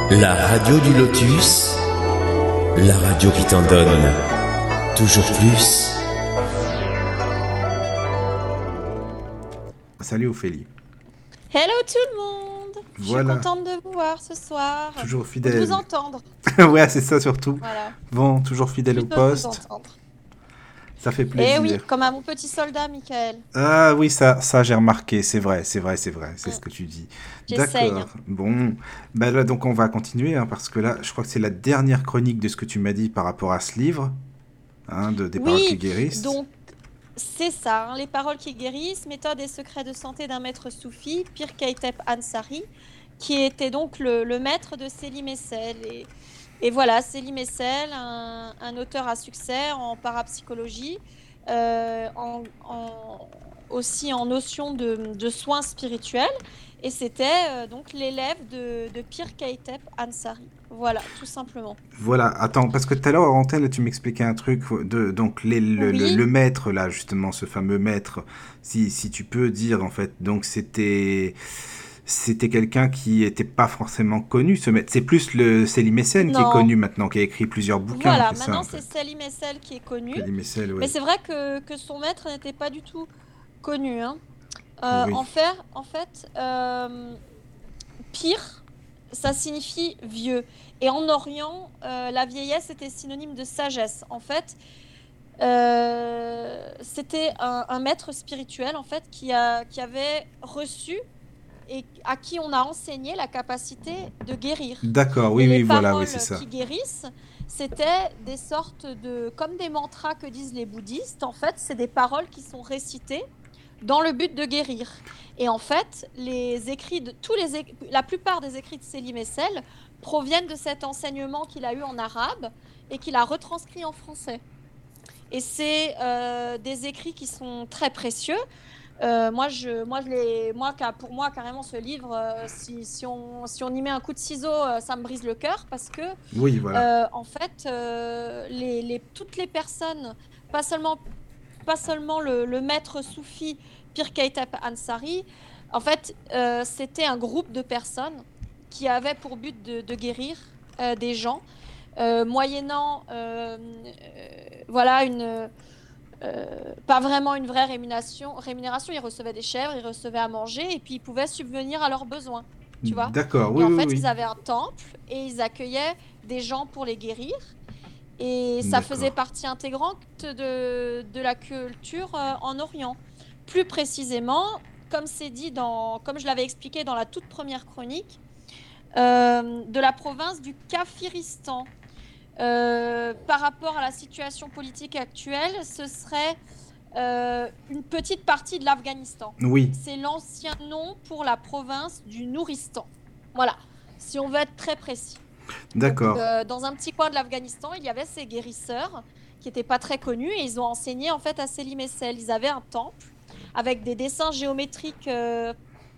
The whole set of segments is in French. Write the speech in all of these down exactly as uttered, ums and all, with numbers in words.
La radio du Lotus, la radio qui t'en donne toujours plus. Salut Ophélie. Hello tout le monde. Voilà. Je suis contente de vous voir ce soir. Toujours Ou fidèle. de vous entendre. Ouais, c'est ça surtout. Voilà. Bon, toujours fidèle au Plutôt de vous poste. entendre. Ça fait Eh plaisir. oui, comme à mon petit soldat, Michael. Ah oui, ça, ça j'ai remarqué, c'est vrai, c'est vrai, c'est vrai, c'est Mm. ce que tu dis. J'essaye. D'accord. Bon, bah là donc on va continuer hein, parce que là, je crois que c'est la dernière chronique de ce que tu m'as dit par rapport à ce livre, hein, de des paroles qui Oui, guérissent. donc c'est ça, hein, les paroles qui guérissent, méthode et secrets de santé d'un maître soufi, Pir Kaytep Ansari, qui était donc le, le maître de Selim Essel. Et, et voilà, Selim Essel, un, un auteur à succès en parapsychologie, euh, en, en- aussi en notion de, de soins spirituels. Et c'était euh, donc l'élève de, de Pir Kaytep Ansari. Voilà, tout simplement. Voilà, attends, parce que tout à l'heure, en antenne, tu m'expliquais un truc de donc les- le, le- Oui. le maître là, justement, ce fameux maître. Si, si tu peux dire en fait, donc c'était c'était quelqu'un qui était pas forcément connu. Ce maître, c'est plus le Selim Essène qui est Non. connu maintenant, qui a écrit plusieurs bouquins. Voilà, c'est ça, maintenant en c'est fait. Selim Essel qui est connu. Selim Essène, Mais oui. c'est vrai que, que son maître n'était pas du tout connu, hein. Euh, Oui. en fait, en fait euh, pire, ça signifie vieux. Et en Orient, euh, la vieillesse était synonyme de sagesse. En fait, euh, c'était un, un maître spirituel en fait, qui, a, qui avait reçu et à qui on a enseigné la capacité de guérir. D'accord, oui, Et oui, les voilà, paroles oui, c'est ça. qui guérissent, c'était des sortes de... comme des mantras que disent les bouddhistes. En fait, c'est des paroles qui sont récitées dans le but de guérir. Et en fait, les écrits de tous les é- la plupart des écrits de Selim Essel proviennent de cet enseignement qu'il a eu en arabe et qu'il a retranscrit en français. Et c'est euh, des écrits qui sont très précieux. Euh, moi, je, moi, je les, moi, ca- pour moi, carrément, ce livre, euh, si, si on, si on y met un coup de ciseau, euh, ça me brise le cœur parce que, Oui, voilà. euh, en fait, euh, les, les, toutes les personnes, pas seulement, pas seulement le, le maître soufi Pir Kaytep Ansari, en fait, euh, c'était un groupe de personnes qui avaient pour but de, de guérir euh, des gens, euh, moyennant, euh, euh, voilà, une euh, pas vraiment une vraie rémunération, rémunération. Ils recevaient des chèvres, ils recevaient à manger et puis ils pouvaient subvenir à leurs besoins, tu vois. D'accord, Et oui, en oui, fait, oui. ils avaient un temple et ils accueillaient des gens pour les guérir. Et ça D'accord. faisait partie intégrante de, de la culture euh, en Orient. Plus précisément, comme c'est dit dans, comme je l'avais expliqué dans la toute première chronique, euh, de la province du Kafiristan. Euh, par rapport à la situation politique actuelle, ce serait euh, une petite partie de l'Afghanistan. Oui, C'est l'ancien nom pour la province du Nouristan. Voilà, si on veut être très précis. Donc, d'accord. euh, dans un petit coin de l'Afghanistan, il y avait ces guérisseurs qui n'étaient pas très connus et ils ont enseigné en fait à Selim Essel. Ils avaient un temple avec des dessins géométriques euh,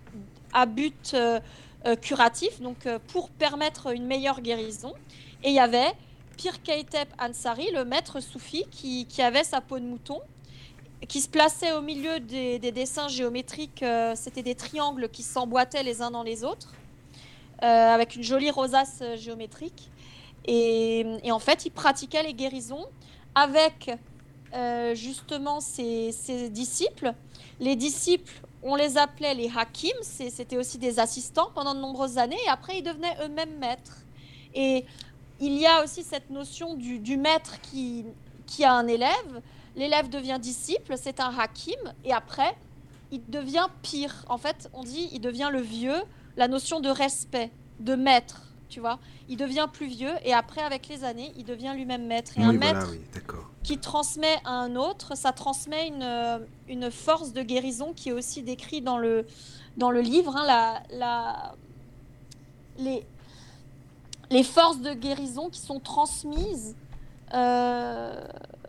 à but euh, euh, curatif, donc euh, pour permettre une meilleure guérison. Et il y avait Pir Kaytep Ansari, le maître soufi, qui, qui avait sa peau de mouton, qui se plaçait au milieu des, des dessins géométriques. Euh, c'était des triangles qui s'emboîtaient les uns dans les autres, euh, avec une jolie rosace euh, géométrique. Et, et en fait, il pratiquait les guérisons avec euh, justement ses, ses disciples. Les disciples, on les appelait les hakims, c'est- c'était aussi des assistants pendant de nombreuses années, et après, ils devenaient eux-mêmes maîtres. Et il y a aussi cette notion du, du maître qui, qui a un élève. L'élève devient disciple, c'est un hakim, et après, il devient pire. En fait, on dit il devient le vieux, la notion de respect, de maître, tu vois. Il devient plus vieux, et après, avec les années, il devient lui-même maître. Et un Oui, voilà, maître oui, d'accord. qui transmet à un autre, ça transmet une, euh, une force de guérison qui est aussi décrite dans le, dans le livre, hein, la, la, les, les forces de guérison qui sont transmises euh,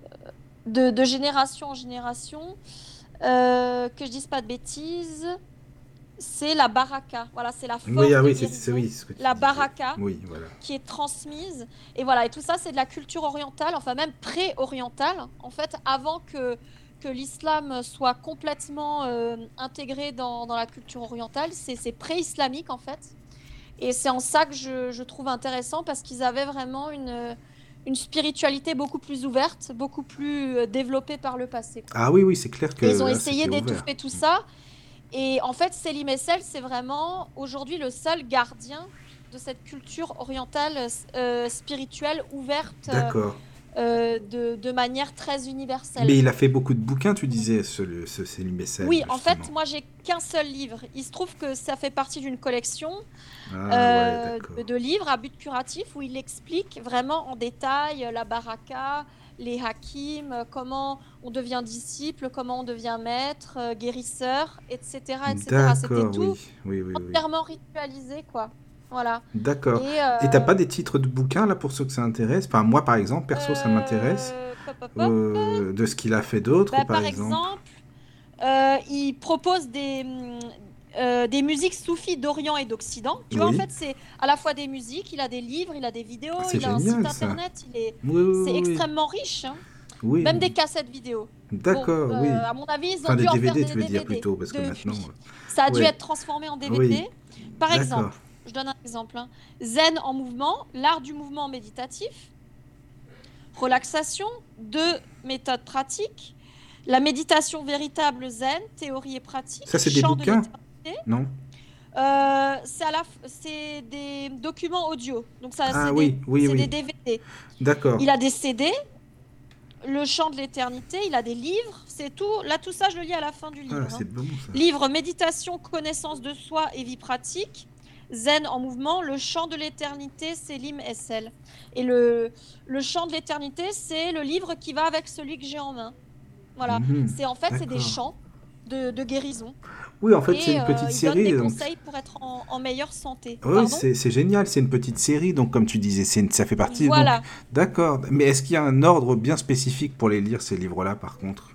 de, de génération en génération. Euh, que je dise pas de bêtises, c'est la baraka. Voilà, c'est la force Oui, ah de oui, c'est c'est- guérison, oui, ce que tu la disais. baraka, Oui, voilà. qui est transmise. Et voilà, et tout ça, c'est de la culture orientale, enfin même pré-orientale. En fait, avant que, que l'islam soit complètement euh, intégré dans, dans la culture orientale, c'est c'est pré-islamique en fait. Et c'est en ça que je, je trouve intéressant parce qu'ils avaient vraiment une, une spiritualité beaucoup plus ouverte, beaucoup plus euh, développée par le passé, quoi. Ah oui, oui, c'est clair que Et ils ont là, essayé c'était ouvert. d'étouffer tout ça. Et en fait, Selim Essel, c'est vraiment aujourd'hui le seul gardien de cette culture orientale euh, spirituelle ouverte euh, D'accord. euh, de, de manière très universelle. Mais il a fait beaucoup de bouquins, tu disais, ce, le- ce Selim Essel, Oui, en justement. fait, moi j'ai qu'un seul livre. Il se trouve que ça fait partie d'une collection Ah euh, ouais, d'accord. de livres à but curatif où il explique vraiment en détail euh, la baraka, les hakim, euh, comment on devient disciple, comment on devient maître, euh, guérisseur, et cetera, et cetera. C'était D'accord, tout oui, oui, oui, oui. entièrement ritualisé, quoi. Voilà. D'accord. Et Et t'as euh, pas des titres de bouquins, là, pour ceux que ça intéresse? Enfin, moi, par exemple, perso, ça m'intéresse. euh, pop, pop, pop. Euh, de ce qu'il a fait d'autre, Bah, par par exemple. exemple, euh, il propose des, hum, euh, des musiques soufis d'Orient et d'Occident. Tu vois, en Oui. fait, c'est à la fois des musiques, il a des livres, il a des vidéos, Ah, c'est il a un site génial, ça. internet, il est... Oui, oui, c'est oui, oui. extrêmement riche, hein. Oui, Même oui. des cassettes vidéo. Bon, D'accord, euh, oui. à mon avis, ils ont Enfin, dû des en faire D V D, des tu veux dire, D V D plutôt, parce que depuis. maintenant... euh, Ça a dû Ouais. être transformé en D V D. Oui. Par D'accord. exemple, je donne un exemple, hein. Zen en mouvement, l'art du mouvement méditatif, relaxation, deux méthodes pratiques, la méditation véritable zen, théorie et pratique, Ça, c'est des chant de bouquins? l'éternité. Non? Euh, c'est à la f- c'est des documents audio, donc ça, Ah c'est oui, des, oui, c'est des oui. D V D. D'accord. Il a des C D, le chant de l'éternité, il a des livres, c'est tout. Là, tout ça, je le lis à la fin du Ah, livre, hein. c'est bon, ça. Livre méditation, connaissance de soi et vie pratique. Zen en mouvement, le chant de l'éternité, Selim Essel. Et le, le chant de l'éternité, c'est le livre qui va avec celui que j'ai en main. Voilà. Mhm. C'est en fait, c'est des D'accord. chants de, de guérison. Oui, en fait, c'est Et une euh, petite il donne des série, donc... conseils pour être en, en meilleure santé. Oui, Pardon? c'est c'est génial, c'est une petite série, donc comme tu disais, c'est une- ça fait partie... Donc, Voilà. d'accord. Mais est-ce qu'il y a un ordre bien spécifique pour les lire, ces livres-là, par contre?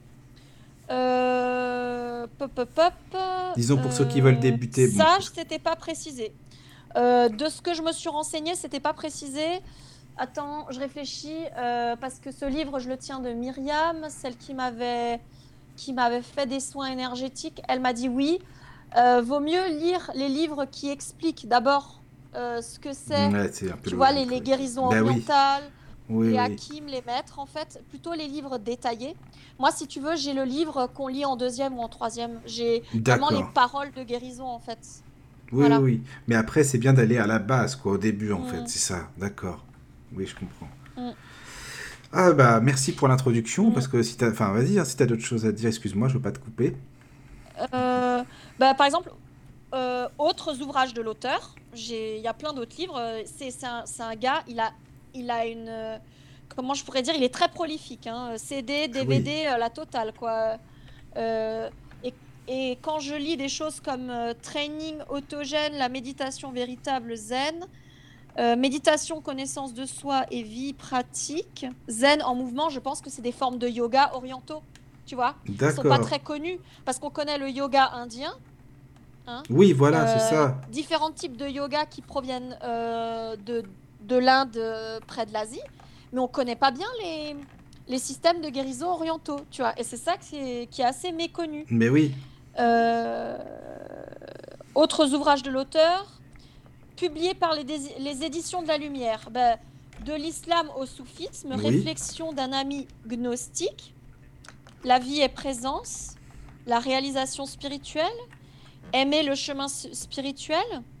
Euh, pop, pop, pop. Disons pour ceux qui veulent Euh, débuter, bon, ça, parce que- c'était pas précisé. Euh, de ce que je me suis renseignée, c'était pas précisé. Attends, je réfléchis euh, parce que ce livre, je le tiens de Myriam, celle qui m'avait qui m'avait fait des soins énergétiques. Elle m'a dit oui. Euh, vaut mieux lire les livres qui expliquent d'abord euh, ce que c'est. Ouais, c'est un peu Tu vois, les, logique, les oui. guérisons Ben oui, orientales, oui, les oui. hakims, les maîtres, en fait, plutôt les livres détaillés. Moi, si tu veux, j'ai le livre qu'on lit en deuxième ou en troisième. J'ai vraiment les D'accord. paroles de guérison, en fait. Oui, Voilà. oui, oui. Mais après, c'est bien d'aller à la base, quoi, au début, en fait, Mm, c'est ça. D'accord. Oui, je comprends. mm, Ah bah, merci pour l'introduction, mm. parce que si t'as... Enfin, vas-y, hein, si t'as d'autres choses à dire, excuse-moi, je veux pas te couper. Euh, bah, par exemple, euh, autres ouvrages de l'auteur, j'ai, il y a plein d'autres livres. euh, C'est, c'est un, c'est un gars, il a, il a une, euh, comment je pourrais dire, il est très prolifique, hein, C D, Ah oui. D V D, euh, la totale, quoi. Euh, et, et quand je lis des choses comme euh, Training autogène, la méditation véritable zen, euh, méditation, connaissance de soi et vie pratique, zen en mouvement, je pense que c'est des formes de yoga orientaux, tu vois. Ils sont pas D'accord. très connus parce qu'on connaît le yoga indien, hein, Oui, voilà, c'est euh, ça. différents types de yoga qui proviennent euh, de, de l'Inde euh, près de l'Asie, mais on connaît pas bien les, les systèmes de guérison orientaux, tu vois. Et c'est ça qui est, qui est assez méconnu. Mais oui. Euh, Autres ouvrages de l'auteur, publiés par les, dés- les éditions de la Lumière. Ben, de l'islam au soufisme, Oui. réflexion d'un ami gnostique, la vie et présence, la réalisation spirituelle, aimer le chemin s- spirituel,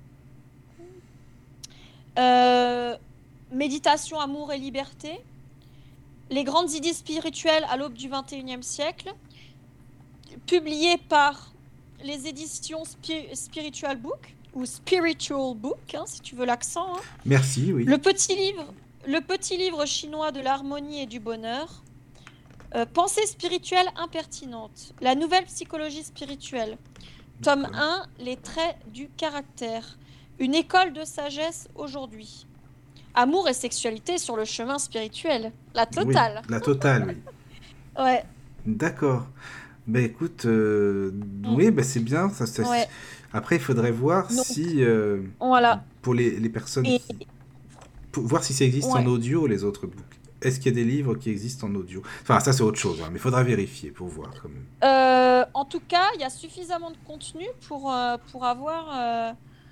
euh, méditation, amour et liberté, les grandes idées spirituelles à l'aube du vingt et unième siècle, publié par les éditions Spi- Spiritual Book ou Spiritual Book, hein, si tu veux l'accent, hein. Merci, oui. Le petit livre, le petit livre chinois de l'harmonie et du bonheur, euh, Pensée spirituelle impertinente, la nouvelle psychologie spirituelle, tome D'accord. un, les traits du caractère, une école de sagesse aujourd'hui, amour et sexualité sur le chemin spirituel, la Oui, totale. la totale, oui. Ouais, D'accord. Ben écoute, euh, mm, oui, ben c'est bien. Ça, ça- ouais. Après, il faudrait voir Donc si, euh, voilà. pour les, les personnes Et qui... pour voir si ça existe en ouais. audio, les autres books. Est-ce qu'il y a des livres qui existent en audio? Enfin, ça, c'est autre chose, hein, mais il faudra vérifier pour voir, quand même. Euh, en tout cas, il y a suffisamment de contenu pour, euh, pour avoir euh,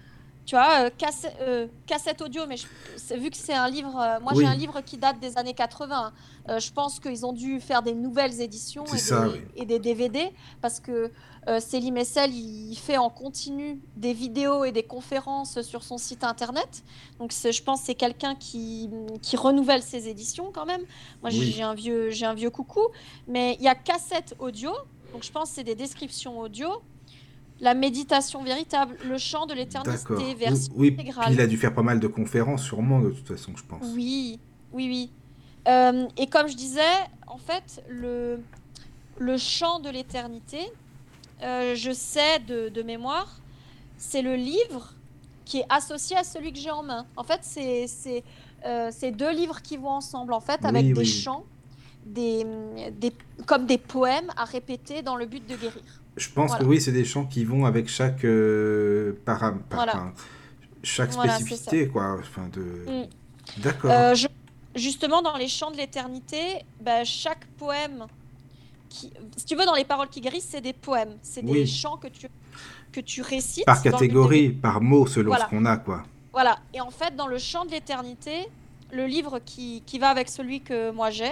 Tu vois, euh, casse- euh, cassette audio, mais je- c'est- vu que c'est un livre, euh, moi j'ai un Oui, livre qui date des années quatre-vingts. Euh, je pense qu'ils ont dû faire des nouvelles éditions c'est et ça, oui. des, et des D V D parce que euh, Céline Messel, il fait en continu des vidéos et des conférences sur son site internet. Donc c'est- je pense que c'est quelqu'un qui, qui renouvelle ses éditions quand même. Moi Oui, j'ai un vieux, j'ai un vieux coucou, mais il y a cassette audio. Donc je pense que c'est des descriptions audio. La méditation véritable, le chant de l'éternité, d'accord. Oui, version oui, puis il intégrale. a dû faire pas mal de conférences, sûrement, de toute façon, je pense. Oui, oui, oui. Euh, et comme je disais, en fait, le, le chant de l'éternité, euh, je sais de, de mémoire, c'est le livre qui est associé à celui que j'ai en main. En fait, c'est c'est, euh, c'est deux livres qui vont ensemble, en fait, avec Oui, des oui, oui. chants, des, des, comme des poèmes à répéter dans le but de guérir. Je pense que Voilà, oui, c'est des chants qui vont avec chaque, euh, para- par- voilà, enfin, chaque voilà, c'est ça. spécificité, quoi. Enfin, de... Mm. D'accord. Euh, je- Justement, dans les chants de l'éternité, bah, chaque poème qui, si tu veux, dans les paroles qui guérissent, c'est des poèmes, c'est des Oui, chants que tu, que tu par récites dans le but de guérir. catégorie, par mot, selon ce Voilà, qu'on a, quoi. voilà. Et en fait, dans le chant de l'éternité, le livre qui, qui va avec celui que moi j'ai,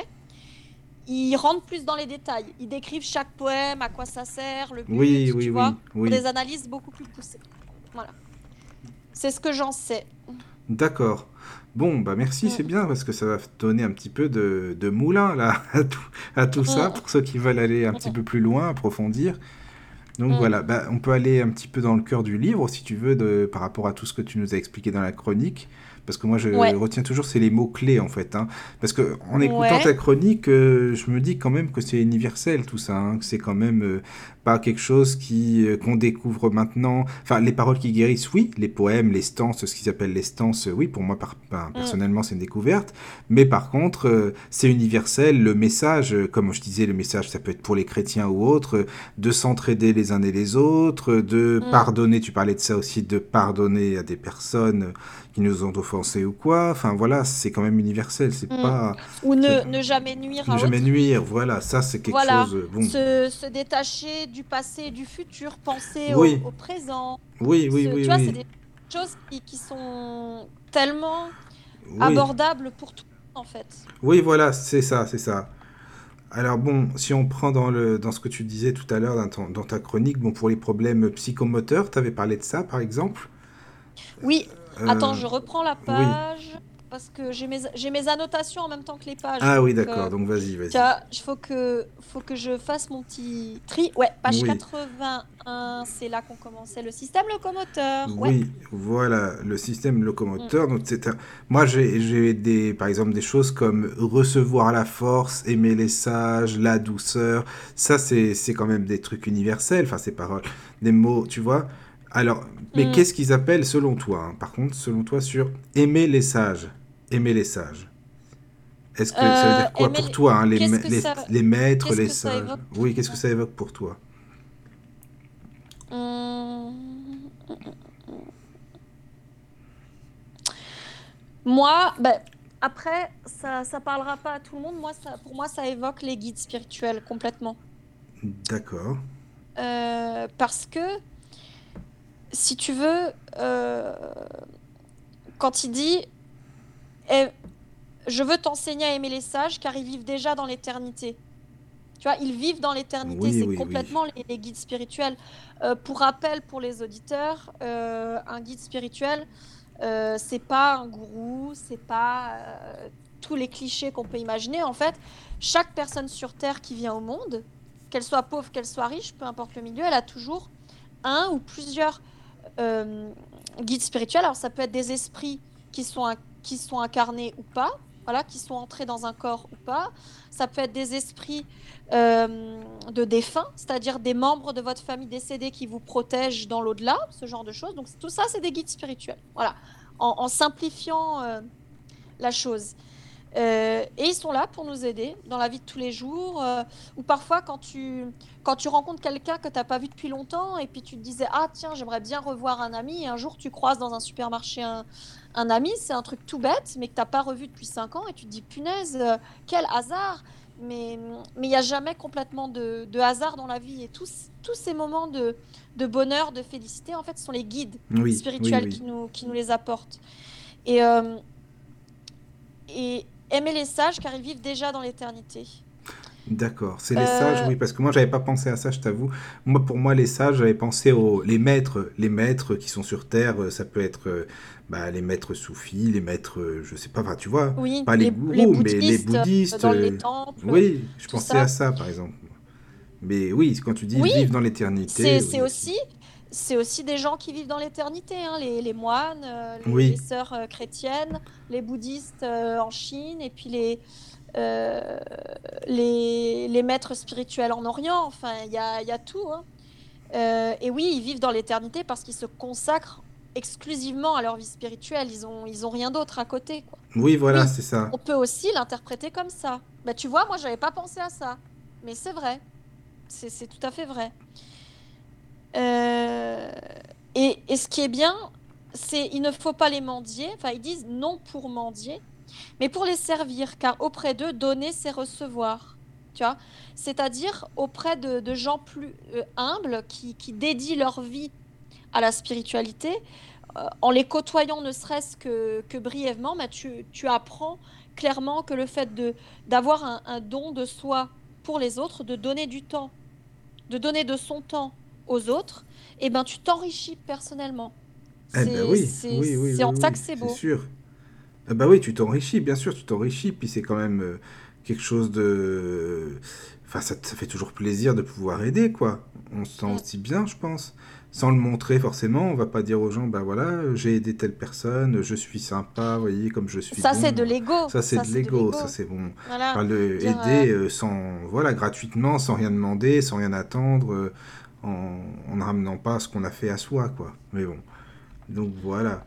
ils rentrent plus dans les détails. Ils décrivent chaque poème, à quoi ça sert, le Oui, but, oui, tu oui, vois, pour oui. des analyses beaucoup plus poussées. Voilà. C'est ce que j'en sais. D'accord. Bon, bah merci, c'est Mm, bien, parce que ça va donner un petit peu de, de moulin, là, à tout, à tout ça, mm, pour ceux qui veulent aller un petit mm, peu plus loin, approfondir. Donc mm. voilà, bah, on peut aller un petit peu dans le cœur du livre, si tu veux, de, par rapport à tout ce que tu nous as expliqué dans la chronique. Parce que moi, je Ouais, retiens toujours, c'est les mots-clés, en fait. Hein. Parce que en écoutant ouais. ta chronique, euh, je me dis quand même que c'est universel, tout ça. Hein, que c'est quand même euh, pas quelque chose qui euh, qu'on découvre maintenant. Enfin, les paroles qui guérissent, oui. Les poèmes, les stances, ce qu'ils appellent les stances, oui. Pour moi, par, ben, Mm, personnellement, c'est une découverte. Mais par contre, euh, c'est universel. Le message, euh, comme je disais, le message, ça peut être pour les chrétiens ou autres, euh, de s'entraider les uns et les autres, de mm, pardonner, tu parlais de ça aussi, de pardonner à des personnes qui nous ont offensés ou quoi. Enfin voilà, c'est quand même universel. C'est mm. pas Ou c'est- ne, ne jamais nuire ne à jamais autrui. nuire. Voilà, ça c'est quelque Voilà, chose. euh, Bon, se, se détacher du passé et du futur, penser au, oui, au présent. oui, oui, Ce, oui, tu vois, c'est oui, des choses qui, qui sont tellement oui, abordables pour tout le monde, en fait. oui. Voilà, c'est ça, c'est ça. Alors bon, si on prend dans le dans ce que tu disais tout à l'heure dans, ton- dans ta chronique, bon pour les problèmes psychomoteurs, tu avais parlé de ça par exemple. Oui, attends, Euh, je reprends la oui. page parce que j'ai mes, j'ai mes annotations en même temps que les pages. Ah oui, Donc, d'accord. euh, Donc vas-y, tu vas-y. vois, il faut que, faut que je fasse mon petit tri. Ouais, page Oui. quatre-vingt-un, c'est là qu'on commençait le système locomoteur. Ouais. Oui, voilà, le système Mm, locomoteur. Donc c'est un- Moi, j'ai j'ai des, par exemple, des choses comme recevoir la force, aimer les sages, la douceur. Ça, c'est c'est quand même des trucs universels. Enfin, ces paroles, des mots, tu vois. Alors, mais mm. qu'est-ce qu'ils appellent selon toi, hein, par contre, selon toi, sur aimer les sages, aimer les sages. Est-ce que ça veut Euh, dire quoi aimer pour les- toi, hein, les, Qu'est-ce ma- que les, ça, les maîtres, qu'est-ce les que ça sages? évoque pour Oui, qu'est-ce que toi? ça évoque pour toi? Hum, Moi, ben, après, ça, ça parlera pas à tout le monde. Moi, ça, pour moi, ça évoque les guides spirituels complètement. D'accord. Euh, parce que, si tu veux, euh, quand il dit, Eh, je veux t'enseigner à aimer les sages car ils vivent déjà dans l'éternité. Tu vois, ils vivent dans l'éternité, Oui, c'est oui, oui. complètement les, les guides spirituels. Euh, pour rappel, pour les auditeurs, euh, un guide spirituel, euh, c'est pas un gourou, c'est pas euh, tous les clichés qu'on peut imaginer. En fait, chaque personne sur Terre qui vient au monde, qu'elle soit pauvre, qu'elle soit riche, peu importe le milieu, elle a toujours un ou plusieurs euh, guides spirituels. Alors, ça peut être des esprits qui sont, in- qui sont incarnés ou pas, voilà, qui sont entrés dans un corps ou pas. Ça peut être des esprits euh, de défunts, c'est-à-dire des membres de votre famille décédée qui vous protègent dans l'au-delà, ce genre de choses. Donc tout ça, c'est des guides spirituels. Voilà, en, en simplifiant euh, la chose. Euh, et ils sont là pour nous aider dans la vie de tous les jours. Euh, ou parfois, quand tu, quand tu rencontres quelqu'un que tu n'as pas vu depuis longtemps et puis tu te disais, ah tiens, j'aimerais bien revoir un ami. Et un jour, tu croises dans un supermarché un, un ami. C'est un truc tout bête, mais que tu n'as pas revu depuis cinq ans. Et tu te dis, punaise, euh, quel hasard. mais mais il n'y a jamais complètement de, de hasard dans la vie. Et tous, tous ces moments de, de bonheur, de félicité, en fait, ce sont les guides Oui, oui, spirituels oui. qui nous, qui nous les apportent. Et, euh, et aimer les sages car ils vivent déjà dans l'éternité. D'accord, c'est les sages, Euh, oui, parce que moi j'avais pas pensé à ça, je t'avoue. Moi, pour moi, les sages, j'avais pensé aux les maîtres, les maîtres qui sont sur Terre. euh, Ça peut être euh, bah, les maîtres soufis, les maîtres, euh, je sais pas, enfin, tu vois, oui, pas les les, les gourous, mais les bouddhistes euh, bouddhistes. dans les euh, temples, Oui, je tout pensais à ça. ça, par exemple. Mais oui, quand tu dis ils Oui, vivent dans c'est l'éternité, c'est oui aussi. aussi, c'est aussi des gens qui vivent dans l'éternité, hein, les, les moines, euh, les, les Oui, sœurs euh, chrétiennes, les bouddhistes euh, en Chine, et puis les, euh, les, les maîtres spirituels en Orient. Enfin, il y a, il y a tout, hein. Euh, et oui, ils vivent dans l'éternité parce qu'ils se consacrent exclusivement à leur vie spirituelle. Ils ont, ils ont rien d'autre à côté, quoi. oui, voilà, Oui, c'est ça. on peut aussi l'interpréter comme ça. Bah, tu vois, moi, j'avais pas pensé à ça, mais c'est vrai. C'est c'est tout à fait vrai. Euh, et, et ce qui est bien, c'est il ne faut pas les mendier. Enfin, ils disent non pour mendier, mais pour les servir, car auprès d'eux, donner, c'est recevoir. Tu vois? C'est-à-dire auprès de, de gens plus euh, humbles qui, qui dédient leur vie à la spiritualité, euh, en les côtoyant ne serait-ce que, que brièvement, bah, tu, tu apprends clairement que le fait de, d'avoir un, un don de soi pour les autres, de donner du temps, de donner de son temps aux autres, eh ben, tu t'enrichis personnellement. Eh ben C'est, oui, c'est, oui, oui, c'est oui, en ça oui, que c'est c'est beau. sûr. Ah bah oui, tu t'enrichis, bien sûr, tu t'enrichis, puis c'est quand même euh, quelque chose de... Enfin, ça, te- ça fait toujours plaisir de pouvoir aider, quoi. On se sent Mm. aussi bien, je pense. Sans le montrer forcément, on va pas dire aux gens, bah voilà, j'ai aidé telle personne, je suis sympa, vous voyez, comme je suis Ça, c'est de bon. l'ego. Ça, c'est Ça, de c'est de l'ego, ça, l'ego. c'est bon. Voilà. Enfin, le Dire, euh, aider euh, sans, voilà, gratuitement, sans rien demander, sans rien attendre, euh, en, en ne ramenant pas ce qu'on a fait à soi, quoi. Mais bon, donc voilà.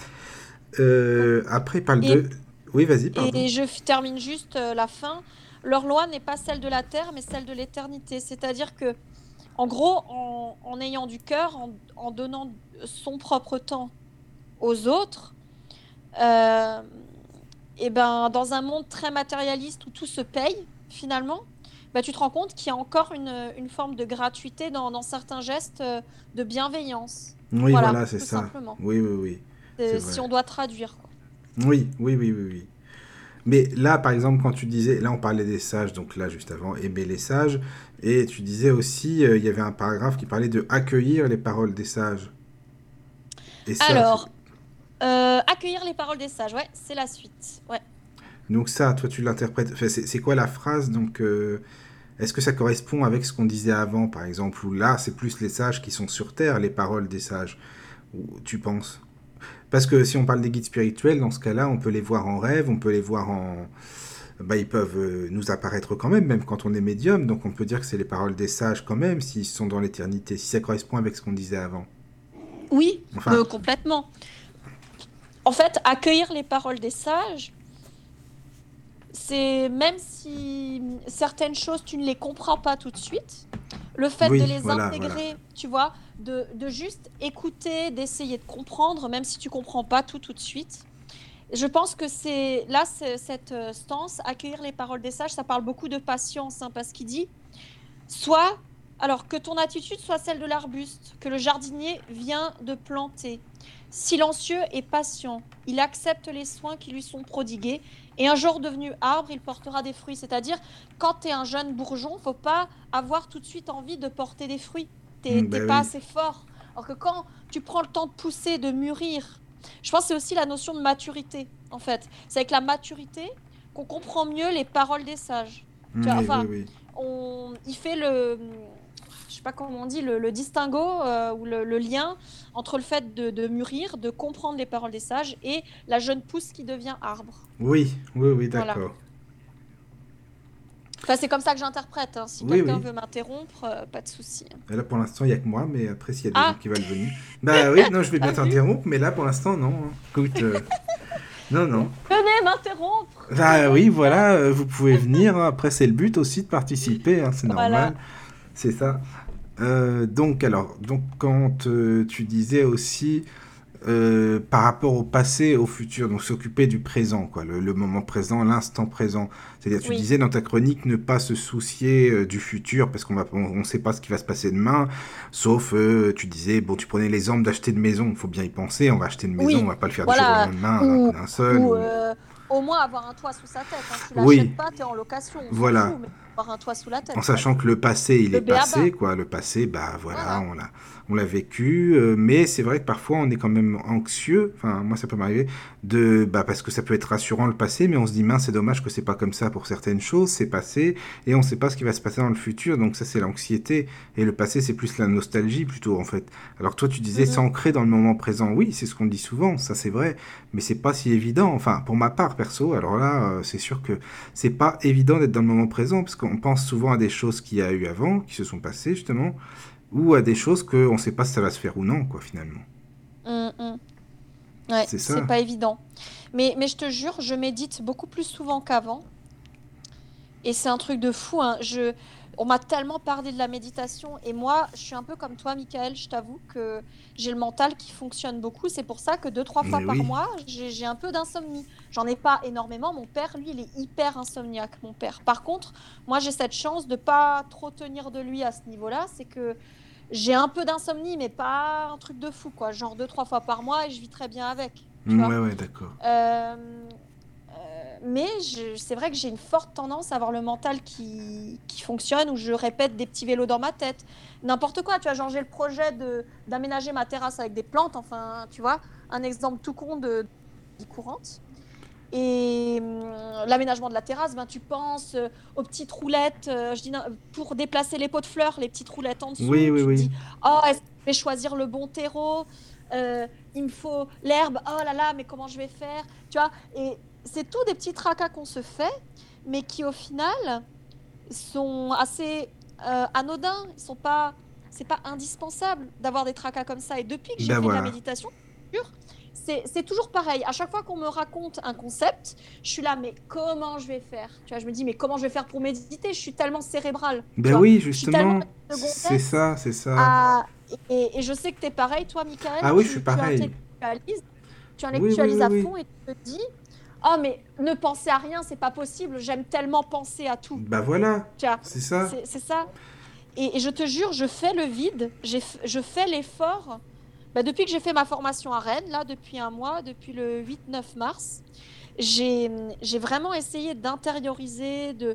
Euh, après, il parle et, de... Oui, vas-y, pardon. et je f- termine juste euh, la fin. Leur loi n'est pas celle de la terre, mais celle de l'éternité. C'est-à-dire que, en gros, en, en ayant du cœur, en, en donnant son propre temps aux autres, euh, et ben, dans un monde très matérialiste où tout se paye, finalement, bah, tu te rends compte qu'il y a encore une, une forme de gratuité dans, dans certains gestes euh, de bienveillance. Oui, Voilà, voilà, c'est tout ça. simplement. Oui, oui, oui. C'est Euh, si vrai. on doit traduire, quoi. Oui, oui, oui, oui, oui. Mais là, par exemple, quand tu disais, là, on parlait des sages, donc là, juste avant, aimer les sages, et tu disais aussi, euh, il y avait un paragraphe qui parlait de accueillir les paroles des sages. Et ça, c'est- Alors, euh, accueillir les paroles des sages, ouais, c'est la suite. Ouais. donc ça, toi, tu l'interprètes. Enfin, c'est c'est quoi la phrase? Donc, euh, est-ce que ça correspond avec ce qu'on disait avant, par exemple, où là, c'est plus les sages qui sont sur Terre, les paroles des sages, ou tu penses? Parce que si on parle des guides spirituels, dans ce cas-là, on peut les voir en rêve, on peut les voir en... Bah, ils peuvent euh, nous apparaître quand même, même quand on est médium, donc on peut dire que c'est les paroles des sages quand même, s'ils sont dans l'éternité, si ça correspond avec ce qu'on disait avant. Oui, Enfin, euh, complètement. En fait, accueillir les paroles des sages, c'est même si certaines choses, tu ne les comprends pas tout de suite, le fait de oui, les voilà, voilà. intégrer, tu vois, de, de juste écouter, d'essayer de comprendre, même si tu comprends pas tout tout de suite. Je pense que c'est là, c'est- cette euh, stance, accueillir les paroles des sages, ça parle beaucoup de patience, hein, parce qu'il dit, soit, alors que ton attitude soit celle de l'arbuste que le jardinier vient de planter. Silencieux et patient, il accepte les soins qui lui sont prodigués et un jour devenu arbre, il portera des fruits. C'est-à-dire, quand tu es un jeune bourgeon, faut pas avoir tout de suite envie de porter des fruits. T'es Mm, t'es ben pas oui. assez fort. Alors que quand tu prends le temps de pousser, de mûrir, je pense que c'est aussi la notion de maturité, en fait. C'est avec la maturité qu'on comprend mieux les paroles des sages. Tu Mm, vois, oui, oui, enfin, oui. on, il fait le, je sais pas comment on dit, le, le distinguo euh, ou le, le lien entre le fait de, de mûrir, de comprendre les paroles des sages et la jeune pousse qui devient arbre. Oui, oui, oui, Voilà. d'accord. Enfin, c'est comme ça que j'interprète, hein. Si Oui, quelqu'un oui. veut m'interrompre, euh, pas de souci. Et là, pour l'instant, il n'y a que moi, mais après, s'il y a des gens Ah, qui veulent venir... Bah oui, non, je vais bien t'as vu? t'interrompre, mais là, pour l'instant, non, hein. Écoute, euh, non, non. Venez m'interrompre, Bah venez, oui, viens. voilà, euh, vous pouvez venir, hein. Après, c'est le but aussi de participer, hein, c'est normal. Voilà. C'est ça. Euh, donc, alors, donc quand euh, tu disais aussi, euh, par rapport au passé, au futur, donc s'occuper du présent, quoi, le, le moment présent, l'instant présent. C'est-à-dire, tu Oui. disais dans ta chronique ne pas se soucier euh, du futur parce qu'on va, on, on sait pas ce qui va se passer demain. Sauf, euh, tu disais, bon, tu prenais l'exemple d'acheter une maison. Il faut bien y penser. On va acheter une maison, on Oui, va pas le faire du jour au voilà. lendemain d'un coup Ou, d'un seul. ou Ou... euh, au moins avoir un toit sous sa tête. Hein. Tu Oui, l'achètes pas, tu es en location, on s'en voilà. fout, mais avoir un toit sous la En tête, quoi. sachant que le passé, il Le est béaba. passé, quoi. Le passé, bah voilà, Voilà. on l'a, on l'a vécu. euh, mais c'est vrai que parfois, on est quand même anxieux. Enfin, moi, ça peut m'arriver de, bah parce que ça peut être rassurant le passé, mais on se dit mince, c'est dommage que c'est pas comme ça pour certaines choses. C'est passé et on sait pas ce qui va se passer dans le futur. Donc ça, c'est l'anxiété. Et le passé, c'est plus la nostalgie plutôt, en fait. Alors toi, tu disais Mhm. s'ancrer dans le moment présent. Oui, c'est ce qu'on dit souvent. Ça, c'est vrai. Mais c'est pas si évident. Enfin, pour ma part, perso. Alors là, euh, c'est sûr que c'est pas évident d'être dans le moment présent parce qu'on pense souvent à des choses qu'il y a eu avant, qui se sont passées justement, ou à des choses qu'on ne sait pas si ça va se faire ou non, quoi, finalement. Mm, mm. Ouais, C'est c'est ça. pas évident. Mais, mais je te jure, je médite beaucoup plus souvent qu'avant. Et c'est un truc de fou, hein. Je... On m'a tellement parlé de la méditation. Et moi, je suis un peu comme toi, Michael. Je t'avoue que j'ai le mental qui fonctionne beaucoup. C'est pour ça que deux, trois fois Mais par oui. mois, j'ai j'ai un peu d'insomnie. J'en ai pas énormément. Mon père, lui, il est hyper insomniaque, mon père. Par contre, moi, j'ai cette chance de pas trop tenir de lui à ce niveau-là. C'est que j'ai un peu d'insomnie, mais pas un truc de fou, quoi. Genre deux, trois fois par mois et je vis très bien avec, tu vois. Ouais, ouais, d'accord. Euh, euh, mais je- c'est vrai que j'ai une forte tendance à avoir le mental qui, qui fonctionne, où je répète des petits vélos dans ma tête. N'importe quoi, tu vois, genre j'ai le projet de, d'aménager ma terrasse avec des plantes, enfin, tu vois, un exemple tout con de, de vie courante. Et hum, l'aménagement de la terrasse, ben, tu penses euh, aux petites roulettes, euh, je dis, non, pour déplacer les pots de fleurs, les petites roulettes en Oui, dessous, oui, tu te oui. dis, oh, est-ce que je vais choisir le bon terreau? Euh, il me faut l'herbe, oh là là, mais comment je vais faire? Tu vois, et c'est tout des petits tracas qu'on se fait, mais qui au final sont assez euh, anodins. Ils sont pas, c'est pas indispensable d'avoir des tracas comme ça. Et depuis que j'ai Ben fait de la voilà. méditation, je te jure, c'est c'est toujours pareil. À chaque fois qu'on me raconte un concept, je suis là, mais comment je vais faire? Tu vois, je me dis, mais comment je vais faire pour méditer? Je suis tellement cérébrale, tu Ben vois. oui, Je suis tellement justement. une C'est secondaire ça, c'est ça. à... Et, et je sais que tu es pareil, toi, Michael, Ah oui, je suis tu, tu pareil. intellectualises, tu Oui, oui, intellectualises oui, à oui. fond et tu te dis, oh, mais ne penser à rien, c'est pas possible. J'aime tellement penser à tout. Ben voilà. Tu vois, C'est ça. c'est c'est ça. Et, et je te jure, je fais le vide, j'ai f- je fais l'effort. Bah, depuis que j'ai fait ma formation à Rennes, là, depuis un mois, depuis le huit neuf mars, j'ai j'ai vraiment essayé d'intérioriser, de,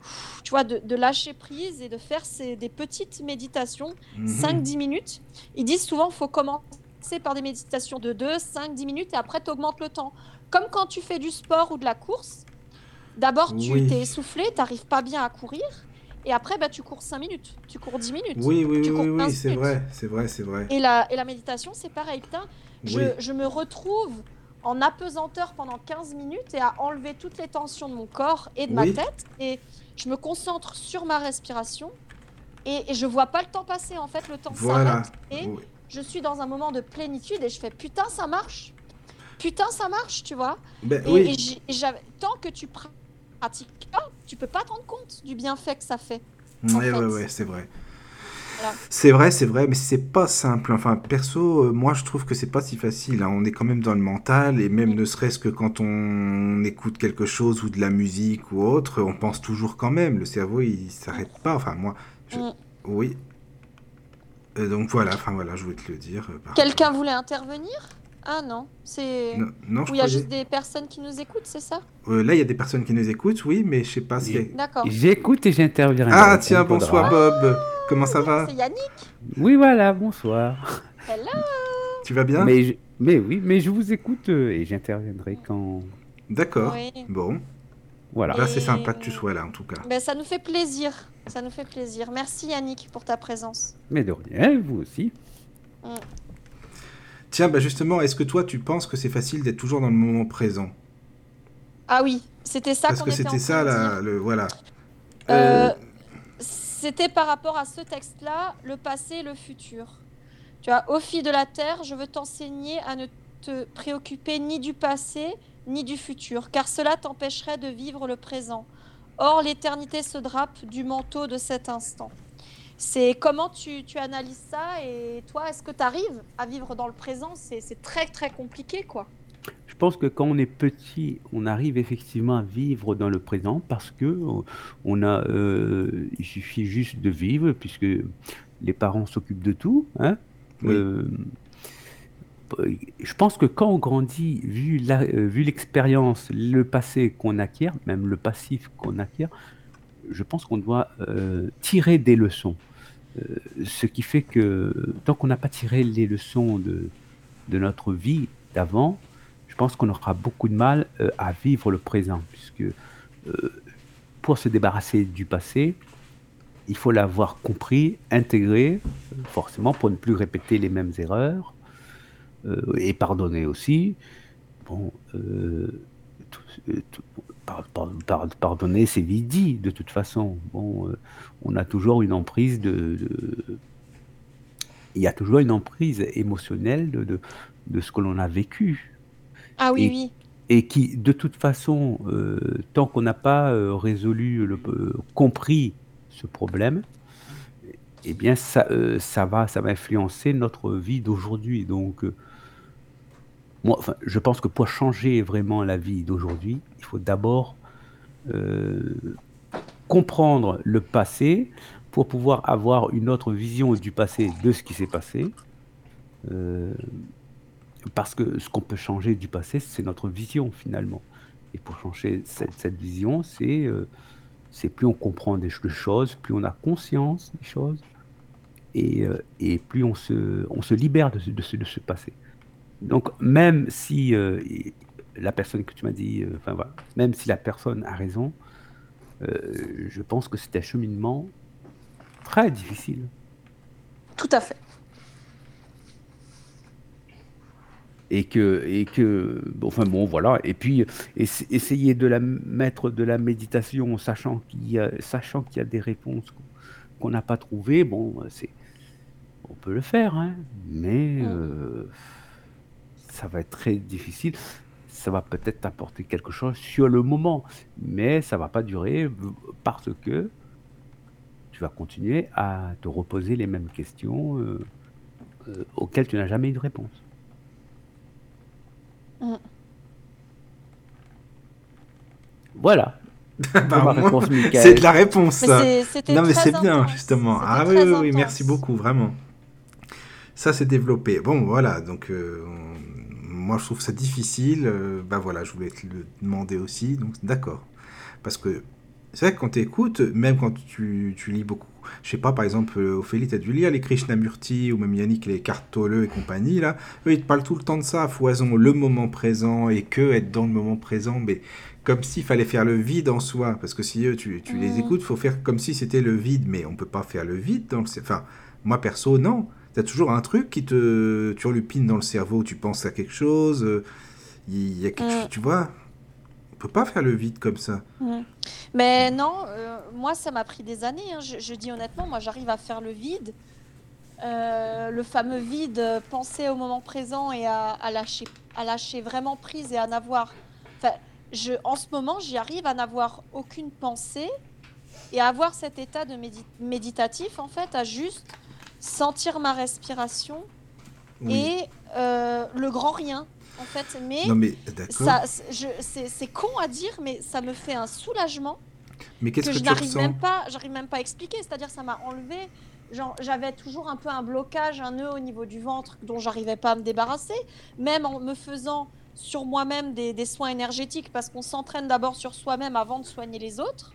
tu vois, de, de lâcher prise et de faire ces, des petites méditations, cinq Mhm. dix minutes. Ils disent souvent qu'il faut commencer par des méditations de deux cinq dix minutes et après tu augmentes le temps. Comme quand tu fais du sport ou de la course, d'abord tu Oui. t'es essoufflé, tu n'arrives pas bien à courir, et après bah, tu cours cinq minutes, tu cours dix minutes, Oui, oui, oui, tu oui, cours oui, quinze c'est minutes. vrai, c'est vrai, c'est vrai. Et la, et la méditation, c'est pareil. Putain, je, Oui. je me retrouve en apesanteur pendant quinze minutes et à enlever toutes les tensions de mon corps et de ma Oui. tête. Et je me concentre sur ma respiration et, et je vois pas le temps passer. En fait, le temps Voilà. s'arrête et Oui. je suis dans un moment de plénitude et je fais putain, ça marche. Putain, ça marche, tu vois. Ben Et, et oui. j'ai- et j'avais- tant que tu pr- pratiques pas, tu peux pas te rendre compte du bienfait que ça fait, en Ouais, ouais, fait. ouais, c'est vrai. Voilà. C'est vrai, c'est vrai, mais c'est pas simple. Enfin, perso, euh, moi je trouve que c'est pas si facile, hein. On est quand même dans le mental, et même Mm, ne serait-ce que quand on écoute quelque chose ou de la musique ou autre, on pense toujours quand même. Le cerveau, il s'arrête mm, pas. Enfin, moi, je... mm. oui. Euh, donc voilà, enfin voilà, je voulais te le dire euh, par rapport Quelqu'un à... voulait intervenir? Ah non, c'est Non, non, je où il y a croyais. juste des personnes qui nous écoutent, c'est ça? Euh, là, il y a des personnes qui nous écoutent, oui, mais je sais pas s'il y a... J- D'accord. J'écoute et Ah, j'interviendrai quand tiens, il bonsoir faudra. Bob. Comment ça Ah, va? c'est Yannick. Oui, voilà, bonsoir. Hello. Tu vas bien? Mais, je- mais oui, mais je vous écoute euh, et j'interviendrai quand. D'accord. Oui. Bon. Voilà. Bah, c'est Et sympa que tu sois là, en tout cas. ben, ça nous fait plaisir. Ça nous fait plaisir. Merci Yannick pour ta présence. Mais de rien, vous aussi. Mm. Tiens, bah justement, est-ce que toi, tu penses que c'est facile d'être toujours dans le moment présent? Ah oui, c'était ça Parce qu'on que était en c'était train ça, de là, dire. le... Voilà. Euh, Euh, C'était par rapport à ce texte-là, le passé et le futur. Tu vois, ô fille de la terre, je veux t'enseigner à ne te préoccuper ni du passé ni du futur, car cela t'empêcherait de vivre le présent. Or, l'éternité se drape du manteau de cet instant. C'est comment tu, tu analyses ça et toi, est-ce que tu arrives à vivre dans le présent? C'est, c'est très très compliqué, quoi. Je pense que quand on est petit, on arrive effectivement à vivre dans le présent parce que on on a, heu, il suffit juste de vivre puisque les parents s'occupent de tout, hein. Oui. Hem, p je pense que quand on grandit, vu la heu, vu l'expérience, le passé qu'on acquiert, même le passif qu'on acquiert, je pense qu'on doit, heu, tirer des leçons. Heu, ce qui fait que tant qu'on n'a pas tiré les leçons de de notre vie d'avant, je pense qu'on aura beaucoup de mal, heu, à vivre le présent puisque, heu, pour se débarrasser du passé, il faut l'avoir compris, intégré, heu, forcément pour ne plus répéter les mêmes erreurs, heu et pardonner aussi. Bon, heu, tout heu, tout par par par pardonner, c'est vite dit de toute façon. Bon, heu, on a toujours une emprise de de il y a toujours une emprise émotionnelle de de de ce que l'on a vécu Ah oui, et oui. et qui de toute façon, heu, tant qu'on n'a pas, heu, résolu le p heu, compris ce problème, et et bien ça, heu, ça va ça va influencer notre vie d'aujourd'hui donc heu, moi enfin, je pense que pour changer vraiment la vie d'aujourd'hui, il faut d'abord, heu, comprendre le passé pour pouvoir avoir une autre vision du passé, de ce qui s'est passé, hem parce que ce qu'on peut changer du passé, c'est notre vision finalement et pour changer cette cette vision, c'est, heu, c'est plus on comprend des ch de choses, plus on a conscience des choses et heu et plus on se on se libère de ce de ce de ce passé. Donc même si, heu, i la personne que tu m'as dit, heu, enfin voilà, même si la personne a raison, heu, je pense que c'est un cheminement très difficile. Tout à fait. Et que et que bon, enfin bon, voilà et puis ess essayer de la m mettre de la méditation, sachant qu'il y a sachant qu'il y a des réponses qu'on qu'on n'a pas trouvées, bon, heu, c'est on peut le faire, hein, mais Mmh. heu, ça va être très difficile. Ça va peut-être t'apporter quelque chose sur le moment, mais ça va pas durer v parce que tu vas continuer à te reposer les mêmes questions, heu heu, auxquelles tu n'as jamais eu de réponse. Mmh. Voilà pour Bah, au ma moins, réponse, c'est de Michael. la réponse, Mais ça. c'est, c'était Non, mais c'est très bien, intense. justement. C'était Ah oui, très oui, oui, merci intense. beaucoup, vraiment. Ça, c'est développé. Bon, voilà, donc euh, on- moi, je trouve ça difficile. Euh, bah voilà, je voulais te le demander aussi, donc d'accord. Parce que c'est vrai que quand tu écoutes, même quand tu, tu lis beaucoup, je sais pas, par exemple, euh, Ophélie, tu as dû lire les Krishnamurti ou même Yannick, les Cartoleux et compagnie, là. Eux, ils te parlent tout le temps de ça, à foison, le moment présent et que être dans le moment présent, mais comme s'il fallait faire le vide en soi. Parce que si eux, tu, tu les Mmh. écoutes, faut faire comme si c'était le vide, mais on peut pas faire le vide dans le. Enfin, moi perso, non. T'as toujours un truc qui te turlupine dans le cerveau, tu penses à quelque chose, euh, il y a quelque chose, Mmh. tu vois. On peut pas faire le vide comme ça. Mmh. Mais non, euh, moi, ça m'a pris des années, hein. Je, je dis honnêtement, moi, j'arrive à faire le vide. Euh, le fameux vide, euh, penser au moment présent et à, à lâcher, à lâcher vraiment prise et à n'avoir. Enfin, je, en ce moment, j'y arrive à n'avoir aucune pensée et à avoir cet état de médi- méditatif, en fait, à juste sentir ma respiration Oui. et euh, le grand rien, en fait. Mais Non mais d'accord. ça, c'est- je, c'est, c'est con à dire, mais ça me fait un soulagement Mais qu'est-ce que que je tu n'arrive ressens? même pas, j'arrive même pas à expliquer. C'est-à-dire, ça m'a enlevé. Genre, j'avais toujours un peu un blocage, un nœud au niveau du ventre dont j'arrivais pas à me débarrasser, même en me faisant sur moi-même des, des soins énergétiques, parce qu'on s'entraîne d'abord sur soi-même avant de soigner les autres.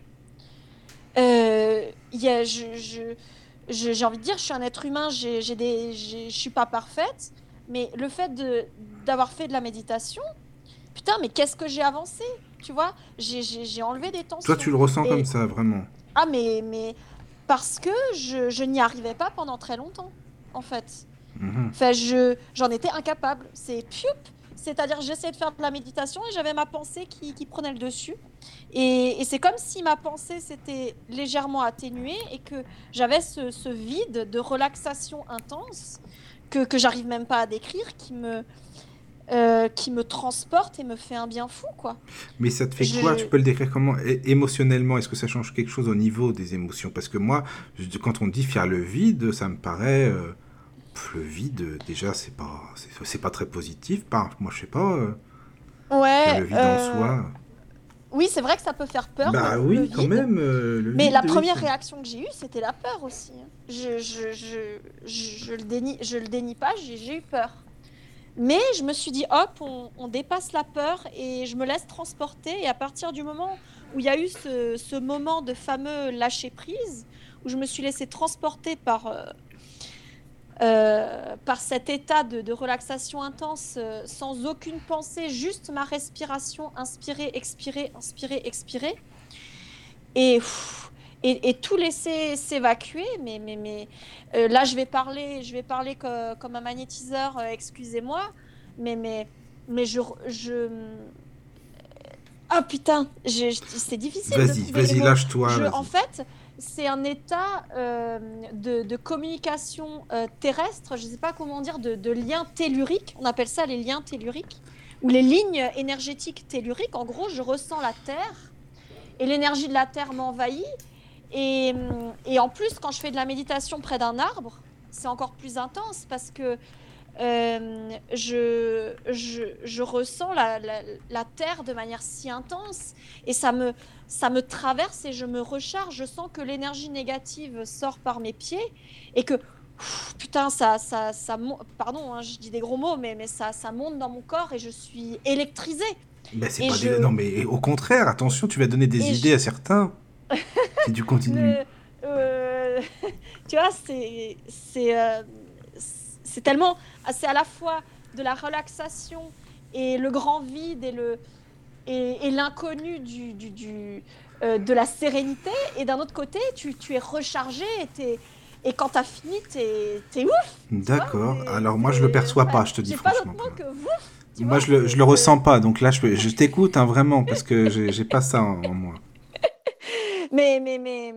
Euh, il y a- je, je- je- j'ai envie de dire, je suis un être humain, j'ai, j'ai des, j'ai- je suis pas parfaite, mais le fait de d'avoir fait de la méditation, putain, mais qu'est-ce que j'ai avancé, tu vois? J'ai, j'ai, j'ai enlevé des Toi tu tensions. le ressens comme Et ça vraiment. ah, mais, mais parce que je, je n'y arrivais pas pendant très longtemps, en fait. Mhm. Enfin, je, j'en étais incapable. C'est pioup. C'est-à-dire, j'essayais de faire de la méditation et j'avais ma pensée qui, qui prenait le dessus. Et, et c'est comme si ma pensée s'était légèrement atténuée et que j'avais ce, ce vide de relaxation intense que, que j'arrive même pas à décrire, qui me, euh, qui me transporte et me fait un bien fou, quoi. Mais ça te fait quoi? Tu Je... peux le décrire comment? É- émotionnellement, est-ce que ça change quelque chose au niveau des émotions? Parce que moi, je- quand on dit faire le vide, ça me paraît... euh, pff, le vide, déjà, c'est pas, c'est, c'est pas très positif. Pas, moi, je sais pas, euh, faire le Ouais, vide en euh, soi. oui, c'est vrai que ça peut faire peur, le, Bah le oui, quand vide. même, euh, le Mais la vide, oui. première c'est- réaction que j'ai eue, c'était la peur aussi, hein. Je, je, je, je, je le dénie, je le dénie pas, j'ai j'ai eu peur. Mais je me suis dit, hop, on, on dépasse la peur et je me laisse transporter. Et à partir du moment où il y a eu ce, ce moment de fameux lâcher prise, où je me suis laissée transporter par, euh, euh, par cet état de, de relaxation intense, euh, sans aucune pensée, juste ma respiration, inspirer, expirer, inspirer, expirer, et, pff, et, et tout laisser s'évacuer. Mais, mais, mais euh, là, je vais parler, je vais parler co- comme un magnétiseur, euh, excusez-moi, mais, mais, mais je, je... Ah putain, je- je- c'est difficile de Vas-y, trouver les vas-y, mots. lâche-toi, Je, en vas-y. fait, c'est un état euh, de, de communication euh, terrestre, je ne sais pas comment dire, de, de liens telluriques. On appelle ça les liens telluriques, ou les lignes énergétiques telluriques. En gros, je ressens la Terre et l'énergie de la Terre m'envahit. Et, et en plus, quand je fais de la méditation près d'un arbre, c'est encore plus intense parce que euh, je, je, je ressens la, la, la terre de manière si intense et ça me, ça me traverse et je me recharge. Je sens que l'énergie négative sort par mes pieds et que pff, putain, ça, ça, ça, mon- pardon, hein, je dis des gros mots, mais, mais ça, ça monte dans mon corps et je suis électrisée. Ben, c'est Et pas des... Non, je, mais au contraire, attention, tu vas donner et des idées je à certains si tu continues. ne, euh, tu vois, c'est, c'est, euh, c'est tellement, c'est à la fois de la relaxation et le grand vide et le et, et l'inconnu du, du, du euh, de la sérénité. Et d'un autre côté, tu, tu es rechargé et, t'es- et quand tu as fini, tu es, ouf, tu vois. D'accord. T'es- Alors moi, je le t'es- perçois enfin, pas, je te dis j'ai pas d'autre franchement. mot que ouf, tu Moi, vois. je le, je C'est, le ressens c'est... pas, donc là, je, peux- je t'écoute hein, vraiment parce que j'ai j'ai pas ça en, en moi. Mais, mais, mais,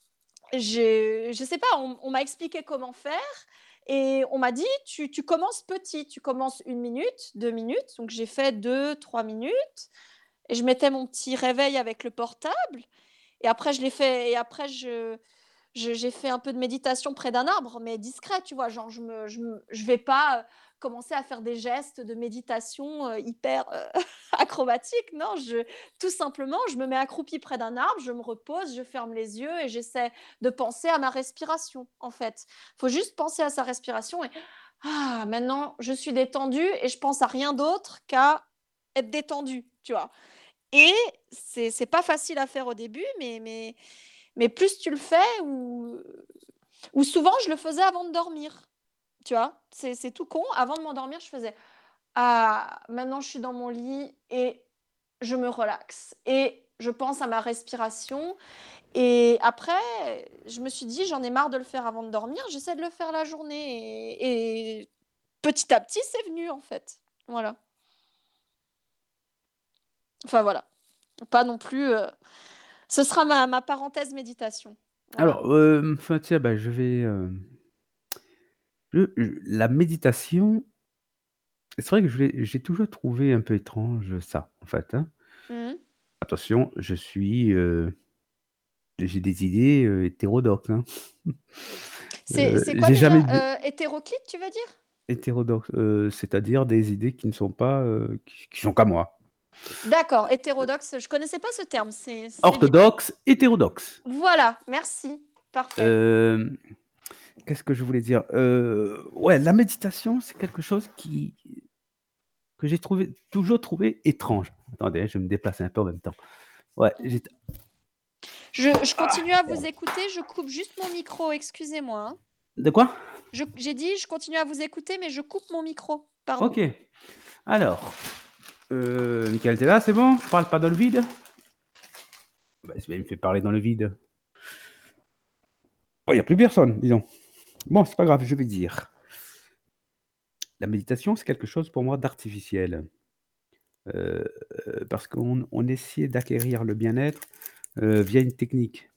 je, je sais pas, on, on m'a expliqué comment faire et on m'a dit tu, tu commences petit, tu commences une minute, deux minutes. Donc j'ai fait deux, trois minutes et je mettais mon petit réveil avec le portable et après je l'ai fait et après je, je- j'ai fait un peu de méditation près d'un arbre, mais discret, tu vois. Genre, je me, je, me- je vais pas euh, commencer à faire des gestes de méditation euh, hyper euh, acrobatiques. Non, je, tout simplement, je me mets accroupie près d'un arbre, je me repose, je ferme les yeux et j'essaie de penser à ma respiration, en fait. Il faut juste penser à sa respiration et ah, maintenant, je suis détendue et je pense à rien d'autre qu'à être détendue, tu vois. Et c'est c'est pas facile à faire au début, mais, mais, mais plus tu le fais, ou, ou souvent je le faisais avant de dormir. Tu vois, c'est c'est tout con. Avant de m'endormir, je faisais ah, maintenant je suis dans mon lit et je me relaxe. Et je pense à ma respiration. Et après, je me suis dit, j'en ai marre de le faire avant de dormir, j'essaie de le faire la journée. Et, et petit à petit, c'est venu en fait. Voilà. Enfin voilà. Pas non plus. euh, Ce sera ma, ma parenthèse méditation. Voilà. Alors, euh, enfin, tiens, bah, je vais. euh, je- je- la méditation, c'est vrai que je l'ai- j'ai toujours trouvé un peu étrange ça, en fait, hein. Mhm. Attention, je suis, euh, j'ai des idées euh, hétérodoxes, hein. C'est Euh, c'est quoi j'ai jamais déjà de- euh, hétéroclite, tu veux dire? hétérodoxe, euh, c'est-à-dire des idées qui ne sont pas, euh, qui, qui sont qu'à moi. D'accord, hétérodoxe. Je connaissais pas ce terme. C'est c'est bien. Orthodoxe, hétérodoxe. Voilà, merci. Parfait. Euh, Qu'est-ce que je voulais dire? Euh, ouais, la méditation, c'est quelque chose qui, que j'ai trouvé, toujours trouvé étrange. Attendez, je vais me déplacer un peu en même temps. Ouais, j'ai... Je, je Ah, continue à vous merde. écouter. Je coupe juste mon micro. Excusez-moi, hein. De quoi? Je- J'ai dit, je continue à vous écouter, mais je coupe mon micro. Pardon. Ok. Alors, euh, Michael, t'es là, c'est bon? Parle pas dans le vide? Bah, il me fait parler dans le vide. Oh, il n'y a plus personne, disons. Bon, c'est pas grave, je vais dire. La méditation, c'est quelque chose pour moi d'artificiel. Euh, euh, parce qu'on on essaie d'acquérir le bien-être euh, via une technique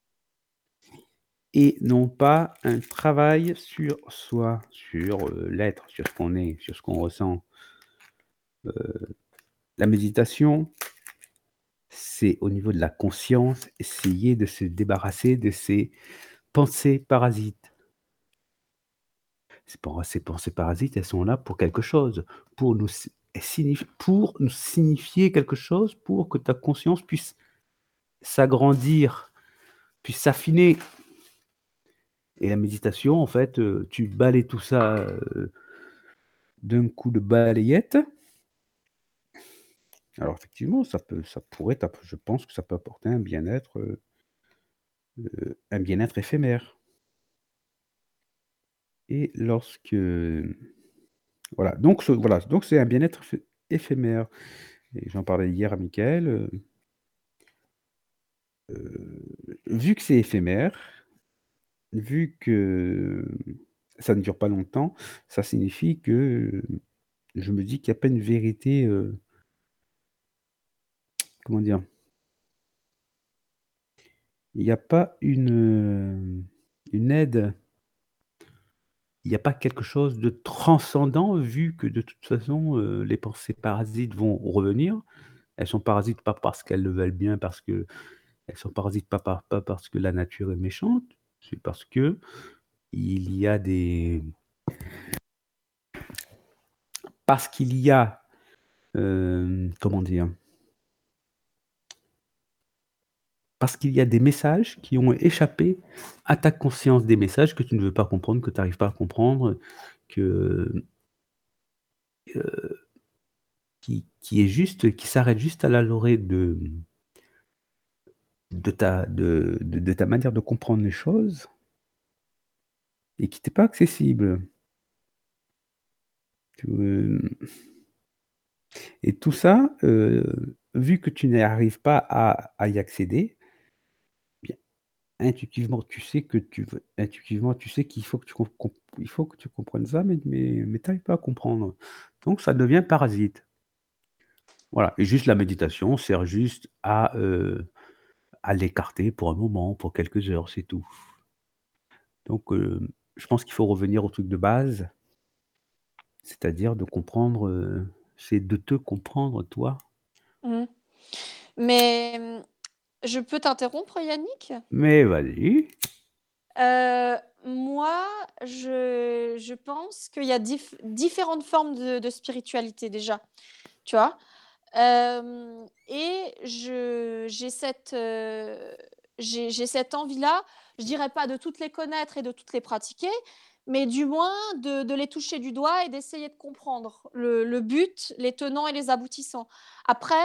et non pas un travail sur soi, sur euh, l'être, sur ce qu'on est, sur ce qu'on ressent. Heu, la méditation, c'est au niveau de la conscience, essayer de se débarrasser de ces pensées parasites. Ces pen ces pensées parasites, elles sont là pour quelque chose, pour nous s elles signifient pour nous signifier quelque chose, pour que ta conscience puisse s'agrandir, puisse s'affiner. Et la méditation, en fait, heu, tu balaies tout ça, heu, d'un coup de balayette. Alors effectivement, ça peut ça pourrait t'app je pense que ça peut apporter un bien-être, heu heu, un bien-être éphémère. Et lorsque voilà, donc ce voilà, donc c'est un bien-être éph éphémère et j'en parlais hier à Michael, heu heu, vu que c'est éphémère, vu que ça ne dure pas longtemps, ça signifie que, je me dis qu'il y a pas une vérité, heu comment dire? Il y a pas une, heu, une aide. Il y a pas quelque chose de transcendant vu que de toute façon, heu, les pensées parasites vont revenir. Elles sont parasites pas parce qu'elles le veulent bien, parce qu'elles sont parasites pas par pas parce que la nature est méchante, c'est parce qu'il y a des parce qu'il y a, hem, comment dire? Parce qu'il y a des messages qui ont échappé à ta conscience, des messages que tu ne veux pas comprendre, que tu arrives pas à comprendre, que heu, qui qui est juste qui s'arrête juste à la l'orée de de ta de de de ta manière de comprendre les choses et qui t'est pas accessible. Tu, hem et tout ça, heu, vu que tu n'y arrives pas à à y accéder, bien, intuitivement, tu sais que tu veux intuitivement, tu sais qu'il faut que tu com com il faut que tu comprennes ça, mais mais mais tu arrives pas à comprendre. Donc ça devient parasite. Voilà et juste la méditation sert juste à, heu, à l'écarter pour un moment, pour quelques heures, c'est tout. Donc heu, je pense qu'il faut revenir au truc de base, c'est-à-dire de comprendre, heu, c'est de te comprendre toi. Mmh. Mais, mmh, je peux t'interrompre Yannick? Mais vas-y. Heu, moi, je je pense qu'il y a diff différentes formes de de spiritualité déjà, tu vois? Hem et je j'ai cette, heu, j'ai j'ai cette envie-là, je dirais pas de toutes les connaître et de toutes les pratiquer, mais du moins de de les toucher du doigt et d'essayer de comprendre le le but, les tenants et les aboutissants. Après,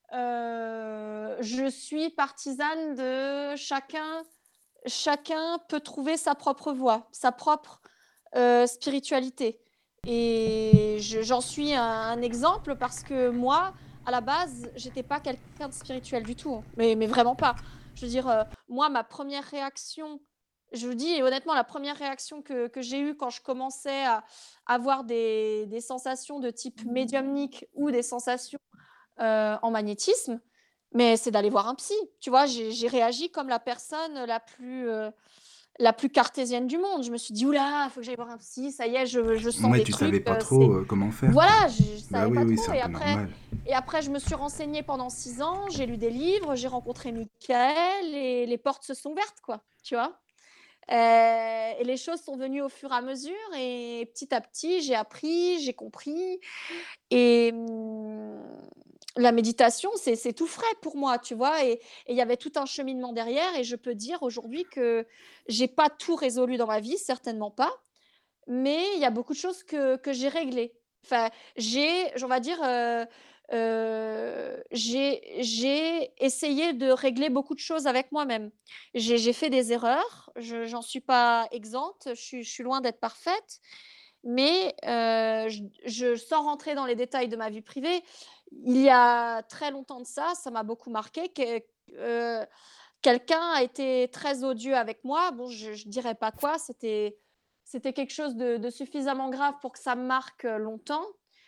heu, je suis partisane de chacun chacun peut trouver sa propre voie, sa propre, heu, spiritualité et je j'en suis un un exemple parce que moi, à la base, j'étais pas quelqu'un de spirituel du tout, mais mais vraiment pas. Je veux dire, heu, moi, ma première réaction, je vous dis honnêtement, la première réaction que que j'ai eue quand je commençais à avoir des des sensations de type médiumnique ou des sensations heu, en magnétisme, mais c'est d'aller voir un psy. Tu vois? J'ai j'ai réagi comme la personne la plus, heu, la plus cartésienne du monde. Je me suis dit: «Ouh là, faut que j'aille voir un psy, ça y est, je je sens Ouais, des tu trucs, savais pas heu, trop, c'est» heu, comment faire, voilà, quoi. je je Bah, savais oui, pas oui, trop c'est un et peu après normal. et après je me suis renseignée pendant six ans, j'ai lu des livres, j'ai rencontré Michael et les portes se sont ouvertes, quoi, tu vois? Heu et les choses sont venues au fur et à mesure et petit à petit, j'ai appris, j'ai compris et mmh, la méditation, c'est c'est tout frais pour moi, tu vois? Et et il y avait tout un cheminement derrière et je peux dire aujourd'hui que j'ai pas tout résolu dans ma vie, certainement pas, mais il y a beaucoup de choses que que j'ai réglées. Enfin, j'ai on va dire, heu heu, j'ai j'ai essayé de régler beaucoup de choses avec moi-même. J'ai j'ai fait des erreurs, je j'en suis pas exempte, je suis je suis loin d'être parfaite, mais heu, je je sans rentrer dans les détails de ma vie privée, il y a très longtemps de ça, ça m'a beaucoup marqué que heu, quelqu'un a été très odieux avec moi. Bon, je je dirais pas quoi, c'était c'était quelque chose de de suffisamment grave pour que ça me marque, heu, longtemps.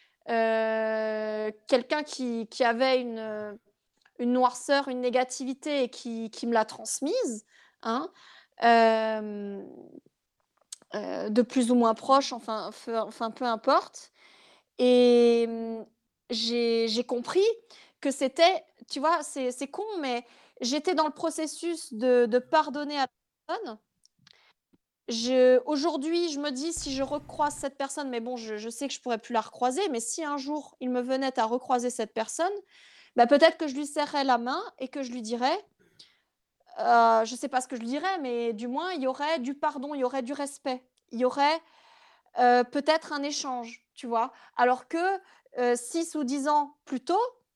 Heu, quelqu'un qui qui avait une, heu, une noirceur, une négativité et qui qui me l'a transmise, hein. Hem Heu, de plus ou moins proche, enfin feu enfin peu importe et mmh, j'ai j'ai compris que c'était tu vois, c'est c'est con, mais j'étais dans le processus de de pardonner à la personne. Je aujourd'hui, je me dis: «Si je recroise cette personne», mais bon, je je sais que je pourrais plus la recroiser, mais si un jour il me venait à recroiser cette personne, bah, peut-être que je lui serrerais la main et que je lui dirais, heu, je sais pas ce que je lui dirais, mais du moins il y aurait du pardon, il y aurait du respect. Il y aurait, heu, peut-être un échange, tu vois? Alors que, heu, six ou dix ans plus tôt,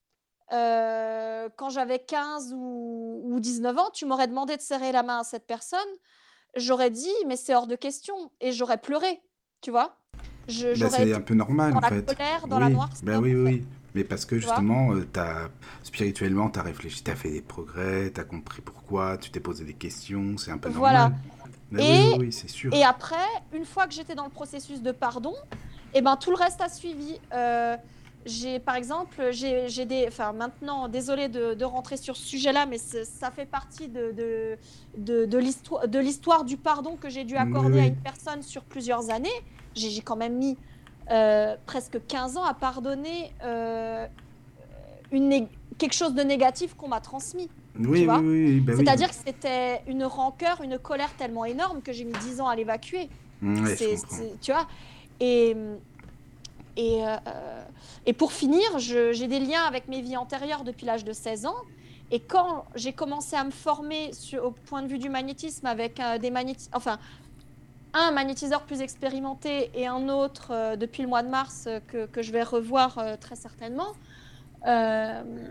heu, quand j'avais quinze ou ou dix-neuf ans, tu m'aurais demandé de serrer la main à cette personne, j'aurais dit: «Mais c'est hors de question» et j'aurais pleuré, tu vois? Je Bah, j'aurais c'est un été peu normal dans en la fait. colère, dans la Oui, bah noirceur, oui, en oui, fait, oui. Mais parce que tu vois? justement, euh, t'as, spirituellement, tu as réfléchi, tu as fait des progrès, tu as compris pourquoi, tu t'es posé des questions, c'est un peu Voilà. normal. Bah oui, Et oui, oui, c'est et sûr. après, une fois que j'étais dans le processus de pardon, et ben, tout le reste a suivi. Heu, j'ai par exemple, j'ai j'ai des enfin maintenant, désolée de de rentrer sur ce sujet-là, mais ce ça fait partie de de de de l'histoire de l'histoire du pardon que j'ai dû Oui, accorder à oui. une personne sur plusieurs années. J'ai j'ai quand même mis, heu, presque quinze ans à pardonner, heu, une nég quelque chose de négatif qu'on m'a transmis, tu Oui, oui, vois? oui, oui, bah oui. C'est-à-dire que c'était une rancœur, une colère tellement énorme que j'ai mis dix ans à l'évacuer. Ouais, je C'est comprends. c'est tu vois? Et mmh et heu et pour finir, je j'ai des liens avec mes vies antérieures depuis l'âge de seize ans et quand j'ai commencé à me former su au point de vue du magnétisme avec, heu, des magnéti enfin, un magnétiseur plus expérimenté et un autre, heu, depuis le mois de mars, heu, que que je vais revoir, heu, très certainement. Hem,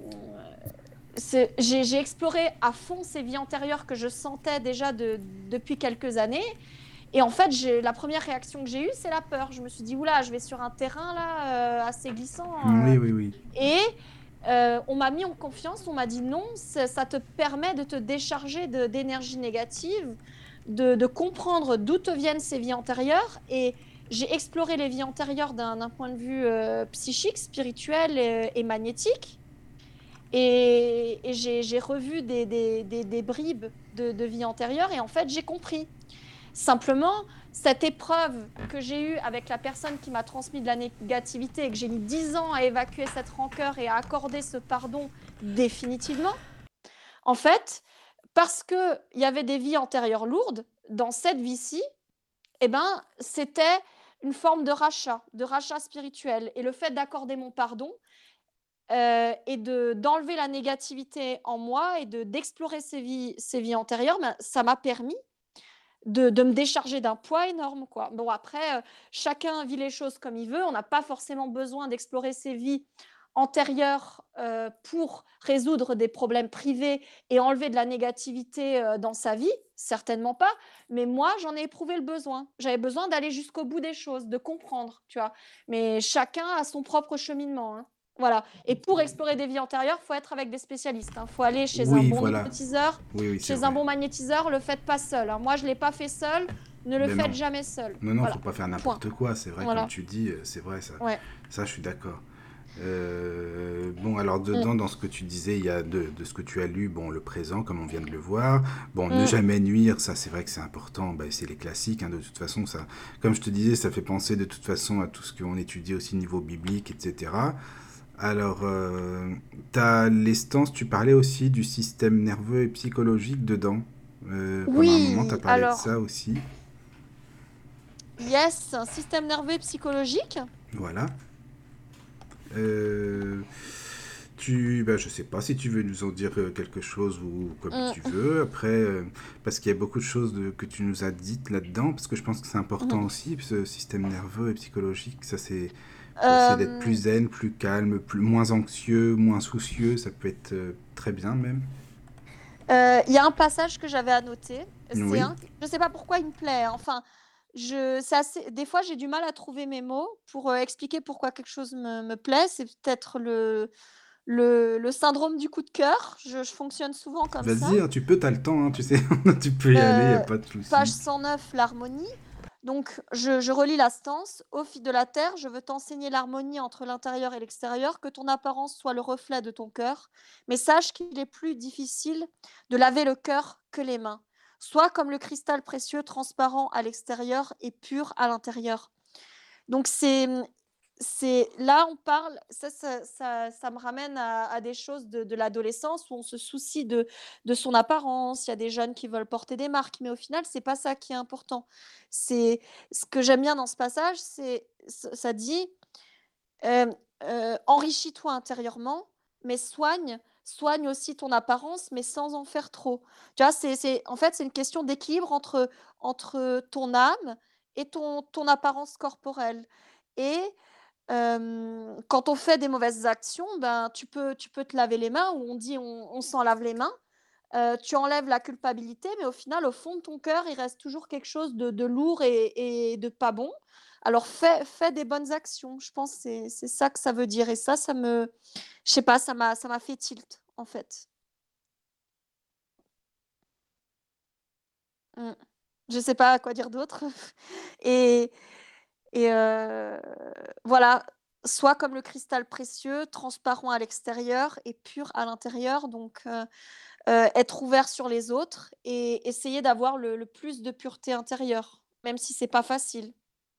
c'est j'ai j'ai exploré à fond ces vies antérieures que je sentais déjà de depuis quelques années et en fait, j'ai la première réaction que j'ai eue, c'est la peur. Je me suis dit: «Ouh là, je vais sur un terrain là, heu, assez glissant, heu» Oui, oui, oui. et heu, on m'a mis en confiance, on m'a dit: «Non, ça ça te permet de te décharger de d'énergie négative, de de comprendre d'où te viennent ces vies antérieures» et j'ai exploré les vies antérieures d'un d'un point de vue, heu, psychique, spirituel et et magnétique et et j'ai j'ai revu des des des des bribes de de vies antérieures et en fait, j'ai compris. Simplement, cette épreuve que j'ai eue avec la personne qui m'a transmis de la négativité et que j'ai mis dix ans à évacuer cette rancœur et à accorder ce pardon définitivement, en fait, parce qu'il y avait des vies antérieures lourdes, dans cette vie-ci, eh ben, c'était une forme de rachat, de rachat spirituel et le fait d'accorder mon pardon, heu et de d'enlever la négativité en moi et de d'explorer ces vies ces vies antérieures, ben, ça m'a permis de de me décharger d'un poids énorme, quoi. Bon après, heu, chacun vit les choses comme il veut. On n'a pas forcément besoin d'explorer ses vies antérieures, heu, pour résoudre des problèmes privés et enlever de la négativité, heu, dans sa vie, certainement pas. Mais moi, j'en ai éprouvé le besoin. J'avais besoin d'aller jusqu'au bout des choses, de comprendre, tu vois? Mais chacun a son propre cheminement, hein. Voilà et pour explorer des vies antérieures, il faut être avec des spécialistes, hein. Il faut aller chez un Oui, bon voilà. hypnotiseur, Oui, oui, c'est chez un vrai. bon magnétiseur, le faites pas seul, hein. Moi, je l'ai pas fait seul, ne le Ben faites non. jamais seul. Non, non, faut Voilà, pas faire point. n'importe quoi, c'est vrai, comme Voilà, tu dis, euh, c'est vrai, ça. ouais. Ça, je suis d'accord. Euh, bon, alors Mmh, dedans, dans ce que tu disais, il y a de, de ce que tu as lu, bon, le présent, comme on vient de le voir. Bon, ne mmh, jamais nuire, ça, c'est vrai que c'est important. Ben, c'est les classiques, hein, de toute façon, ça. Comme je te disais, ça fait penser de toute façon à tout ce qu'on étudie aussi au niveau biblique, et cetera. Alors, euh, t'as l'estance, tu parlais aussi du système nerveux et psychologique dedans. Euh, pendant un moment, tu as oui, parlé de alors, ça aussi. yes, un système nerveux et psychologique. Voilà. Euh, tu, bah, je sais pas si tu veux nous en dire euh, quelque chose ou comme tu Mmh, veux. Après, euh, parce qu'il y a beaucoup de choses de- que tu nous as dites là-dedans, parce que je pense que c'est important mmh. aussi, ce système nerveux et psychologique. Ça, c'est pour essayer d'être plus Hem, zen, plus calme, plus, moins anxieux, moins soucieux. Ça peut être euh, très bien même. heu, il y a un passage que j'avais annoté. C'est Oui, un je sais pas pourquoi il me plaît, hein. Enfin, je c'est assez des fois, j'ai du mal à trouver mes mots pour, heu, expliquer pourquoi quelque chose me me plaît. C'est peut-être le le le syndrome du coup de cœur. Je je fonctionne souvent comme ça. vas-y, hein, tu peux, t'as le temps, hein, tu sais, tu peux y aller, y a Heu, pas de page souci. cent neuf, l'harmonie. Donc je je relis la stance: «Ô fille de la terre, je veux t'enseigner l'harmonie entre l'intérieur et l'extérieur, que ton apparence soit le reflet de ton cœur. Mais sache qu'il est plus difficile de laver le cœur que les mains. Sois comme le cristal précieux, transparent à l'extérieur et pur à l'intérieur». Donc c'est, mmh, c'est là, on parle ça ça ça ça me ramène à à des choses de de l'adolescence où on se soucie de de son apparence. Il y a des jeunes qui veulent porter des marques, mais au final, c'est pas ça qui est important. C'est ce que j'aime bien dans ce passage, c'est ç ça dit, hem, heu: «Enrichis-toi intérieurement, mais soigne soigne aussi ton apparence, mais sans en faire trop». Tu vois? C'est c'est en fait, c'est une question d'équilibre entre entre ton âme et ton ton apparence corporelle et Hem, quand on fait des mauvaises actions, ben, tu peux tu peux te laver les mains ou on dit on on s'en lave les mains, heu, tu enlèves la culpabilité, mais au final, au fond de ton cœur, il reste toujours quelque chose de de lourd et et de pas bon. Alors fais fais des bonnes actions. Je pense que c'est c'est ça que ça veut dire et ça, ça me je sais pas, ça m'a ça m'a fait tilt, en fait. Mmh. Je sais pas quoi dire d'autre et Et heu, voilà, soit comme le cristal précieux, transparent à l'extérieur et pur à l'intérieur, donc heu heu, être ouvert sur les autres et essayer d'avoir le le plus de pureté intérieure, même si c'est pas facile.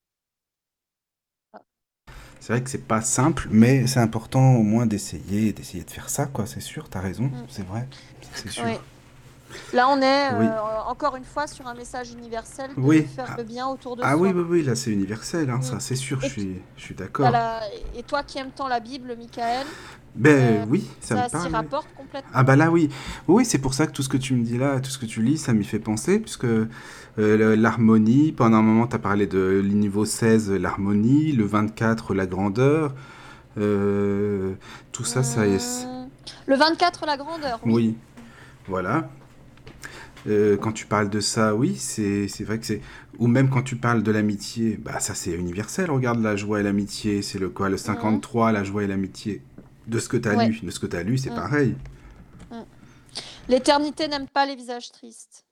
C'est vrai que c'est pas simple, mais c'est important au moins d'essayer, d'essayer de faire ça, quoi. C'est sûr, t'as raison, Mmh, c'est vrai, ça, c'est sûr. oui. Là, on est, Oui, heu, encore une fois sur un message universel de de oui. faire Ah, le bien autour de ah oui, soi. oui, oui, là c'est universel, hein, Mmh ça c'est sûr, je et t suis, je suis tu d'accord. la et toi qui aimes tant la Bible, Michael, Ben heu, oui, ça me ça s'y parle, oui. rapporte Ah complètement. bah là oui, oui c'est pour ça que tout ce que tu me dis là, tout ce que tu lis, ça m'y fait penser, puisque euh, le- l'harmonie, pendant un moment tu as parlé de le niveau seize, l'harmonie, le vingt-quatre, la grandeur, euh, tout ça, ça est... Mmh, le vingt-quatre, la grandeur, oui. Oui, voilà. Euh, quand tu parles de ça, oui, c'est c'est vrai que c'est... Ou même quand tu parles de l'amitié, bah ça c'est universel, regarde la joie et l'amitié, c'est le quoi, le Mmh. cinquante-trois, la joie et l'amitié. De ce que tu as Ouais. lu, de ce que tu as lu, c'est Mmh, pareil. mmh. L'éternité n'aime pas les visages tristes.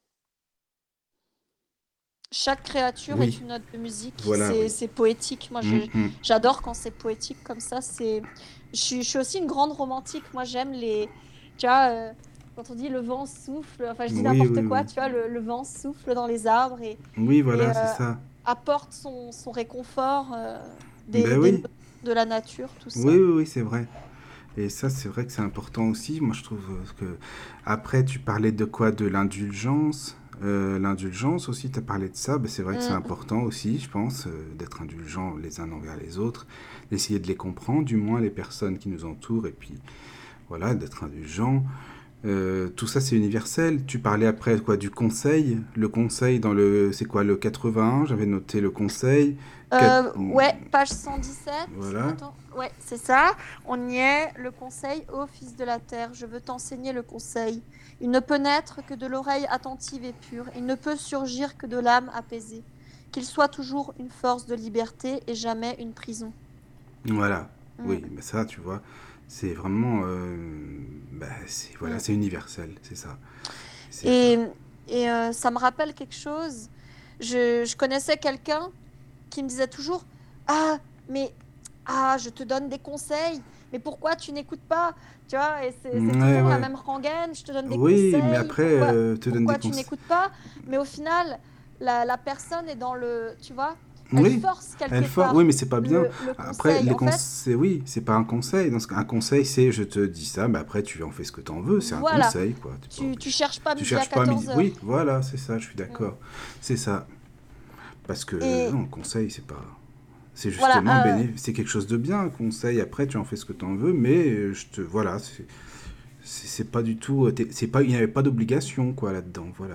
Chaque créature est Oui, une note de musique. voilà, C'est oui. c'est poétique. Moi, Mm, je mm. j'adore quand c'est poétique comme ça. C'est je suis je suis aussi une grande romantique. Moi, j'aime les tu vois, heu, quand on dit: «Le vent souffle», enfin, je dis Oui, n'importe oui, quoi, oui. tu vois? Le le vent souffle dans les arbres et Oui, et voilà, c'est heu, ça. apporte son son réconfort, heu, des Ben des oui, notes de la nature, tout oui, ça. oui, oui, c'est vrai. Et ça, c'est vrai que c'est important aussi. Moi, je trouve euh, que... Après, tu parlais de quoi? De l'indulgence. Euh, l'indulgence aussi, tu as parlé de ça. Ben, c'est vrai que c'est Mmh, important aussi, je pense, euh, d'être indulgent les uns envers les autres, d'essayer de les comprendre, du moins les personnes qui nous entourent, et puis voilà, d'être indulgent. Euh, tout ça, c'est universel. Tu parlais après quoi du conseil. Le conseil dans le... C'est quoi, le quatre-vingt-un? J'avais noté le conseil. Quat- Heu, ouais, page cent dix-sept. Voilà. Attends, ouais, c'est ça. On y est. Le conseil: «Ô fils de la terre, je veux t'enseigner le conseil. Il ne peut naître que de l'oreille attentive et pure. Il ne peut surgir que de l'âme apaisée. Qu'il soit toujours une force de liberté et jamais une prison». Voilà, oui, Mmh, mais ça, tu vois, c'est vraiment, euh, bah, c'est voilà, mmh c'est universel, c'est ça, c'est ça. et et heu, ça me rappelle quelque chose. Je je connaissais quelqu'un qui me disait toujours: «Ah, mais ah, je te donne des conseils, mais pourquoi tu n'écoutes pas?» Tu vois? Et c'est c'est Ouais, toujours la ouais. même rengaine: «Je te donne des Oui, mais conseils, après, pourquoi euh, te donne des pourquoi tu conseils. n'écoutes pas?» Mais au final, la la personne est dans le tu vois? Elle Oui, force elle quelque fort. Oui, part mais c'est pas bien. le le Après, conseil. les En fait, conseils, oui, c'est pas un conseil. Dans ce cas, un conseil, c'est je te dis ça, mais après tu en fais ce que t'en veux. C'est un voilà, conseil, quoi. T'es pas tu tu obligé. cherches pas Tu midi à cherches pas à midi. quatorze Oui, heures. voilà, c'est ça. Je suis Mmh d'accord. C'est ça. Parce que et non, le conseil, c'est pas. C'est voilà, justement heu béné... c'est quelque chose de bien, un conseil. Après, tu en fais ce que t'en veux, mais euh, je te, voilà, c'est c'est c'est pas du tout, euh, c'est pas, il n'y avait pas d'obligation quoi là-dedans, voilà.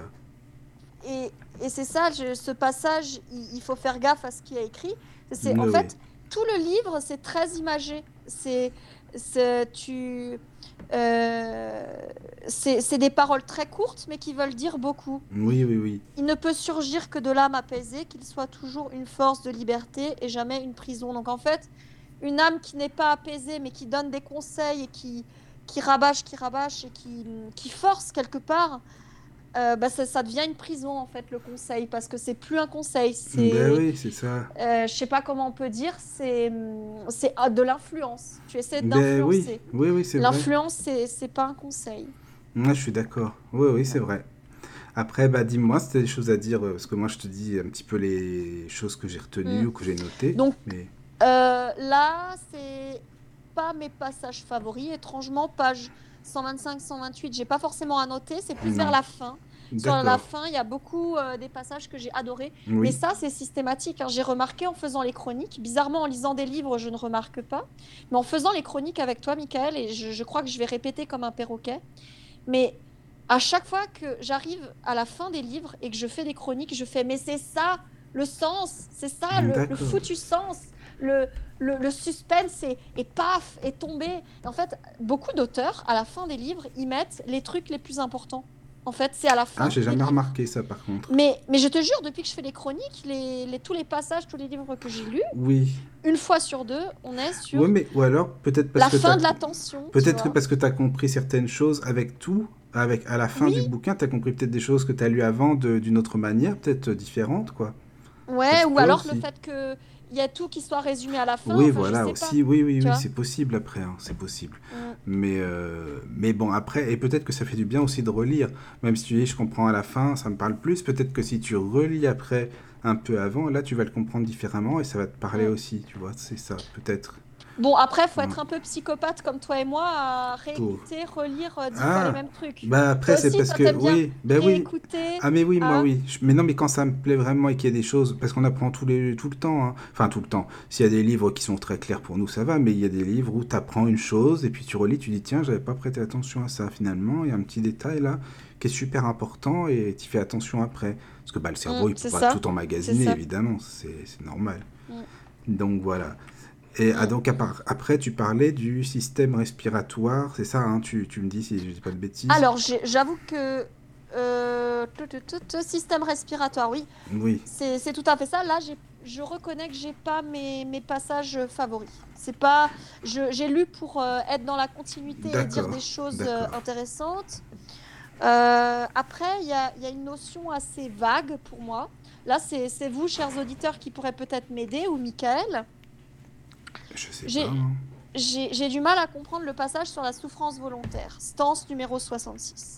Et, et c'est ça, je- ce passage, il, il faut faire gaffe à ce qui est écrit. C'est en Oui, oui, fait tout le livre, c'est très imagé. C'est, c'est tu, euh, c'est c'est des paroles très courtes, mais qui veulent dire beaucoup. oui, oui, oui. Il ne peut surgir que de l'âme apaisée, qu'il soit toujours une force de liberté et jamais une prison. Donc en fait, une âme qui n'est pas apaisée, mais qui donne des conseils et qui qui rabâche, qui rabâche et qui, qui force quelque part, Heu, bah, ça ça devient une prison, en fait, le conseil, parce que c'est plus un conseil, Ben c'est, oui, c'est ça. heu, je sais pas comment on peut dire, c'est, mmh, c'est, ah, de l'influence. Tu essaies Ben oui, d'influencer. oui, oui, c'est vrai. L'influence, c'est c'est pas un conseil. Moi, je suis d'accord. Oui, oui, c'est Mmh. vrai. Après, bah dis-moi si t'as des choses à dire, euh, parce que moi, je te dis un petit peu les choses que j'ai retenues Mmh. ou que j'ai notées, Donc mais... Euh, là, c'est pas mes passages favoris. Étrangement, page cent vingt-cinq, cent vingt-huit, j'ai pas forcément à noter. C'est plus vers Non. la fin. Sur la D'accord. fin, il y a beaucoup euh, des passages que j'ai adorés. Mais Oui. ça, c'est systématique, hein. J'ai remarqué en faisant les chroniques. Bizarrement, en lisant des livres, je ne remarque pas. Mais en faisant les chroniques avec toi, Michael, et je, je crois que je vais répéter comme un perroquet. Mais à chaque fois que j'arrive à la fin des livres et que je fais des chroniques, je fais, mais c'est ça le sens, c'est ça le, le D'accord. foutu sens, le, le, le suspense est, est paf, est tombé. Et en fait, beaucoup d'auteurs, à la fin des livres, ils mettent les trucs les plus importants. En fait, c'est à la Ah, fin j'ai des jamais livres. remarqué ça par contre. Mais, mais je te jure, depuis que je fais les chroniques, les, les- tous les passages, tous les livres que j'ai lus, Oui. une fois sur deux, on est sur Ouais, mais ou alors peut-être parce la que fin t'as de la tension, tu peut-être que vois. parce que t'as compris certaines choses avec tout, avec à la fin Oui, du bouquin, t'as compris peut-être des choses que t'as lues avant de- d'une autre manière, peut-être euh, différente, quoi. Ça ouais, se ou peut alors le aussi. fait qu'il y a tout qui soit résumé à la fin, Oui, enfin, je voilà sais pas, aussi. Oui, oui, tu oui, vois. c'est possible après, hein, c'est possible. Mm. Mais, euh, mais bon, après, et peut-être que ça fait du bien aussi de relire. Même si tu dis, je comprends à la fin, ça me parle plus. Peut-être que si tu relis après un peu avant, là, tu vas le comprendre différemment et ça va te parler Mm. aussi, tu vois. C'est ça, peut-être. Bon, après, faut Ouais. être un peu psychopathe comme toi et moi à Pour... réécouter, relire euh, dix fois les Ah, mêmes trucs. bah après, Toi c'est aussi, parce toi, que, t'aimes bien oui, ben oui. réécouter, Ah, mais oui, moi, hein? oui. Je- Mais non, mais quand ça me plaît vraiment et qu'il y a des choses, parce qu'on apprend tous les, tout le temps, hein. Enfin, tout le temps. S'il y a des livres qui sont très clairs pour nous, ça va, mais il y a des livres où tu apprends une chose et puis tu relis, tu dis, tiens, j'avais pas prêté attention à ça. Finalement, il y a un petit détail là qui est super important et tu fais attention après. Parce que bah, le Mm, cerveau, il peut c'est pas ça, tout c'est emmagasiner, ça. évidemment, c'est c'est normal. Mm, Donc voilà. Et ah, mm. donc à part- après, tu parlais du système respiratoire, c'est ça, hein, tu, tu me dis si je dis pas de bêtises. Alors, j'ai- j'avoue que euh, tout, tout, tout, tout, système respiratoire, oui, Oui, c'est c'est tout à fait ça. Là, j'ai, je reconnais que j'ai pas mes, mes passages favoris. C'est pas, je- j'ai lu pour euh, être dans la continuité et dire d'accord, des choses euh, d'accord. intéressantes. Euh, après, il y a, il y a une notion assez vague pour moi. Là, c'est c'est vous, chers auditeurs, qui pourrez peut-être m'aider, ou Michael. Je sais pas, J'ai hein. j'ai- j'ai du mal à comprendre le passage sur la souffrance volontaire. Stance numéro soixante-six.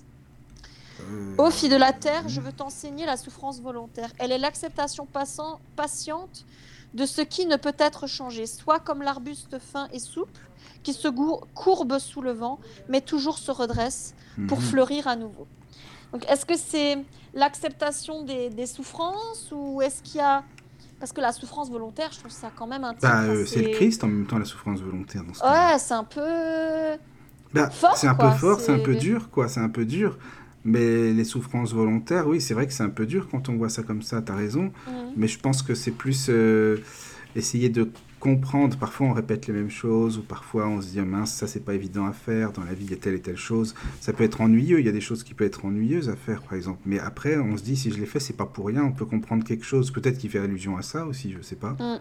Ô fille de la terre, je Euh, veux t'enseigner la souffrance volontaire. Elle est l'acceptation passant- patiente de ce qui ne peut être changé, soit comme l'arbuste fin et souple, qui se gour- courbe sous le vent, mais toujours se redresse pour mhm. fleurir à nouveau. Donc, est-ce que c'est l'acceptation des, des souffrances ou est-ce qu'il y a... Parce que la souffrance volontaire, je trouve ça quand même un Bah, titre euh, c'est le assez... Christ en même temps, la souffrance volontaire dans ce cas-là. Ouais, c'est un peu Bah, c'est fort, un peu quoi. fort, c'est un peu C'est... dur, quoi, c'est un peu dur. Mais les souffrances volontaires, oui, c'est vrai que c'est un peu dur quand on voit ça comme ça, t'as raison. Mhm. Mais je pense que c'est plus euh, essayer de comprendre. Parfois, on répète les mêmes choses, ou parfois, on se dit, ah, mince, ça, c'est pas évident à faire. Dans la vie, il y a telle et telle chose. Ça peut être ennuyeux, il y a des choses qui peuvent être ennuyeuses à faire, par exemple. Mais après, on se dit, si je l'ai fait, c'est pas pour rien, on peut comprendre quelque chose. Peut-être qu'il fait allusion à ça aussi, je sais pas. Mhm.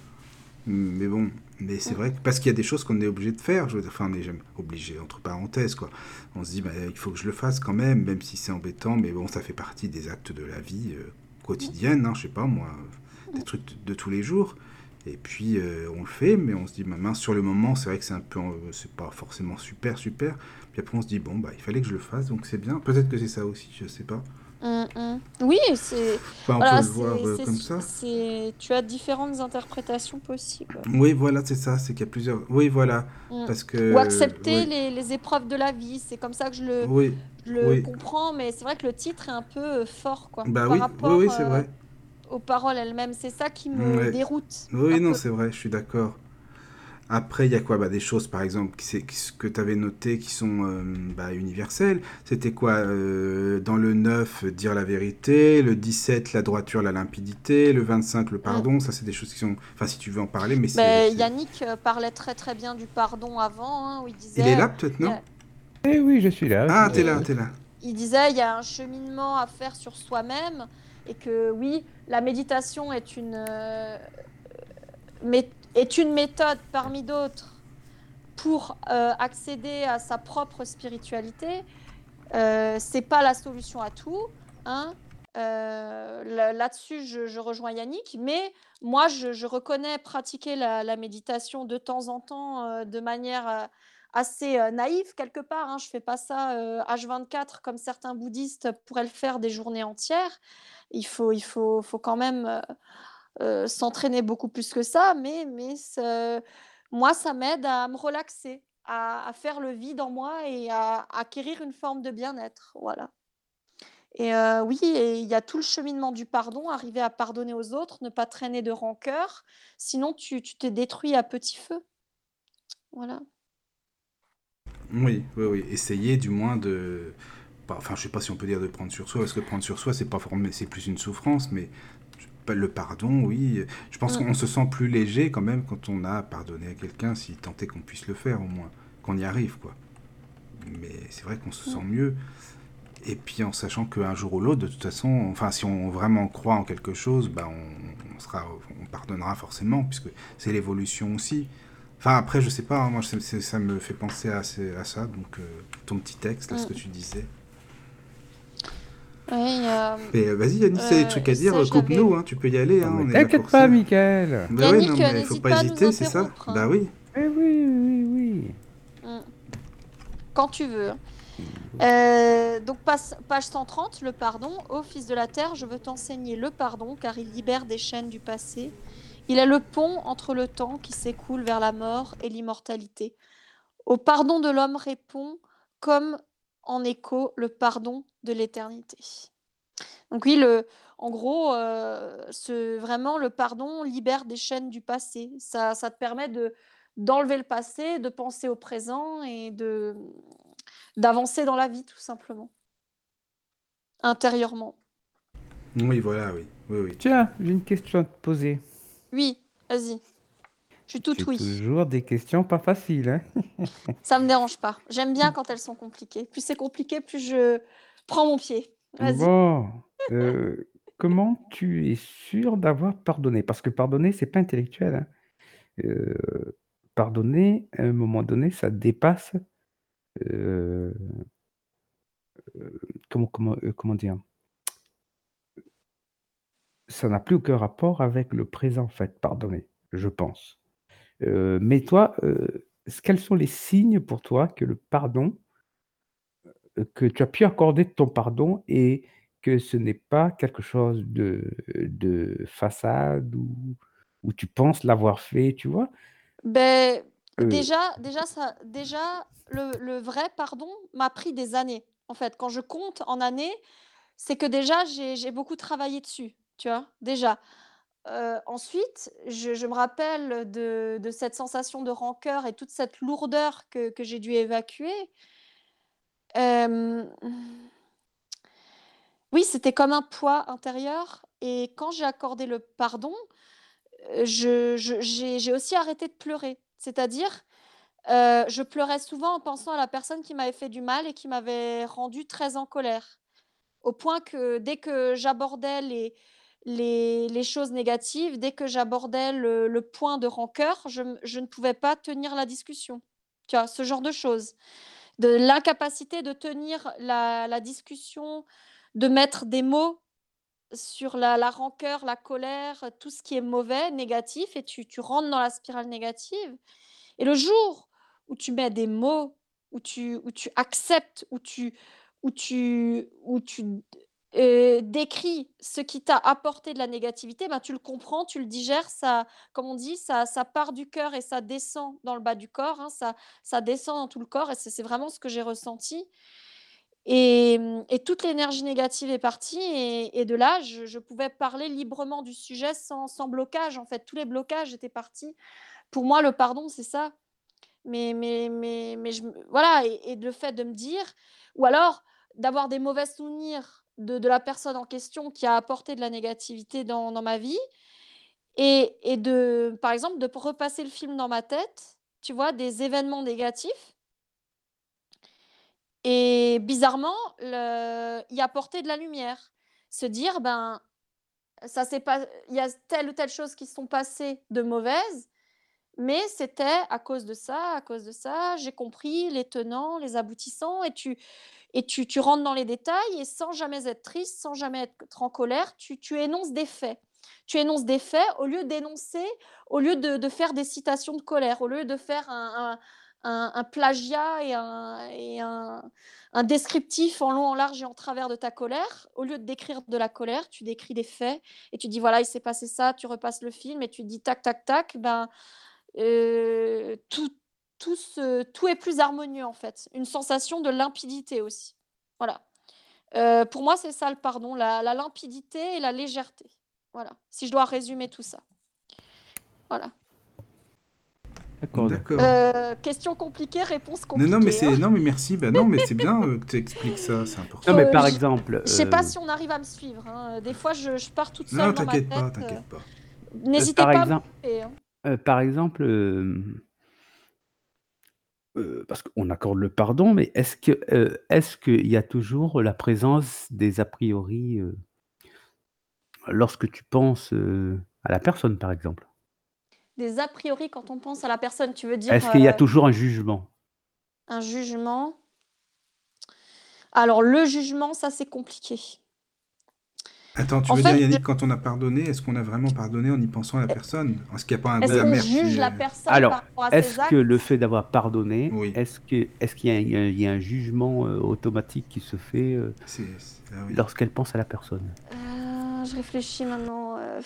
Mais bon, mais c'est Mhm. vrai que parce qu'il y a des choses qu'on est obligé de faire, je veux dire, enfin on est jamais obligé entre parenthèses quoi. On se dit bah, il faut que je le fasse quand même, même si c'est embêtant, mais bon ça fait partie des actes de la vie euh, quotidienne, hein, je sais pas moi, euh, des trucs de, de tous les jours. Et puis euh, on le fait, mais on se dit bah, mince sur le moment c'est vrai que c'est un peu, euh, c'est pas forcément super super. Puis après on se dit bon bah il fallait que je le fasse donc c'est bien. Peut-être que c'est ça aussi, je sais pas. Mhm. Mhm. Oui, c'est... Enfin on peut Voilà, le voir c'est... euh, c'est... comme ça. c'est- Tu as différentes interprétations possibles. Oui voilà c'est ça, c'est qu'il y a plusieurs. Oui voilà Mm. parce Ou que accepter oui les, les épreuves de la vie. C'est comme ça que je le, oui je le oui. comprends, mais c'est vrai que le titre est un peu euh, fort, quoi, Bah par oui, oui, rapport oui, c'est euh, vrai. aux paroles elles-mêmes. C'est ça qui me Ouais. déroute un Oui, non, peu. c'est vrai, je suis d'accord. Après, il y a quoi bah, des choses, par exemple, qui, c'est- qui- que tu avais notées qui sont euh, bah, universelles. C'était quoi euh, dans le neuf dire la vérité, le dix-sept la droiture, la limpidité, le vingt-cinq le Mm. pardon. Ça, c'est des choses qui sont... Enfin, si tu veux en parler, mais c'est... Mais c'est- Yannick euh, parlait très très bien du pardon avant, hein, où il Il est disait, là, euh, peut-être, il y non? a- Eh oui, je suis là, je Ah, vous t'es là, il, t'es écoute. là. il disait, il y a un cheminement à faire sur soi-même, et que oui, la méditation est une, euh, mé- est une méthode parmi d'autres pour euh, accéder à sa propre spiritualité. Euh, c'est pas la solution à tout, hein. Euh, là- là-dessus, je, je rejoins Yannick, mais moi, je, je reconnais pratiquer la, la méditation de temps en temps euh, de manière euh, assez euh, naïve quelque part, hein. Je fais pas ça euh, H vingt-quatre comme certains bouddhistes pourraient le faire des journées entières. Il faut, il faut, faut quand même euh, heu, s'entraîner beaucoup plus que ça, mais mais ce moi, ça m'aide à me relaxer, à à faire le vide en moi et à acquérir une forme de bien-être, voilà. Et heu, oui et il y a tout le cheminement du pardon, arriver à pardonner aux autres, ne pas traîner de rancœur, sinon tu tu te détruis à petit feu. Voilà. Oui, oui, oui. Essayer du moins de... pas- Enfin, je sais pas si on peut dire de prendre sur soi, parce que prendre sur soi, c'est pas form- c'est plus une souffrance, mais pas le pardon, oui. Je pense Mmh. qu'on se sent plus léger quand même quand on a pardonné à quelqu'un, si tant est qu'on puisse le faire au moins, qu'on y arrive, quoi. Mais c'est vrai qu'on se Mmh. sent mieux. Et puis en sachant qu'un jour ou l'autre, de toute façon, enfin, si on vraiment croit en quelque chose, bah, on, on sera, on pardonnera forcément, puisque c'est l'évolution aussi. Enfin, après, je sais pas, hein, moi, c'est- c'est- ça me fait penser à, ces- à ça, donc euh, ton petit texte, là, ce que Mmh. tu disais. Oui, hem, Mais euh, vas-y, Yannis, si t'as des trucs à heu, dire, ça euh, je l'avais coupe-nous, hein, tu peux y aller, Non, hein, mais on est là t'inquiète pour pas, ça. Michael. Bah oui, non, Yannick, heu, mais faut n'hésite pas pas à nous hésiter, c'est ça? interrompre, Bah hein. oui. Eh oui, oui, oui. Mmh. Quand tu veux, hein. Oui. Heu, donc passe page cent trente, le pardon. Ô fils de la terre, je veux t'enseigner le pardon, car il libère des chaînes du passé. Il est le pont entre le temps qui s'écoule vers la mort et l'immortalité. Au pardon de l'homme répond, comme en écho, le pardon de l'éternité. Donc oui, le en gros, heu, ce vraiment le pardon libère des chaînes du passé. Ça ça te permet de d'enlever le passé, de penser au présent et de d'avancer dans la vie tout simplement, intérieurement. Oui, voilà, oui. Oui, oui. Tiens, j'ai une question à te poser. Oui, vas-y, je suis toute J'ai oui. toujours des questions pas faciles, hein. Ça me dérange pas. J'aime bien quand elles sont compliquées. Plus c'est compliqué, plus je prends mon pied. Vas-y. Bon, euh, comment tu es sûr d'avoir pardonné? Parce que pardonner, c'est pas intellectuel, hein. Euh, pardonner, à un moment donné, ça dépasse. euh, comment, comment, euh, comment dire? Ça n'a plus aucun rapport avec le présent, en fait, pardonner, je pense. Euh, mais toi, euh, quels sont les signes pour toi que le pardon, euh, que tu as pu accorder ton pardon et que ce n'est pas quelque chose de, de façade ou, ou tu penses l'avoir fait, tu vois? Beh, Euh, déjà déjà ça déjà le le vrai pardon m'a pris des années, en fait. Quand je compte en années, c'est que déjà j'ai j'ai beaucoup travaillé dessus, tu vois? Déjà. Heu, ensuite, je je me rappelle de de cette sensation de rancœur et toute cette lourdeur que que j'ai dû évacuer. Hem, oui, c'était comme un poids intérieur et quand j'ai accordé le pardon, heu, je je j'ai j'ai aussi arrêté de pleurer. C'est-à-dire, heu, je pleurais souvent en pensant à la personne qui m'avait fait du mal et qui m'avait rendue très en colère. Au point que dès que j'abordais les les les choses négatives, dès que j'abordais le le point de rancœur, je m je ne pouvais pas tenir la discussion. Tu vois? Ce genre de choses. De l'incapacité de tenir la la discussion, de mettre des mots sur la la rancœur, la colère, tout ce qui est mauvais, négatif et tu tu rentres dans la spirale négative et le jour où tu mets des mots, où tu où tu acceptes, où tu où tu où tu d décris ce qui t'a apporté de la négativité, ben, tu le comprends, tu le digères, ça comme on dit, ça ça part du cœur et ça descend dans le bas du corps, hein, ça ça descend dans tout le corps et c'est c'est vraiment ce que j'ai ressenti et mmh et toute l'énergie négative est partie et et de là, je je pouvais parler librement du sujet sans sans blocage, en fait. Tous les blocages étaient partis. Pour moi, le pardon, c'est ça. Mais mais mais mais je me voilà et et le fait de me dire ou alors d'avoir des mauvais souvenirs de de la personne en question qui a apporté de la négativité dans dans ma vie et et de par exemple, de repasser le film dans ma tête, tu vois? Des événements négatifs et bizarrement, le y apporter de la lumière. Se dire: «Ben, ça s'est pas il y a telle ou telle chose qui se sont passées de mauvaises, mais c'était à cause de ça, à cause de ça, j'ai compris les tenants, les aboutissants» et tu et tu tu rentres dans les détails et sans jamais être triste, sans jamais être en colère, tu tu énonces des faits. Tu énonces des faits au lieu d'énoncer au lieu de de faire des citations de colère, au lieu de faire un un un plagiat et un et un un descriptif en long, en large et en travers de ta colère. Au lieu de décrire de la colère, tu décris des faits et tu dis: «Voilà, il s'est passé ça», tu repasses le film et tu dis tac, tac, tac, ben, heu, tout tout se tout est plus harmonieux, en fait. Une sensation de limpidité aussi. Voilà. Heu, pour moi, c'est ça le pardon, la la limpidité et la légèreté. Voilà, si je dois résumer tout ça. Voilà. D'accord, d'accord. D'accord. Heu, question compliquée, réponse Non, non, mais compliquée, hein. c'est, non, mais merci. Bah non, mais c'est bien euh, que tu expliques ça, c'est Non, important. mais Heu, par j exemple, je sais pas euh, si on arrive à me suivre, hein, des fois je je pars toute Non, seule dans ma t'inquiète tête, pas, heu, t'inquiète pas. euh, n'hésitez par pas à me exemple, couper, hein. euh, par exemple, euh, euh, parce qu'on accorde le pardon, mais est-ce que, euh, est-ce qu'il y a toujours la présence des a priori euh, lorsque tu penses euh, à la personne, par exemple? Des a priori quand on pense à la personne, tu veux dire, Est-ce qu'il y a heu, toujours un jugement? un jugement? Alors le jugement, ça c'est compliqué. Attends, tu En veux dire, fait, je Yannick, quand on a pardonné, est-ce qu'on a vraiment pardonné en y pensant à la personne? Est-ce qu'il n'y a pas un goût est-ce Euh, qu'on d'amertume? juge la euh, personne alors, par rapport à est-ce ses que le actes? fait d'avoir pardonné, Oui, est-ce que, est-ce qu'il y a, il y a- il y a un jugement euh, automatique qui se fait euh, c'est, c'est- ah oui. lorsqu'elle pense à la personne? Heu, je réfléchis maintenant, heu,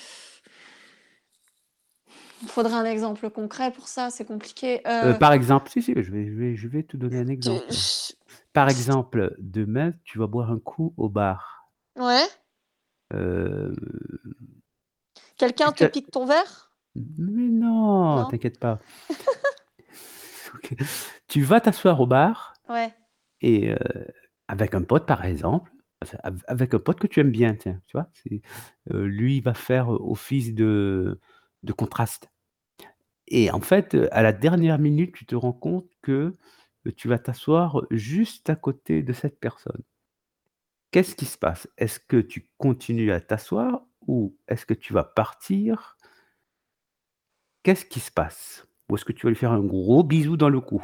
il faudrait un exemple concret pour ça, c'est compliqué. Euh, Heu, par exemple, si, si, je vais, je vais, je vais te donner un tu exemple. Par exemple, demain, tu vas boire un coup au bar. ouais? Euh, Quelqu'un tu te te- pique ton verre? Mais non, Non? t'inquiète pas. Ok. Tu vas t'asseoir au bar Ouais. et euh, avec un pote, par exemple, enfin, av- avec un pote que tu aimes bien, tiens, tu vois, c'est, euh, lui, il va faire euh, office de, de contraste. Et en fait, euh, à la dernière minute, tu te rends compte que euh, tu vas t'asseoir juste à côté de cette personne. Qu'est-ce qui se passe? Est-ce que tu continues à t'asseoir ou est-ce que tu vas partir? Qu'est-ce qui se passe? Ou est-ce que tu vas lui faire un gros bisou dans le cou?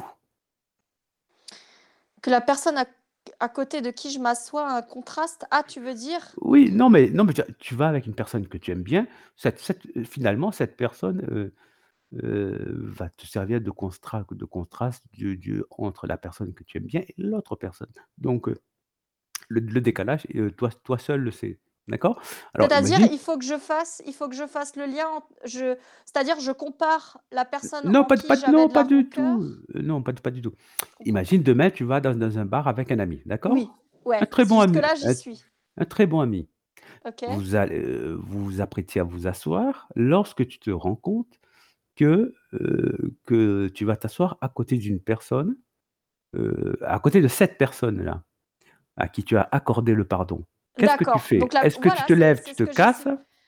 Que la personne à à côté de qui je m'assois a un contraste. Ah, tu veux dire? Oui, non, mais non, mais tu tu vas avec une personne que tu aimes bien, cette cette heu, finalement, cette personne, heu heu, va te servir de constra de contraste du du entre la personne que tu aimes bien et l'autre personne. Donc heu, le le décalage, heu, toi toi seul le sais, d'accord? Alors C'est-à-dire, imagine il faut que je fasse il faut que je fasse le lien ent je c'est-à-dire, je compare la personne non, en pas qui pas j'avais non, de la pas du tout, rancœur. heu, non, pas pas du tout. Je comprends pas. Imagine demain, tu vas dans dans un bar avec un ami, Oui, d'accord? Un ouais, très si bon ami, jusque-là, j'y un suis. un très bon ami. OK. Vous allez, heu, vous vous apprêtez à vous asseoir lorsque tu te rends compte que, heu, que tu vas t'asseoir à côté d'une personne, heu, à côté de cette personne-là, à qui tu as accordé le pardon. Qu'est-ce que tu D'accord, fais? donc là Est-ce que tu voilà, te c'est lèves, c'est tu ce te que j'essaie. casses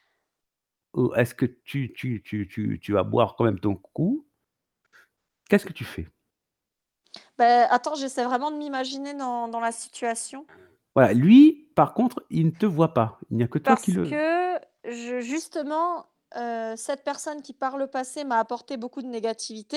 ou est-ce que tu tu tu tu tu vas boire quand même ton coup? Qu'est-ce que tu fais? Beh, attends, j'essaie vraiment de m'imaginer dans dans la situation Voilà, lui, par contre, il ne te voit pas. Il n'y a que toi qui parce le que je justement, heu, cette personne qui par le passé m'a apporté beaucoup de négativité.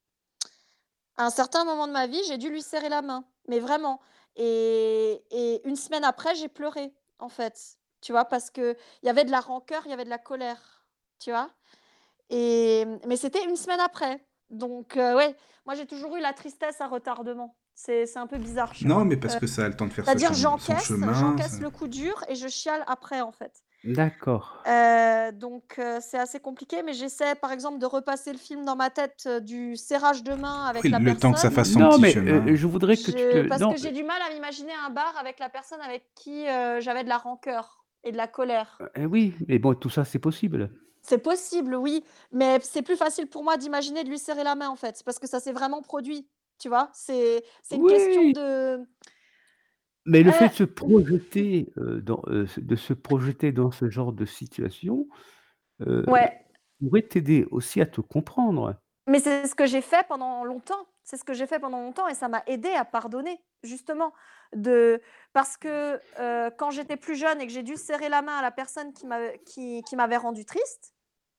À un certain moment de ma vie, j'ai dû lui serrer la main, mais vraiment et et une semaine après, j'ai pleuré, en fait, tu vois? Parce qu'il y avait de la rancœur, il y avait de la colère, tu vois? Et mmh, mais c'était une semaine après, donc heu, ouais, moi, j'ai toujours eu la tristesse à retardement. C'est c'est un peu bizarre chez Non, moi. mais parce Heu, que ça a le temps de faire sa c'est-à-dire chem son j'encaisse chemin. ça- j'encaisse le coup dur et je chiale après, en fait. d'accord. Heu, donc heu, c'est assez compliqué, mais j'essaie, par exemple, de repasser le film dans ma tête, heu, du serrage de main avec Oui, la le temps que ça personne. fasse son Non, petit mais, heu, chemin. je voudrais que tu te Je parce non, que j'ai du mal à m'imaginer un bar avec la personne avec qui, heu, j'avais de la rancœur et de la colère. heu, oui, mais bon, tout ça, c'est possible. C'est possible, oui, mais c'est plus facile pour moi d'imaginer de lui serrer la main, en fait, parce que ça s'est vraiment produit, tu vois? C'est c'est une question Oui! de Mais le fait heu, de se projeter, heu, dans, heu, se de se projeter dans ce genre de situation, heu, ouais. pourrait t'aider aussi à te comprendre. Mais c'est ce que j'ai fait pendant longtemps. C'est ce que j'ai fait pendant longtemps et ça m'a aidé à pardonner, justement. De parce que, heu, quand j'étais plus jeune et que j'ai dû serrer la main à la personne qui m'avait qui qui m'avait rendue triste,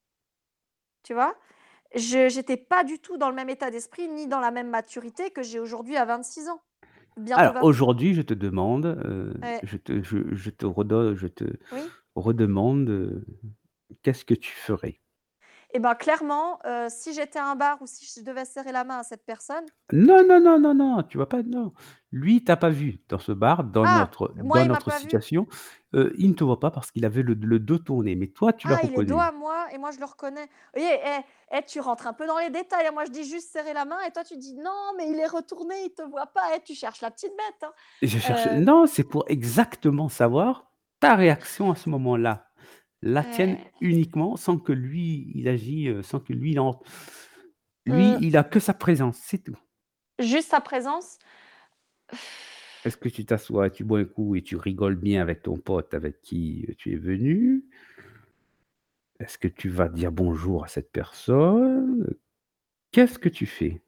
tu vois? Je j'étais pas du tout dans le même état d'esprit, ni dans la même maturité que j'ai aujourd'hui à vingt-six ans, bientôt Alors vingt. aujourd'hui, je te demande, heu, Ouais. je te je je te redonne je te Oui? redemande, heu, qu'est-ce que tu ferais? Et ben clairement, heu, si j'étais à un bar ou si je devais serrer la main à cette personne Non, non, non, non, non, tu vas pas non. Lui, tu pas vu dans ce bar, dans ah! notre Moi, dans il m'a notre pas vu. situation, heu, il ne te voit pas parce qu'il avait le le dos tourné, mais toi, tu l'as Ah, il est dos reconnu. à moi et moi je le reconnais. Eh eh eh, tu rentres un peu dans les détails, hein. Moi je dis juste serrer la main et toi tu dis: «Non, mais il est retourné, il te voit pas». Eh, tu cherches la petite bête, hein. Et je cherchais Heu, non, c'est pour exactement savoir ta réaction à ce moment-là. La tienne heu, uniquement, sans que lui, il agit, heu, sans que lui, il en lui, mmh, il a que sa présence, c'est tout. juste sa présence. Est-ce que tu t'assois, tu bois un coup et tu rigoles bien avec ton pote avec qui, heu, tu es venu? Est-ce que tu vas dire bonjour à cette personne? Qu'est-ce que tu fais?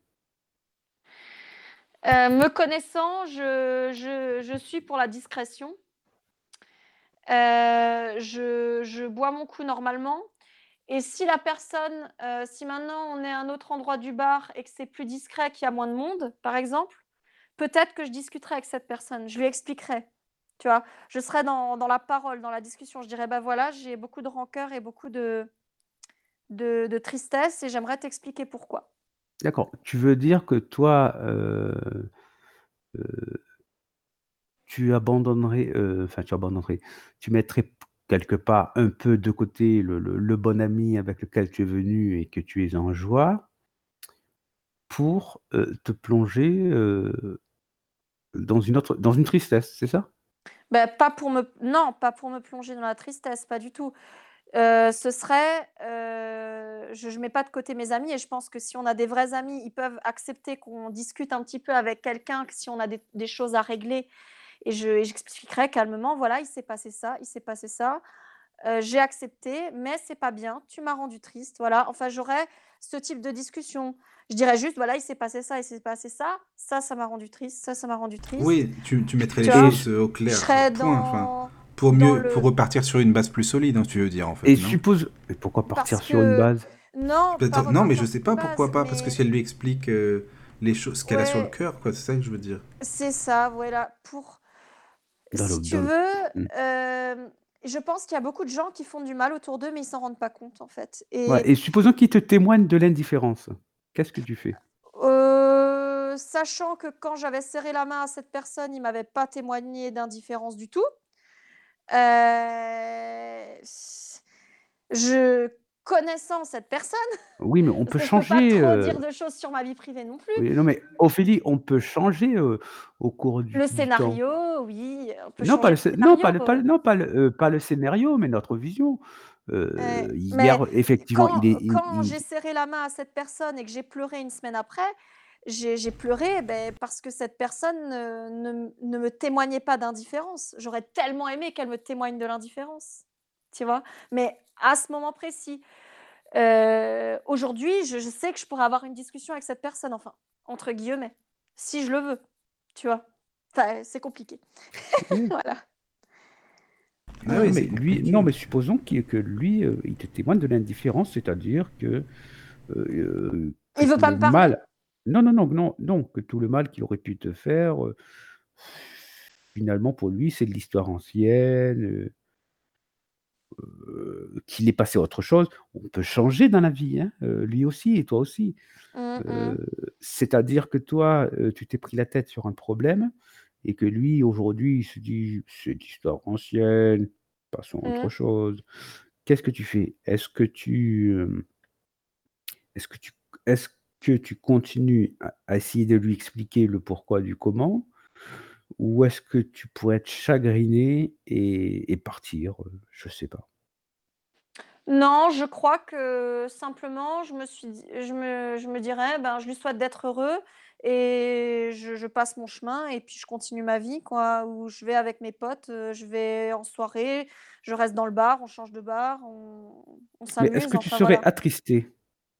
Heu, me connaissant, je je je suis pour la discrétion. Heu, je je bois mon coup normalement et si la personne, heu, si maintenant on est à un autre endroit du bar et que c'est plus discret, qu'il y a moins de monde, par exemple, peut-être que je discuterai avec cette personne. Je lui expliquerai, tu vois? Je serai dans dans la parole, dans la discussion. Je dirais: «Bah, voilà, j'ai beaucoup de rancœur et beaucoup de de de tristesse et j'aimerais t'expliquer pourquoi». D'accord, tu veux dire que toi, heu heu, tu abandonnerais, heu, enfin tu abandonnerais, tu mettrais p quelque part un peu de côté le le le bon ami avec lequel tu es venu et que tu es en joie pour, heu, te plonger, heu, dans une autre dans une tristesse, c'est ça? Bah, pas pour me non, pas pour me plonger dans la tristesse, pas du tout. Heu, ce serait, heu, je je mets pas de côté mes amis et je pense que si on a des vrais amis, ils peuvent accepter qu'on discute un petit peu avec quelqu'un, que si on a des des choses à régler et je et j'expliquerai calmement: «Voilà, il s'est passé ça, il s'est passé ça, heu, j'ai accepté, mais c'est pas bien, tu m'as rendu triste», voilà. Enfin, j'aurais ce type de discussion. Je dirais juste: «Voilà, il s'est passé ça, il s'est passé ça, ça, ça m'a rendu triste, ça, ça m'a rendu triste». Oui, tu, tu mettrais les Tu vois? Et choses euh, au Je clair, serais point. Enfin, dans pour dans mieux, pour le repartir sur une base plus solide, hein, tu veux dire, en et fait, non? suppose et pourquoi parce partir sur une que base? non, pas Peut-être- Non, mais je repartir sais sur une pas base, pourquoi pas, parce que mais si elle lui explique euh, les choses, ce qu'elle a sur le ouais, cœur, quoi, c'est ça que je veux dire. c'est ça, voilà. Pour Dans le si tu dans le veux, mmh. hem, je pense qu'il y a beaucoup de gens qui font du mal autour d'eux, mais ils s'en rendent pas compte, en fait Ouais et et supposons qu'il te témoigne de l'indifférence. Qu'est-ce que tu fais? heu, sachant que quand j'avais serré la main à cette personne, il m'avait pas témoigné d'indifférence du tout, heu, je connaissant cette personne, Oui, mais on parce peut que je peux pas changer, trop heu dire de choses sur ma vie privée non plus. oui, non, mais Ophélie, on peut changer, heu, au cours du Le du temps. scénario, oui, on peut Non, pas changer le le scé non, pas scénario, le pas heu, le non, pas le, heu, pas le scénario, mais notre vision. heu, Heu, mais hier, effectivement, il quand est il quand il j'ai serré la main à cette personne et que j'ai pleuré une semaine après, j'ai j'ai pleuré, beh, parce que cette personne, heu, ne m ne me témoignait pas d'indifférence. J'aurais tellement aimé qu'elle me témoigne de l'indifférence, tu vois? Mais à ce moment précis, heu, aujourd'hui, je je sais que je pourrais avoir une discussion avec cette personne, enfin, entre guillemets, si je le veux, tu vois? Enfin, c'est compliqué. oui. Voilà. Ah Non, non, oui, Mmh. mais c'est lui non, compliqué. mais supposons qu'il que lui, heu, il te témoigne de l'indifférence, c'est-à-dire que, heu heu, que Il veut tout pas le me parler. mal non, non, non, non, non, que tout le mal qu'il aurait pu te faire, heu, finalement, pour lui, c'est de l'histoire ancienne, heu heu, qu'il est passé à autre chose. On peut changer dans la vie, hein, heu, lui aussi et toi aussi. Mmh Heu, mh. c'est-à-dire que toi, heu, tu t'es pris la tête sur un problème et que lui, aujourd'hui, il se dit: «C'est de l'histoire ancienne, passons à autre Mmh. chose». Qu'est-ce que tu fais? Est-ce que tu, hem, est-ce que tu est-ce que tu continues à à essayer de lui expliquer le pourquoi du comment? Ou est-ce que tu pourrais être chagriné et et partir, heu, je sais pas? Non, je crois que simplement je me suis dit je me je me dirais: «Ben, je lui souhaite d'être heureux et je je passe mon chemin et puis je continue ma vie quoi». Où je vais avec mes potes, heu, je vais en soirée, je reste dans le bar, on change de bar, on on Mais est-ce s'amuse, que tu enfin serais voilà. attristé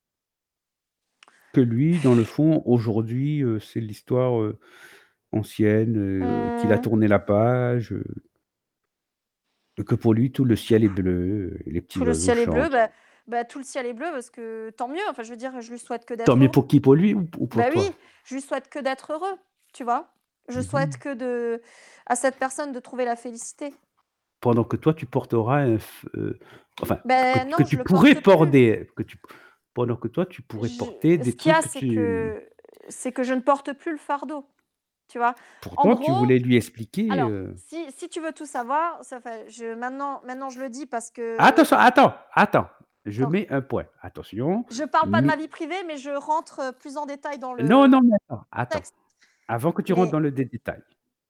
que lui, dans le fond, aujourd'hui, heu, c'est l'histoire, heu, ancienne, heu, qu'il a Mmh. tourné la page, heu, que pour lui tout le ciel est bleu, heu, et les petits Tout le oiseaux ciel est bleu, chantent? bah bah, tout le ciel est bleu parce que tant mieux, enfin je veux dire, je lui souhaite que Tant d'être mieux heureux. pour qui? Pour lui ou ou pour Bah oui, toi? je lui souhaite que d'être heureux, tu vois? Je Mmh souhaite mh. que de à cette personne de trouver la félicité. Pendant que toi tu porteras un f heu, Enfin, que Ben que non, je tu le pourrais porte plus. porter, que tu pendant que toi, tu pourrais porter Je... des Ce qu'il y trucs a, que c'est tu que c'est que je ne porte plus le fardeau, tu vois. En pourtant tu gros, voulais lui expliquer, alors, heu si, si tu veux tout savoir, ça fait, je, maintenant, maintenant je le dis parce que attention, attends, attends, je attends, mets un point. Attention, je parle pas de nous ma vie privée, mais je rentre euh, plus en détail dans non, le, non, dans mais attends, le attends, texte. avant que tu rentres Mais dans le dé détail,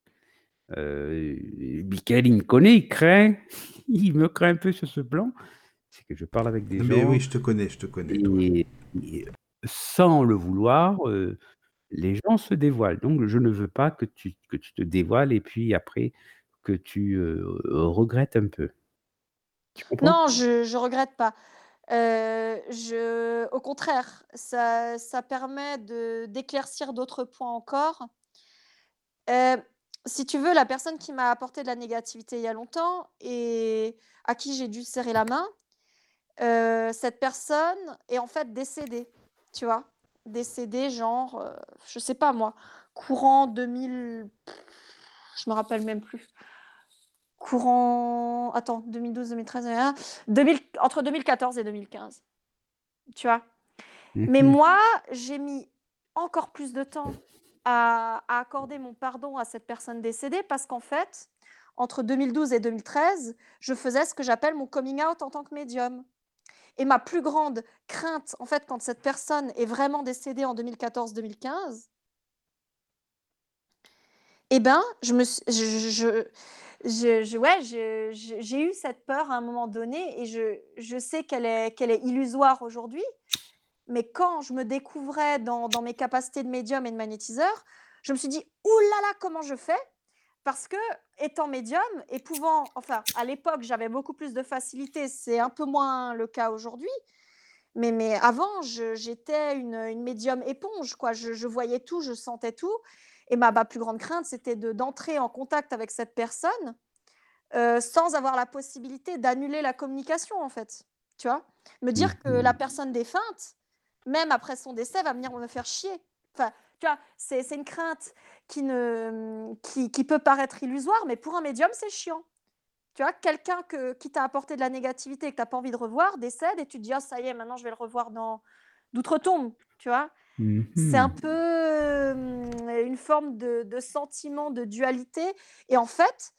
heu, Mickaël, il me connaît, il craint, il me craint un peu sur ce plan. C'est que je parle avec des Mais oui, gens je te connais, je te connais, toi. et et sans le vouloir, heu, les gens se dévoilent. Donc je ne veux pas que tu que tu te dévoiles et puis après que tu, heu, regrettes un peu. Tu comprends? non, je, je regrette pas. Euh, je, au contraire, ça, ça permet de d'éclaircir d'autres points encore. Euh, Si tu veux, la personne qui m'a apporté de la négativité il y a longtemps et à qui j'ai dû serrer la main, euh, cette personne est en fait décédée, tu vois, décédée genre, euh, je sais pas moi, courant deux mille, je me rappelle même plus, courant, attends, deux mille douze, deux mille treize, deux mille, entre deux mille quatorze et deux mille quinze, tu vois. Mmh Mais mh. moi, j'ai mis encore plus de temps à, à accorder mon pardon à cette personne décédée parce qu'en fait, entre deux mille douze et deux mille treize, je faisais ce que j'appelle mon coming out en tant que médium. Et ma plus grande crainte, en fait, quand cette personne est vraiment décédée en deux mille quatorze deux mille quinze, eh ben, je me suis, je, je, je, je- ouais, je- je- j'ai eu cette peur à un moment donné et je, je sais qu'elle est, qu'elle est illusoire aujourd'hui. Mais quand je me découvrais dans, dans mes capacités de médium et de magnétiseur, je me suis dit, ouh là là, comment je fais? Parce que, étant médium et pouvant, enfin, à l'époque, j'avais beaucoup plus de facilité, c'est un peu moins le cas aujourd'hui, mais, mais avant, je- j'étais une, une médium éponge, quoi. Je, je voyais tout, je sentais tout. Et ma, ma plus grande crainte, c'était de, d'entrer en contact avec cette personne euh, sans avoir la possibilité d'annuler la communication, en fait. Tu vois? Me Mmh dire que la mh. personne défunte, même après son décès, va venir me faire chier. Enfin, tu vois, c'est, c'est une crainte qui, ne, qui, qui peut paraître illusoire, mais pour un médium, c'est chiant. Tu vois, quelqu'un que, qui t'a apporté de la négativité et que tu n'as pas envie de revoir décède et tu te dis, ah, ça y est, maintenant je vais le revoir dans d'outre-tombe, tu vois. Mmh C'est un mh. peu euh, une forme de, de sentiment de dualité. Et en fait,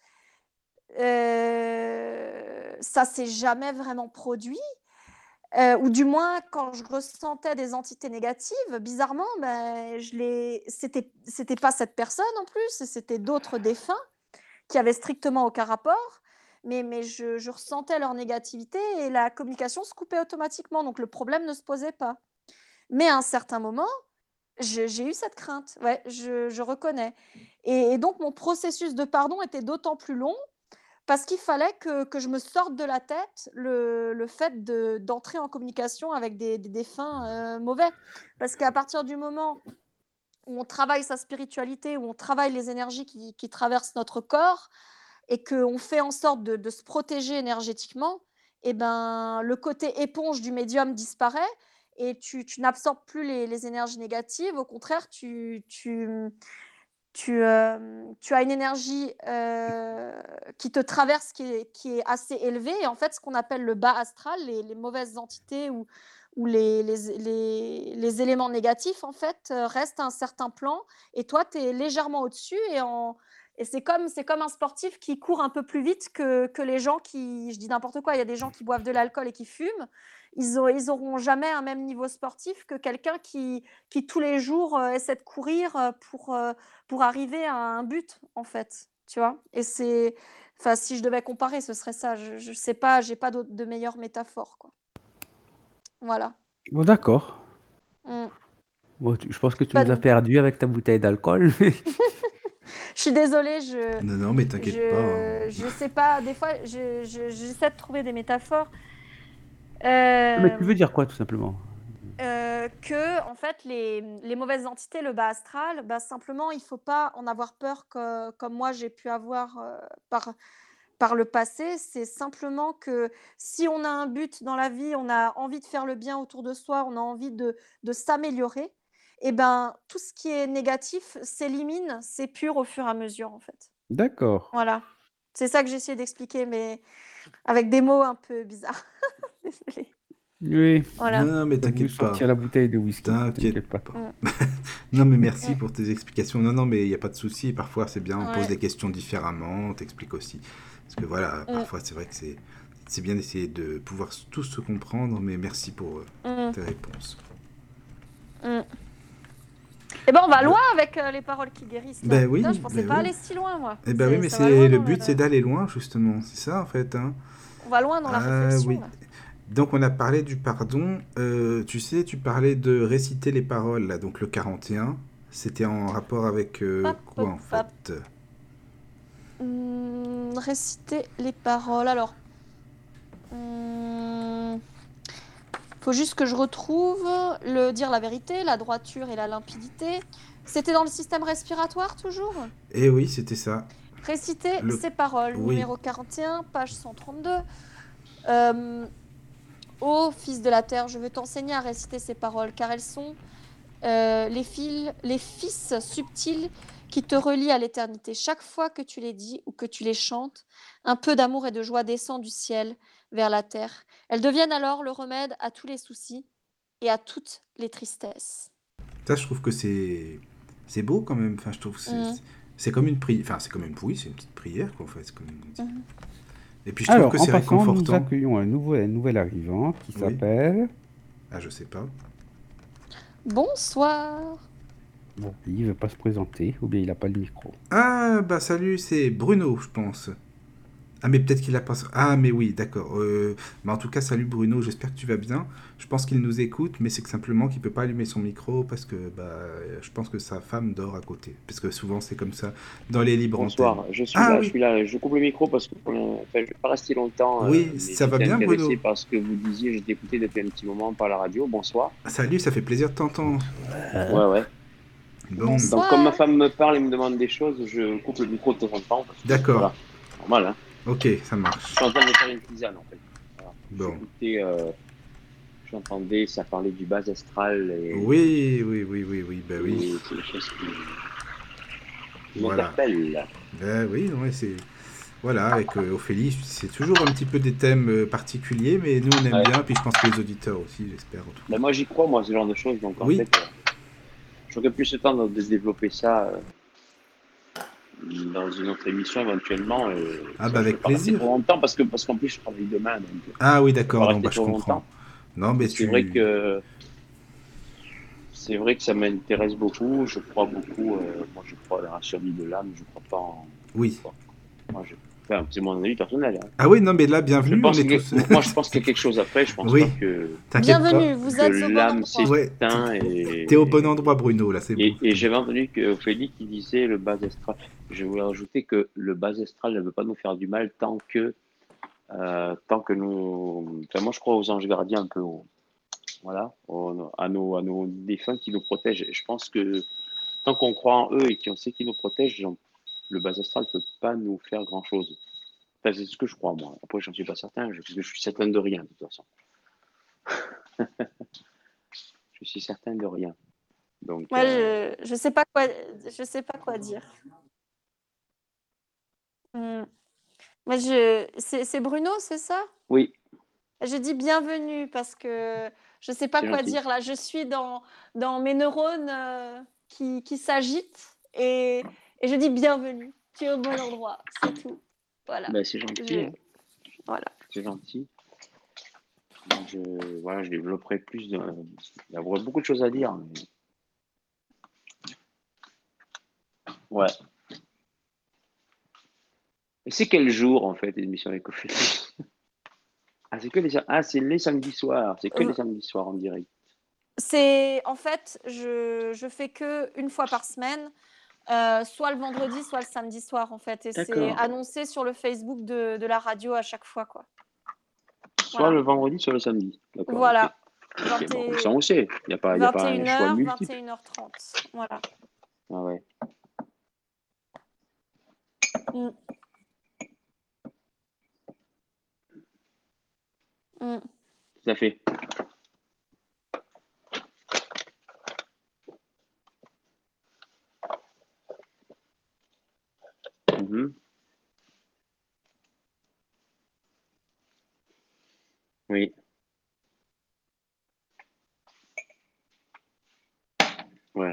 euh, ça s'est jamais vraiment produit. Euh, ou du moins, quand je ressentais des entités négatives, bizarrement, ben, je les... c'était, c'était pas cette personne en plus, c'était d'autres défunts qui avaient strictement aucun rapport, mais, mais je, je ressentais leur négativité et la communication se coupait automatiquement, donc le problème ne se posait pas. Mais à un certain moment, je- j'ai eu cette crainte, ouais, je, je reconnais. Et, et donc mon processus de pardon était d'autant plus long parce qu'il fallait que, que je me sorte de la tête le, le fait de, d'entrer en communication avec des, des défunts euh, mauvais. Parce qu'à partir du moment où on travaille sa spiritualité, où on travaille les énergies qui, qui traversent notre corps, et qu'on fait en sorte de, de se protéger énergétiquement, et ben, le côté éponge du médium disparaît et tu, tu n'absorbes plus les, les énergies négatives. Au contraire, tu, tu, tu, euh, tu as une énergie euh, qui te traverse, qui est, qui est assez élevée. Et en fait, ce qu'on appelle le bas astral, les, les mauvaises entités ou, ou les, les, les, les éléments négatifs, en fait, euh, restent à un certain plan. Et toi, tu es légèrement au-dessus. Et, en, et c'est, comme, c'est comme un sportif qui court un peu plus vite que, que les gens qui, je dis n'importe quoi, il y a des gens qui boivent de l'alcool et qui fument. Ils n'auront jamais un même niveau sportif que quelqu'un qui, qui tous les jours euh, essaie de courir euh, pour... Euh, pour arriver à un but, en fait, tu vois. Et c'est, enfin, si je devais comparer, ce serait ça. Je, je sais pas, j'ai pas de meilleure métaphore, quoi. Voilà. Bon d'accord. Mm. Bon, tu je pense que tu Pas nous as de- perdus avec ta bouteille d'alcool. Je suis désolée, je, Non, non, mais t'inquiète pas, hein. je, je sais pas. Des fois, je, je- j'essaie de trouver des métaphores. Mais tu Euh, veux dire quoi tout simplement? euh, que en fait les, les mauvaises entités, le bas astral, bah, simplement il faut pas en avoir peur que, comme moi j'ai pu avoir euh, par par le passé. C'est simplement que si on a un but dans la vie, on a envie de faire le bien autour de soi, on a envie de, de s'améliorer, et ben tout ce qui est négatif s'élimine, s'épure au fur et à mesure en fait. D'accord. Voilà. C'est ça que j'ai essayé d'expliquer, mais Avec des mots un peu bizarres. Désolée. Oui, Voilà. Non, mais t'as voulu t'inquiète pas. sortir la bouteille de whisky. T'inquiète T'inquiète pas. pas. Mm. Non, mais merci Mm. pour tes explications. Non, non, mais il n'y a pas de souci. Parfois, c'est bien, on pose Ouais. des questions différemment, on t'explique aussi. Parce que voilà, Mm. parfois, c'est vrai que c'est c'est bien d'essayer de pouvoir tous se comprendre, mais merci pour euh, Mm. tes réponses. Mm. Eh ben, on va Bah- loin avec euh, les paroles qui guérissent. Là. Ben oui, Putain, je pensais ben pas oui. aller si loin, moi. Eh ben oui, C'est- mais ça va c'est loin le dans but, le- c'est d'aller loin, justement. C'est ça, en fait. Hein. On va loin dans la Ah réflexion. oui. Là. Donc, on a parlé du pardon. Euh, tu sais, tu parlais de réciter les paroles, là, donc le quarante et un. C'était en rapport avec euh, Pap, quoi, en pap. fait? Hum, réciter les paroles. Alors, hum, faut juste que je retrouve le dire la vérité, la droiture et la limpidité. C'était dans le système respiratoire toujours. Eh oui, c'était ça. Réciter Le- ces paroles. oui. Numéro quarante et un, page cent trente-deux. Euh, Ô fils de la terre, je veux t'enseigner à réciter ces paroles, car elles sont euh, les, fils, les fils subtils qui te relient à l'éternité. Chaque fois que tu les dis ou que tu les chantes, un peu d'amour et de joie descend du ciel vers la terre. Elles deviennent alors le remède à tous les soucis et à toutes les tristesses. Ça, je trouve que c'est c'est beau quand même. Enfin, je trouve que c'est Mhm. c'est comme une prière. Enfin, c'est comme une oui, c'est une petite prière quoi. En fait, c'est comme on dit. Mhm. Et puis je trouve Alors, que en c'est passant, nous réconfortant. accueillons un nouvel, un nouvel arrivant qui Oui. s'appelle... Ah, je sais pas. Bonsoir. Bon, il ne veut pas se présenter, ou bien il n'a pas le micro. Ah bah salut, c'est Bruno, je pense. Ah mais peut-être qu'il a pas. Ah mais oui, d'accord. Euh, mais en tout cas, salut Bruno. J'espère que tu vas bien. Je pense qu'il nous écoute, mais c'est que simplement qu'il peut pas allumer son micro parce que bah je pense que sa femme dort à côté. Parce que souvent c'est comme ça dans les libres Bonsoir, antennes. je suis Ah là, oui. je suis là. Je coupe le micro parce que pour le- enfin, je ne vais pas rester longtemps. Oui, euh, mais ça va j'étais bien, intéressé Bruno? par ce que vous disiez. Je t'écoutais depuis un petit moment par la radio. Bonsoir. Salut, ça fait plaisir de t'entendre. Ouais, ouais. Bon, Bonsoir. Donc, comme ma femme me parle et me demande des choses, je coupe le micro de temps en temps. parce que, d'accord. Voilà, normal, hein. Ok, ça Je marche. suis en train de faire une tisane, en fait. Voilà. Bon. J'écoutais, euh, j'entendais, ça parlait du bas astral. Et, Oui, oui, oui, oui, oui, bah oui. et c'est des choses qui, qui Voilà. m'interpellent. Ben oui, non, ouais, c'est. Voilà, avec euh, Ophélie, c'est toujours un petit peu des thèmes euh, particuliers, mais nous on aime Ouais. bien, puis je pense que les auditeurs aussi, j'espère. En tout cas. Ben, moi, j'y crois, moi, ce genre de choses. Donc, en Oui. fait, euh, j'aurais plus le temps de, de développer ça. euh, dans une autre émission éventuellement. Et Ah, ça, bah, je avec peux pas rester plaisir. trop longtemps parce que parce qu'en plus je travaille demain. Donc, Ah oui, je peux d'accord, pas non, rester bah, je trop comprends. longtemps. Non, mais Mais tu. c'est vrai que c'est vrai que ça m'intéresse beaucoup. Je crois beaucoup. euh, moi, je crois à la survie de l'âme. Je crois pas en. Oui. Quoi. Moi, je. Enfin, c'est mon avis personnel. Hein. Ah oui, non, mais là, Je bienvenue, on pense est que, tous. moi, je pense qu'il y a quelque chose après. Je pense Oui. pas que, T'inquiète pas. Bienvenue, vous que êtes au bon l'âme endroit. Ouais, s'éteint. Et, T'es au bon endroit, Bruno, là, c'est et, bon. et j'avais entendu que Ophélie qui disait le bas astral. Je voulais rajouter que le bas astral ne veut pas nous faire du mal tant que Euh, tant que nous, enfin, moi je crois aux anges gardiens un peu, au- voilà, au- à nos à nos défunts qui nous protègent. Et je pense que tant qu'on croit en eux et qu'on sait qu'ils nous protègent, on- le bas astral peut pas nous faire grand chose. Enfin, c'est ce que je crois moi. Après, j'en suis pas certain, je, parce que je suis certain de rien de toute façon. Je suis certain de rien. Donc, Moi, euh, je je sais pas quoi je sais pas quoi dire. Hmm. Moi, je c'est c'est Bruno, c'est ça? oui, Je dis bienvenue parce que je sais pas c'est quoi gentil. dire là. Je suis dans dans mes neurones euh, qui qui s'agitent et et je dis bienvenue. Tu es au bon endroit, c'est tout. Voilà. Ben, c'est gentil, Je- hein, Voilà. c'est gentil. Donc, je, voilà, je développerai plus. De, il y a beaucoup de choses à dire. Mais... Ouais. Et c'est quel jour, en fait, l'émission avec Ophélie? Ah, c'est que les, sam- ah, c'est les samedis soirs. C'est que Euh, les samedis soirs en direct. C'est en fait, je je fais que une fois par semaine. Euh, soit le vendredi, soit le samedi soir, en fait. Et c'est D'accord. annoncé sur le Facebook de, de la radio à chaque fois, quoi. Soit Voilà. le vendredi, soit le samedi. D'accord. Voilà. Ok. Ok, bon, vingt et- ça on sait. Il n'y a pas, il y a pas un choix vingt et une heures, multiple. vingt et une heures trente. Voilà. Ah ouais. Mm. Mm. Tout à fait. Mhm. Oui. Ouais.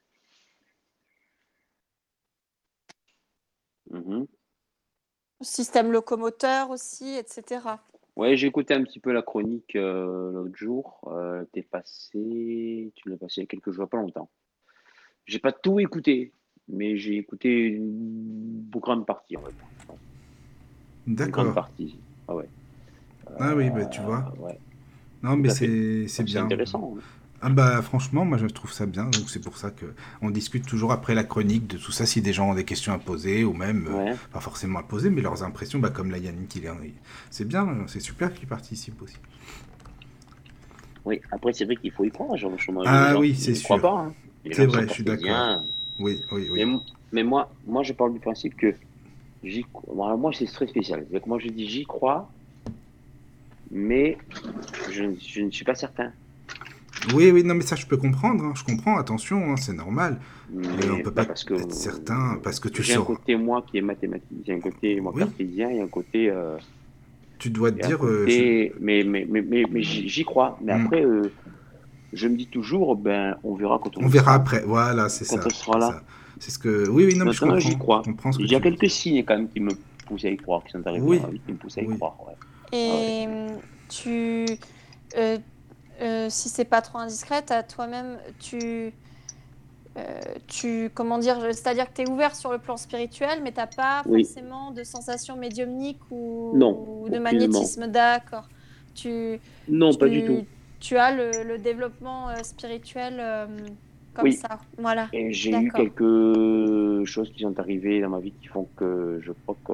Mhm. Système locomoteur aussi, et cetera. Ouais, j'ai écouté un petit peu la chronique euh, l'autre jour. Euh, t'es passé, tu l'as passé il y a quelques jours, pas longtemps. J'ai pas tout écouté, mais j'ai écouté une grande partie, on va dire. Ouais, une grande D'accord. partie. Ah ouais. Ah oui, bah tu vois. Euh, ouais, Non, tout mais à fait. c'est c'est Donc c'est bien. intéressant. Hein. Ah bah franchement, moi je trouve ça bien, donc c'est pour ça que on discute toujours après la chronique de tout ça, si des gens ont des questions à poser, ou même, euh, Ouais. pas forcément à poser, mais leurs impressions, bah comme la Yannick, il est, c'est bien, c'est super qu'il participe aussi. Oui. Après, c'est vrai qu'il faut y croire, genre le chômage. Il y a des Ah gens oui, qui c'est n'y croient sûr. pas. Hein. Les C'est gens qui sont vrai, je suis d'accord. cartésiens. Oui, oui, Mais, oui. m- mais moi, moi, je parle du principe que j'y crois. Bon, alors moi, c'est très spécial. C'est-à-dire que moi, je dis j'y crois, mais je, ne- je ne suis pas certain. Oui, oui, non, mais ça je peux comprendre, hein, je comprends, attention, hein, c'est normal. Et on Mais peut pas bah, être parce que être certain, euh, parce que tu j'ai un sors. côté moi qui est mathématique, j'ai un côté moi Oui, cartésien et un côté euh, tu dois te et un dire, euh, je... côté mais mais mais mais, mais j'y j'y crois. Mais Hmm. après euh, je me dis toujours ben on verra quand on On y verra sera, après, voilà, c'est quand ça, on sera c'est là. ça. C'est ce que... Oui, oui, non, mais je Maintenant j'y comprends, je crois. comprends ce que Il y a tu veux quelques dire. signes quand même qui me poussent à y croire, qui sont arrivés dans Oui, ma vie qui me poussent à y oui. croire. Ouais. Ah ouais. Et hum, tu, euh, euh, si c'est pas trop indiscret, à toi-même, tu, euh, tu, comment dire, c'est-à-dire que tu es ouvert sur le plan spirituel, mais t'as pas Oui. forcément de sensation médiumnique Non, ou de aucunement. magnétisme, d'accord. Tu, Non, pas du tout. tu, tu as le, le développement euh, spirituel euh, comme Oui. ça, voilà, Et j'ai eu d'accord. quelques choses qui sont arrivées dans ma vie qui font que je crois que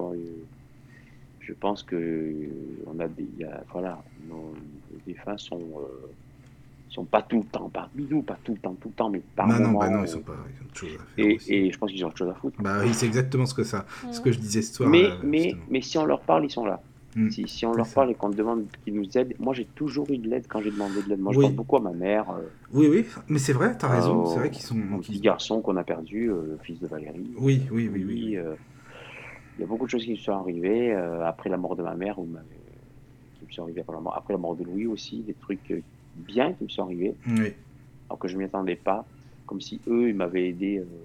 je pense que on a des, il y a- voilà, nos, nos défunts sont, euh, sont pas tout le temps parmi nous, pas tout le temps, tout le temps, mais par Bah non, bah moment. non, ils sont ou- pas, ils ont autre chose à faire Et, aussi. et je pense qu'ils ont autre chose à foutre. Bah oui, c'est exactement ce que ça, ce Mm. que je disais ce soir, Mais, là, mais, justement. mais si on leur parle, ils sont là. Hmm, Si, si on c'est leur ça. parle et qu'on demande qu'ils nous aident, moi j'ai toujours eu de l'aide quand j'ai demandé de l'aide. Moi je pense Oui, beaucoup à ma mère, euh, oui, oui, mais c'est vrai, t'as à- raison, c'est vrai au- qu'ils sont... mon petit qu'ils- garçon qu'on a perdu, euh, le fils de Valérie, Oui, euh, oui, oui, oui, Louis. oui. euh, il y a beaucoup de choses qui me sont arrivées euh, après la mort de ma mère, ou ma- qui me sont arrivées après la mort, après la mort de Louis aussi, des trucs euh, bien qui me sont arrivés. Oui. Alors que je ne m'y attendais pas, comme si eux, ils m'avaient aidé euh,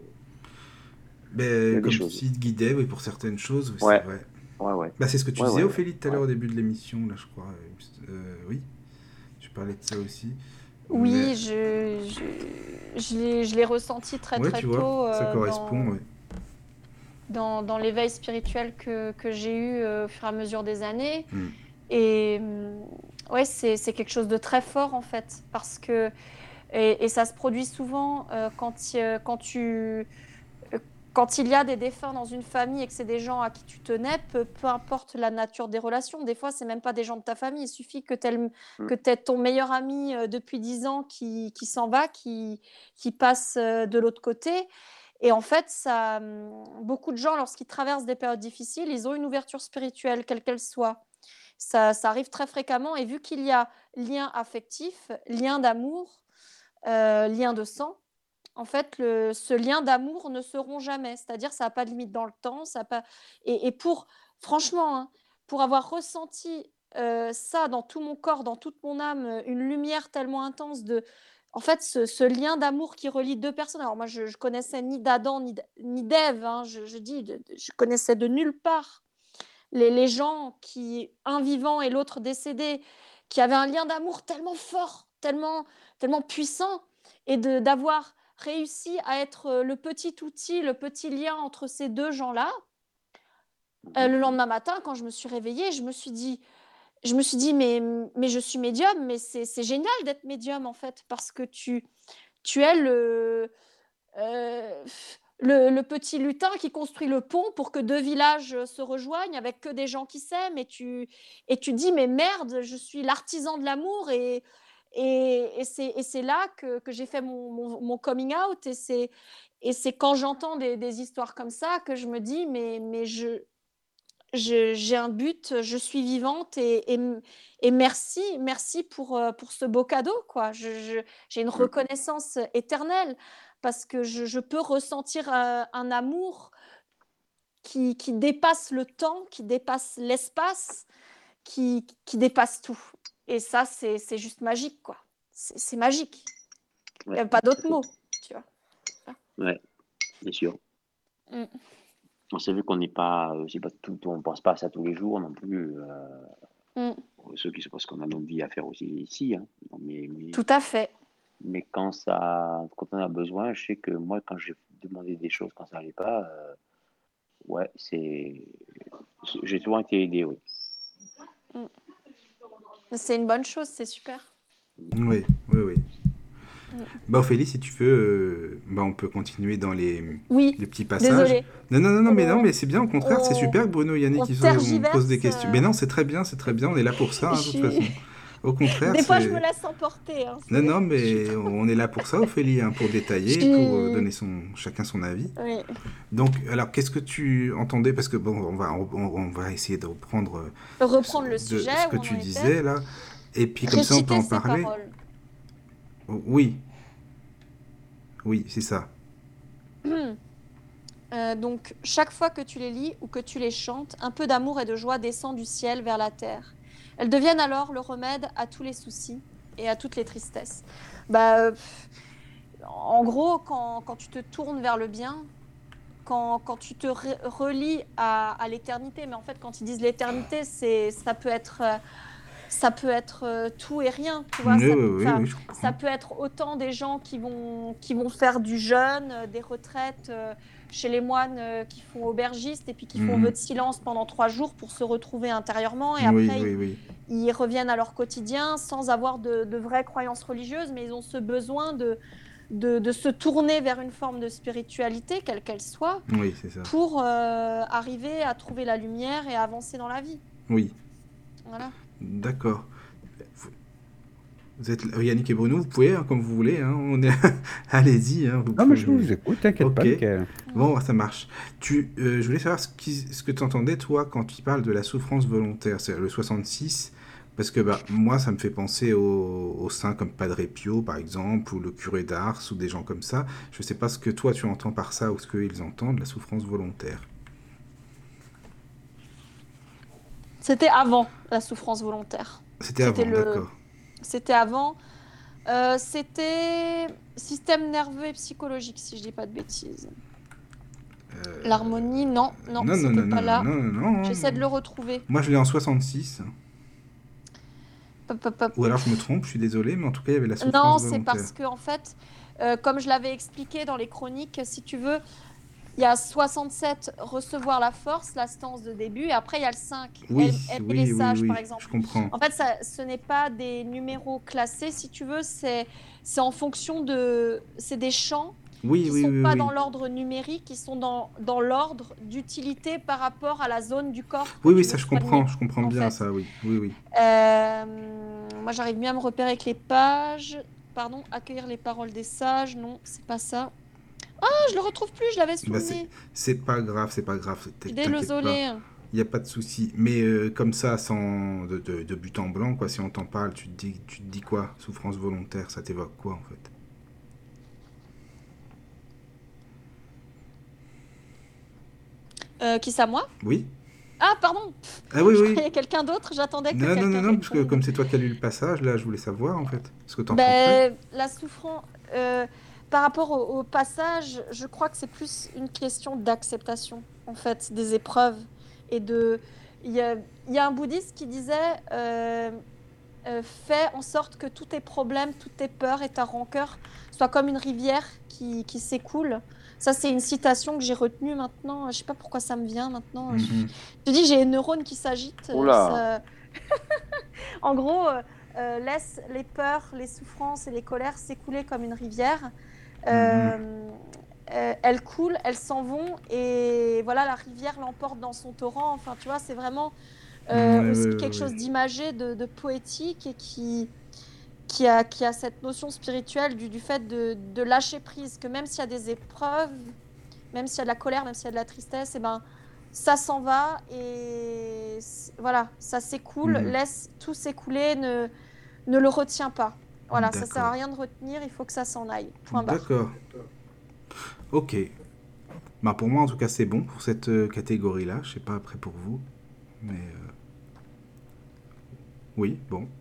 Ben, bien des comme choses. s'ils te guidaient, oui, pour certaines choses, oui, c'est Ouais, vrai. ouais, ouais, Bah, c'est ce que tu ouais, disais, ouais, ouais, Ophélie, tout à l'heure ouais. au début de l'émission, là, je crois. Euh, oui, tu parlais de ça aussi. Mais, Oui, je, je, je l'ai, je l'ai ressenti très ouais, très tu vois, tôt ça euh, correspond, dans, ouais. dans, dans l'éveil spirituel que, que j'ai eu euh, au fur et à mesure des années. Hmm. Et hum, ouais, c'est, c'est quelque chose de très fort en fait, parce que, et, et ça se produit souvent euh, quand, il- quand tu, euh, quand il y a des défunts dans une famille et que c'est des gens à qui tu tenais, peu, peu importe la nature des relations, des fois, c'est même pas des gens de ta famille, il suffit que tu Mm, que aies ton meilleur ami euh, depuis dix ans qui, qui s'en va, qui, qui passe euh, de l'autre côté. Et en fait, ça, hum, beaucoup de gens, lorsqu'ils traversent des périodes difficiles, ils ont une ouverture spirituelle, quelle qu'elle soit. Ça, ça arrive très fréquemment. Et vu qu'il y a lien affectif, lien d'amour, euh, lien de sang, en fait, le, ce lien d'amour ne se rompt jamais. C'est-à-dire, ça n'a pas de limite dans le temps. Ça a pas... et, et pour, franchement, hein, pour avoir ressenti euh, ça dans tout mon corps, dans toute mon âme, une lumière tellement intense de... En fait, ce, ce lien d'amour qui relie deux personnes. Alors moi, je, je connaissais ni d'Adam ni, ni d'Ève. Hein, je, je dis, de, je connaissais de nulle part les, les gens qui, un vivant et l'autre décédé, qui avaient un lien d'amour tellement fort, tellement, tellement puissant, et de, d'avoir réussi à être le petit outil, le petit lien entre ces deux gens-là. Euh, mhm. le lendemain matin, quand je me suis réveillée, je me suis dit, je me suis dit mais, mais je suis médium, mais c'est, c'est génial d'être médium en fait, parce que tu, tu es le, euh, le, le petit lutin qui construit le pont pour que deux villages se rejoignent avec que des gens qui s'aiment, et tu, et tu dis mais merde, je suis l'artisan de l'amour, et, et, et, c'est, et c'est là que, que j'ai fait mon, mon, mon coming out, et c'est, et c'est quand j'entends des, des histoires comme ça que je me dis mais, mais je, je, j'ai un but, je suis vivante, et, et, et merci, merci pour, euh, pour ce beau cadeau, quoi. Je, je, j'ai une Mm. reconnaissance éternelle parce que je, je peux ressentir un, un amour qui, qui dépasse le temps, qui dépasse l'espace, qui, qui dépasse tout. Et ça, c'est c'est juste magique, quoi. C'est c'est magique. Il n'y Ouais, a pas tout à d'autre fait. mot, tu vois. Ouais, bien sûr. Mm. On sait vu qu'on n'est pas, euh, c'est pas tout, on pense pas à ça tous les jours non plus. euh, Mm. ceux qui se pensent qu'on a notre vie à faire aussi ici, hein. Non, mais, mais, Tout à fait. mais quand ça, quand on a besoin, je sais que moi, quand j'ai demandé des choses quand ça allait pas, euh, ouais, c'est, j'ai souvent été aidé, oui. C'est une bonne chose, c'est super. Oui, oui, oui. Mm. Bah, Ophélie, si tu veux, euh, bah, on peut continuer dans les, Oui, les petits passages. désolée. Non, non, non, non, mais non, On, mais c'est bien, au contraire, c'est on, super que Bruno et Yannick, on ils sont- on pose des tergiverse. questions. euh, Mais non, c'est très bien, c'est très bien, on est là pour ça, hein, je de toute suis- façon. Au contraire, Des fois, je me c'est... laisse emporter. Hein, Non, c'est- non, je suis mais trop- on est là pour ça, Ophélie, hein, pour je détailler, pour euh, suis- donner son, chacun son avis. Oui. Donc, alors, qu'est-ce que tu entendais? Parce que, bon, on va, on, on va essayer de reprendre euh, Reprendre le de sujet ce que où on tu en était. disais, là. Et puis, comme ça, on peut Réciter en ses parler. paroles. Oui, oui, c'est ça. Euh, donc, chaque fois que tu les lis ou que tu les chantes, un peu d'amour et de joie descend du ciel vers la terre. Elles deviennent alors le remède à tous les soucis et à toutes les tristesses. Bah, euh, pff, en gros, quand, quand tu te tournes vers le bien, quand, quand tu te re- relis à, à l'éternité, mais en fait, quand ils disent l'éternité, c'est, ça peut être, euh, ça peut être euh, tout et rien, tu vois. Oui, Ça, oui, oui, ça, oui, je ça comprends. peut être autant des gens qui vont, qui vont faire du jeûne, euh, des retraites euh, chez les moines euh, qui font aubergistes et puis qui font Mhm. vœu de silence pendant trois jours pour se retrouver intérieurement. Et Oui, après, oui, ils, oui. ils reviennent à leur quotidien sans avoir de, de vraies croyances religieuses, mais ils ont ce besoin de, de, de se tourner vers une forme de spiritualité, quelle qu'elle soit, Oui, c'est ça. pour euh, arriver à trouver la lumière et à avancer dans la vie. Oui, Voilà. d'accord. Vous vous êtes là- Yannick et Bruno, vous pouvez, hein, comme vous voulez. Hein, on est... Allez-y, hein, vous Non, mais je pouvez. vous écoute, t'inquiète pas, Ok. Michael. Bon, ça marche. Tu, euh, je voulais savoir ce, qui- ce que tu entendais, toi, quand tu parles de la souffrance volontaire, c'est le soixante-six, parce que bah, moi, ça me fait penser aux, aux saints comme Padre Pio, par exemple, ou le curé d'Ars, ou des gens comme ça. Je sais pas ce que toi, tu entends par ça, ou ce qu'ils entendent, la souffrance volontaire. C'était avant la souffrance volontaire. C'était C'était avant, le- d'accord. C'était avant. Euh, c'était système nerveux et psychologique, si je dis pas de bêtises. Euh, L'harmonie, non, non, non, non, c'était non, pas non, là. non, non, non. J'essaie de le retrouver. Moi, je l'ai en soixante-six. Hop, hop, hop. Ou alors je me trompe, je suis désolé, mais en tout cas, il y avait la Non, souffrance c'est volontaire. parce que en fait, euh, comme je l'avais expliqué dans les chroniques, si tu veux, il y a soixante-sept recevoir la force, la stance de début, et après il y a le cinq, Oui, aimer oui, les oui, sages, oui, par je exemple. comprends. En fait, ça, ce n'est pas des numéros classés, si tu veux, c'est c'est en fonction de, c'est des champs Oui, qui oui, sont oui, pas oui. dans l'ordre numérique, qui sont dans dans l'ordre d'utilité par rapport à la zone du corps que Oui, tu oui, veux ça je soigner, comprends, je comprends en bien fait. ça, oui, oui, oui. Euh, moi, j'arrive mieux à me repérer avec les pages. Pardon, accueillir les paroles des sages. Non, c'est pas ça. Ah, je le retrouve plus, je l'avais sous Bah, le c'est, nez. c'est pas grave, c'est pas grave, Je t'in- suis t'inquiète pas, désolée. il n'y a pas de souci. Mais euh, comme ça, sans de, de, de but en blanc, quoi, si on t'en parle, tu te dis, tu te dis quoi? Souffrance volontaire, ça t'évoque quoi en fait? Euh, qui ça, moi? Oui? Ah, pardon. Pff, Ah oui, je oui. croyais quelqu'un d'autre. J'attendais que Non, non, non, quelqu'un non, parce que réponde. comme c'est toi qui as lu le passage, là, je voulais savoir en fait ce que t'en pensais. Ben, la souffrance. euh, par rapport au, au passage, je crois que c'est plus une question d'acceptation, en fait, des épreuves. Et de. Il y a, il y a un bouddhiste qui disait euh, euh, fais en sorte que tous tes problèmes, toutes tes peurs et ta rancœur soient comme une rivière qui, qui s'écoule. Ça, c'est une citation que j'ai retenue maintenant. Je sais pas pourquoi ça me vient maintenant. Je, Mhm. je te dis, j'ai les neurones qui s'agitent. euh, Oula. ça- En gros, euh, euh, laisse les peurs, les souffrances et les colères s'écouler comme une rivière. Euh, euh, elles coulent, elles s'en vont et voilà, la rivière l'emporte dans son torrent. Enfin, tu vois, c'est vraiment euh, Ouais, aussi ouais, quelque ouais, chose ouais. d'imagé, de, de poétique et qui, qui, a, qui a cette notion spirituelle du, du fait de, de lâcher prise, que même s'il y a des épreuves, même s'il y a de la colère, même s'il y a de la tristesse, et ben, ça s'en va et c- voilà, ça s'écoule, Mhm. laisse tout s'écouler, ne, ne le retiens pas. Voilà, ça sert à D'accord. rien de retenir, il faut que ça s'en aille. Point barre. D'accord. Ok. Bah pour moi en tout cas c'est bon pour cette euh, catégorie-là. Je sais pas après pour vous, mais euh, oui, bon,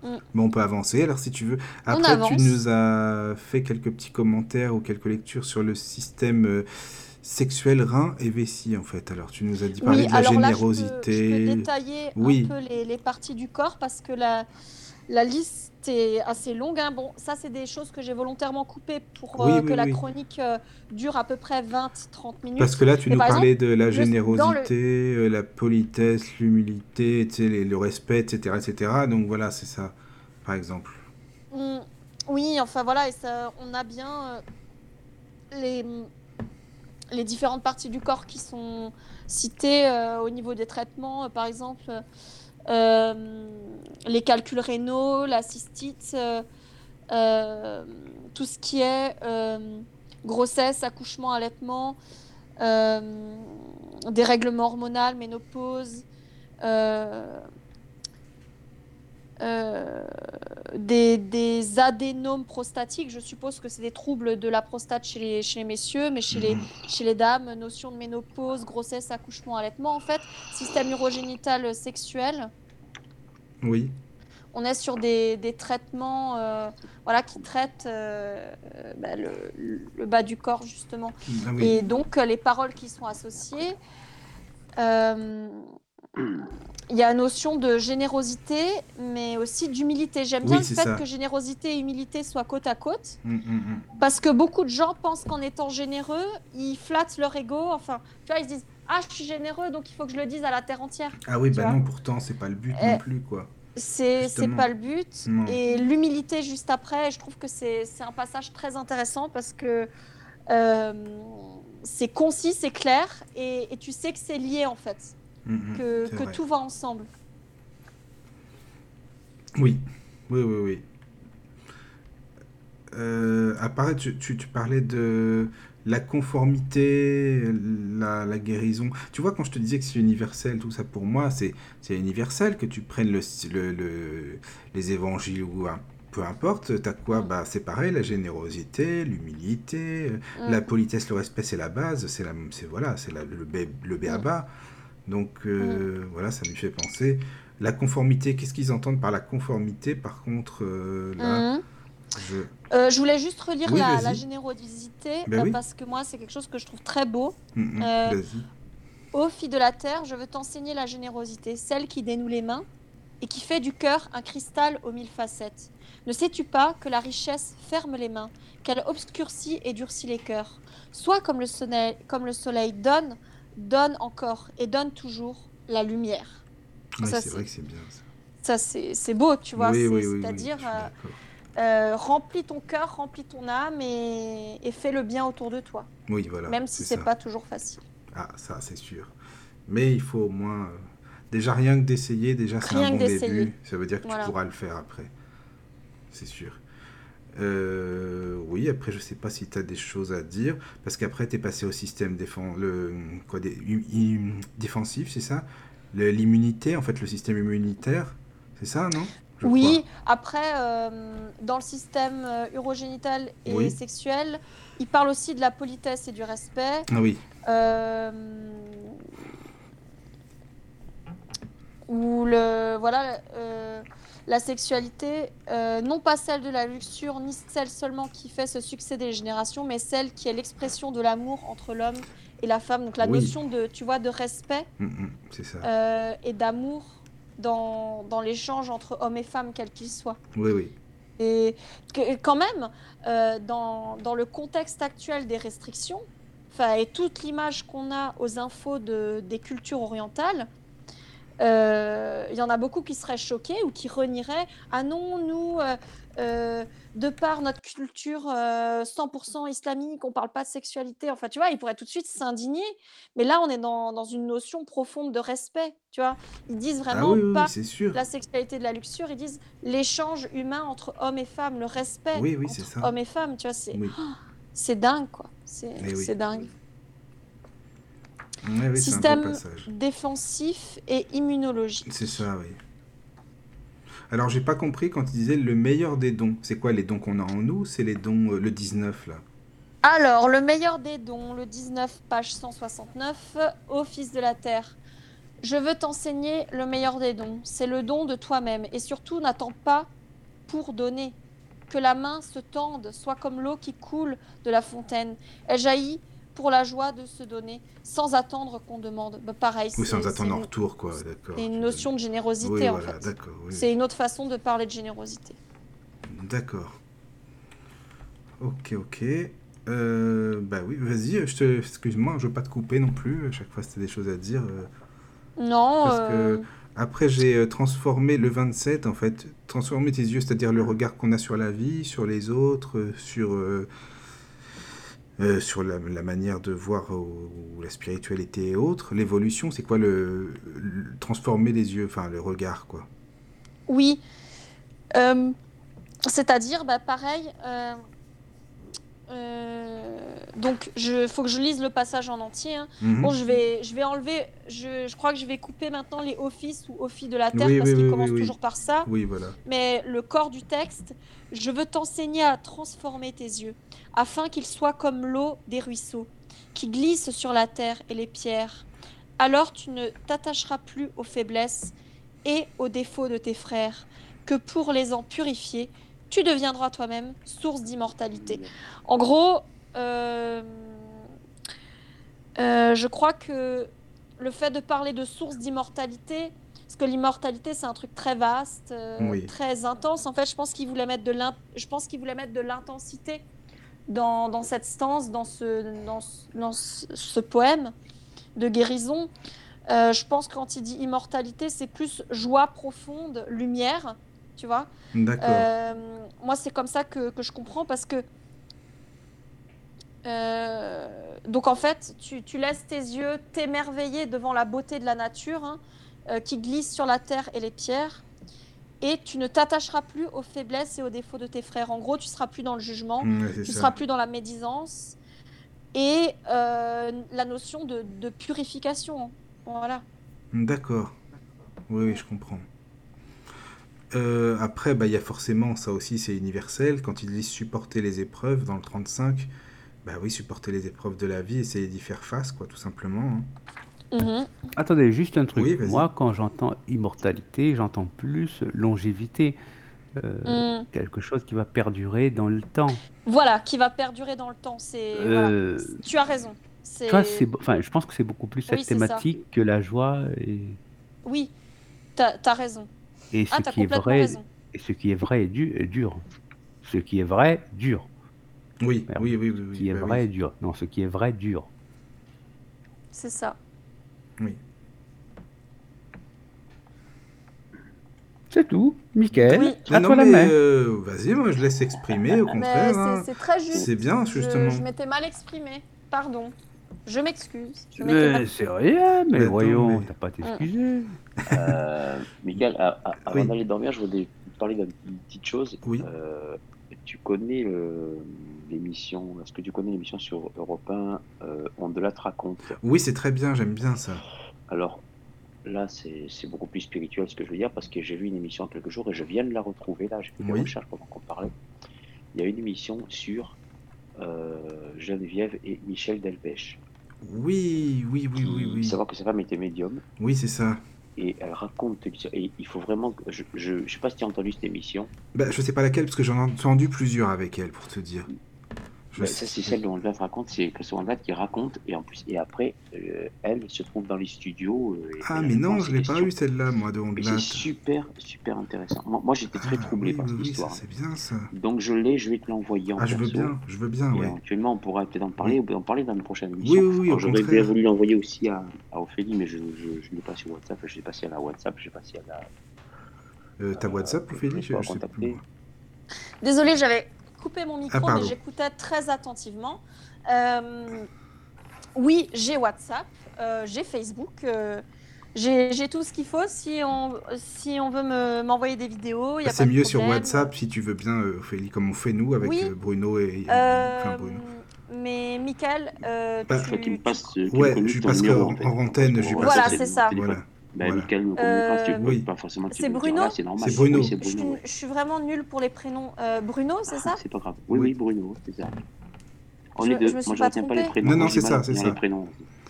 Mm. Mais on peut avancer, alors si tu veux. On Après, tu avance. nous as fait quelques petits commentaires ou quelques lectures sur le système euh, sexuel rein et vessie, en fait. Alors, tu nous as dit parler Oui, de la alors là, je peux, je peux générosité. détailler un Oui, peu les, les parties du corps parce que la, la liste est assez longue, hein. Bon, ça, c'est des choses que j'ai volontairement coupées pour oui, euh, oui, que la oui. chronique euh, dure à peu près vingt trente Parce minutes. que là, tu Mais nous par exemple, parlais de la le, dans le... générosité, euh, la politesse, l'humilité, tu sais, les- le respect, et cetera, et cetera. Donc voilà, c'est ça, par exemple. Mm, oui, enfin voilà, et ça, on a bien euh, les, les différentes parties du corps qui sont citées euh, au niveau des traitements. Euh, par exemple, euh, les calculs rénaux, la cystite, euh, euh, tout ce qui est euh, grossesse, accouchement, allaitement, euh, dérèglement hormonal, ménopause, euh, euh, des, des adénomes prostatiques. Je suppose que c'est des troubles de la prostate chez les, chez les messieurs, mais chez les, Mhm. chez les dames, notion de ménopause, grossesse, accouchement, allaitement. En fait, système urogénital sexuel. Oui. On est sur des, des traitements euh, voilà, qui traitent euh, euh, bah, le, le bas du corps, justement. Ah oui. Et donc, euh, les paroles qui sont associées. Euh, Il y a une notion de générosité, mais aussi d'humilité. J'aime bien Oui, le c'est fait ça. que générosité et humilité soient côte à côte, Mm, mm, mm. parce que beaucoup de gens pensent qu'en étant généreux, ils flattent leur ego. Enfin, tu vois, ils se disent « Ah, je suis généreux, donc il faut que je le dise à la terre entière. » Ah oui, Tu bah vois, non, pourtant, c'est pas le but non Euh, plus, quoi. c'est c'est Justement. pas le but. Non. Et l'humilité juste après, je trouve que c'est c'est un passage très intéressant parce que euh, c'est concis, c'est clair, et, et tu sais que c'est lié en fait, Mm, mm, que, c'est que vrai. tout va ensemble. Oui, oui, oui, oui. Euh, apparaît, tu, tu, tu parlais de la conformité, la, la guérison. Tu vois, quand je te disais que c'est universel, tout ça, pour moi, c'est c'est universel que tu prennes le, le, le- les évangiles ou un- peu importe. T'as quoi? Mm, Bah, c'est pareil, la générosité, l'humilité, euh, la mm, politesse, le respect, c'est la base, c'est la, c'est voilà, c'est la- le b, le mm, béaba. Donc mm. euh, voilà, ça me fait penser. La conformité, qu'est-ce qu'ils entendent par la conformité? Par contre, euh, là, Mhm. je... Euh, je voulais juste relire Oui, la, la vas-y. générosité Ben euh, oui. parce que moi, c'est quelque chose que je trouve très beau. Mm, mm, Euh, vas-y. Ô fille de la terre, je veux t'enseigner la générosité, celle qui dénoue les mains et qui fait du cœur un cristal aux mille facettes. Ne sais-tu pas que la richesse ferme les mains, qu'elle obscurcit et durcit les cœurs? Sois comme le soleil, comme le soleil donne, donne encore et donne toujours la lumière. Oui, Ça, c'est vrai c'est que c'est bien ça. ça, c'est c'est beau, tu vois. Oui, C'est, oui, oui, oui, c'est-à-dire, je suis euh, d'accord. euh, remplis ton cœur, remplis ton âme et, et fais le bien autour de toi, Oui, voilà, même si c'est c'est ça. pas toujours facile. Ah, ça, c'est sûr. Mais il faut au moins... euh, déjà, rien que d'essayer, déjà, c'est un Rien que bon d'essayer. début. Ça veut dire que tu Voilà. pourras le faire après. C'est sûr. Euh, oui, après, je sais pas si tu as des choses à dire. Parce qu'après, tu es passé au système défend... le... quoi, des... hum- hum- défensif, c'est ça? Le- L'immunité, en fait, le système immunitaire. C'est ça, non? Je crois. Oui, après, euh, dans le système euh, urogénital et Oui. sexuel, il parle aussi de la politesse et du respect. Ah oui. Euh, où le, voilà, euh, la sexualité, euh, non pas celle de la luxure, ni celle seulement qui fait se succéder les générations, mais celle qui est l'expression de l'amour entre l'homme et la femme. Donc la Oui. notion de, tu vois, de respect Hum, hum, c'est ça. euh, et d'amour dans, dans l'échange entre hommes et femmes, quel qu'il soit. Oui, oui. Et que, quand même, euh, dans, dans le contexte actuel des restrictions, enfin, et toute l'image qu'on a aux infos de, des cultures orientales, euh, il y en a beaucoup qui seraient choqués ou qui renieraient « Ah non, nous, euh, euh, de par notre culture euh, cent pour cent islamique, on ne parle pas de sexualité. » Enfin, tu vois, ils pourraient tout de suite s'indigner. Mais là, on est dans, dans une notion profonde de respect, tu vois. Ils disent Ah vraiment oui, oui, pas oui, c'est sûr. la sexualité de la luxure, ils disent l'échange humain entre hommes et femmes, le respect Oui, oui, c'est entre ça. hommes et femmes, tu vois, c'est Oui. c'est dingue, quoi. C'est Mais oui. c'est dingue. Oui, oui, c'est un beau Système passage. défensif et immunologique. C'est ça, oui. Alors, j'ai pas compris quand il disait le meilleur des dons. C'est quoi les dons qu'on a en nous? C'est les dons, euh, le dix-neuf, là. Alors, le meilleur des dons, le dix-neuf, page cent soixante-neuf, ô fils de la terre, Je veux t'enseigner le meilleur des dons. C'est le don de toi-même. Et surtout, n'attends pas pour donner. Que la main se tende, soit comme l'eau qui coule de la fontaine. Elle jaillit pour la joie de se donner, sans attendre qu'on demande. Bah, pareil, Oui, c'est sans attendre en une, retour, quoi, d'accord. c'est une tu notion donnes. de générosité, Oui, en voilà, fait. d'accord, oui. C'est une autre façon de parler de générosité. D'accord. Ok, ok. Euh, bah oui, vas-y, je te... excuse-moi, je veux pas te couper non plus, à chaque fois c'était des choses à dire. euh, Non, Parce euh, que après j'ai euh, transformé le vingt-sept, en fait, transformer tes yeux, c'est-à-dire le regard qu'on a sur la vie, sur les autres, euh, sur, euh, euh, sur la, la manière de voir ou, ou la spiritualité et autres. L'évolution, c'est quoi le, le- transformer les yeux, enfin le regard, quoi. oui. Euh, c'est-à-dire, bah, pareil. euh, euh, donc, il faut que je lise le passage en entier. Hein. Bon, Mhm. je vais, je vais enlever. Je, je crois que je vais couper maintenant les offices ou offices de la terre Oui, parce oui, qu'il oui, oui, commence oui. toujours par ça. Oui, voilà. Mais le corps du texte, je veux t'enseigner à transformer tes yeux, afin qu'ils soient comme l'eau des ruisseaux, qui glissent sur la terre et les pierres. Alors tu ne t'attacheras plus aux faiblesses et aux défauts de tes frères, que pour les en purifier, tu deviendras toi-même source d'immortalité. En gros, euh, euh, je crois que le fait de parler de source d'immortalité, parce que l'immortalité c'est un truc très vaste, euh, Oui. très intense. En fait, je pense qu'il voulait mettre de l'in- je pense qu'il voulait mettre de l'intensité dans, dans cette stance, dans ce, dans ce, dans ce, ce poème de guérison. Euh, je pense que quand il dit immortalité, c'est plus joie profonde, lumière, tu vois. D'accord. Euh, moi, c'est comme ça que, que je comprends parce que euh, donc en fait, tu, tu laisses tes yeux t'émerveiller devant la beauté de la nature hein, euh, qui glisse sur la terre et les pierres, et tu ne t'attacheras plus aux faiblesses et aux défauts de tes frères. En gros, tu seras plus dans le jugement, Mm, ouais, c'est tu ça. seras plus dans la médisance et euh, la notion de, de purification. Voilà. D'accord. Oui, oui, je comprends. Euh, après, bah, il y a forcément, ça aussi c'est universel, quand ils disent supporter les épreuves dans le trente-cinq, bah oui, supporter les épreuves de la vie, essayer d'y faire face, quoi, tout simplement. hein. Mhm. Attendez, juste un truc. Oui, vas-y. Moi, quand j'entends immortalité, j'entends plus longévité. Euh, Mm. quelque chose qui va perdurer dans le temps. Voilà, qui va perdurer dans le temps. C'est Euh, voilà. Tu as raison. Tu vois, c'est, C'est be- enfin, je pense que c'est beaucoup plus oui, cette c'est ça. thématique que la joie et, Oui, t'as t'as raison. et Ah, ce t'as qui est complètement vrai, raison. et ce qui est vrai est, du- est dur. Ce qui est vrai dure. Oui, Merde. oui, oui, oui, Ce oui, qui est bah vrai oui. dure. Non, ce qui est vrai dure. C'est ça. Oui. C'est tout, Mickaël. Oui. À Non, toi non, la mais main. euh, vas-y, moi je laisse exprimer, au Mais contraire. c'est hein. c'est très juste. C'est bien, Je, justement. je m'étais mal exprimée. Pardon. Je m'excuse. Je m'étais mal. Mais c'est rien, mais Mais attends, voyons, mais- t'as pas à t'excuser. Euh, Michael, a- a- avant Oui. d'aller dormir, je voudrais te parler d'une petite chose. Oui. Euh, tu connais le- l'émission, est-ce que tu connais l'émission sur Europe un, euh, On de la te raconte? Oui, c'est très bien, j'aime bien ça. Alors là, c'est c'est beaucoup plus spirituel ce que je veux dire, parce que j'ai vu une émission il y a quelques jours et je viens de la retrouver là, j'ai fait des Oui. recherches pendant qu'on parlait. Il y a une émission sur euh, Geneviève et Michel Delpech. Oui, oui, oui, Qui, oui, oui. savoir que sa femme était médium. Oui, c'est ça. Et elle raconte, et il faut vraiment, que- je, je, je sais pas si tu as entendu cette émission, Bah, je sais pas laquelle, parce que j'en ai entendu plusieurs avec elle, pour te dire. Je mais sais- ça c'est celle dont Ondelat raconte, c'est Christophe Ondelat qui raconte, et en plus, et après, euh, elle se trouve dans les studios. euh, et Ah, elle mais répond non, à je ces l'ai pas questions. eu celle-là, moi, de Mais Ondelat. c'est super, super intéressant. Moi, moi j'étais très Ah, troublé oui, par oui, cette oui, histoire. ça, c'est bien ça. Donc je l'ai, je vais te l'envoyer en Ah, je veux perso. bien, je veux bien, Et oui. éventuellement, on pourra peut-être en parler, ou en parler dans une prochaine Oui, émission. oui, oui, Alors, au j'aurais bien contraire. voulu l'envoyer aussi à, à Ophélie, mais je je, je l'ai pas sur WhatsApp, je l'ai pas si elle a WhatsApp, je sais pas si elle a. Euh, T'as WhatsApp, je Ophélie? l'ai Je, pas je sais plus. contacté. moi. Désolée, j'avais coupé mon micro, Ah, mais pardon. j'écoutais très attentivement. Euh, oui, j'ai WhatsApp, euh, j'ai Facebook, euh, j'ai j'ai tout ce qu'il faut si on, si on veut me- m'envoyer des vidéos. Y a Bah, pas c'est de mieux sur problème. WhatsApp, si tu veux bien, euh, Ophélie, comme on fait nous avec Oui. euh, Bruno et... Euh, Enfin, Bruno. mais Michael, euh, Bah, tu, Toi, tu me tu- passes, tu me Ouais, communiques je lui ton passerai numéro en, en fait. en antenne, Parce je lui qu'on- Voilà, passerai. c'est ça. téléphone. Voilà. Bah, Voilà. Michael me communiquera, si tu Euh, veux oui. pas forcément tu c'est veux dire Bruno là, c'est normal. C'est Bruno. Oui, c'est je, suis, Bruno. ouais. je suis vraiment nulle pour les prénoms. Euh, Bruno, c'est ça? C'est pas grave. Oui, Oui. oui, Bruno, c'est ça. On Je- est deux. je me suis Moi, je pas retiens pas trompée. les prénoms. Non, Moi, non, j'ai c'est mal ça, à c'est retenir ça. les prénoms.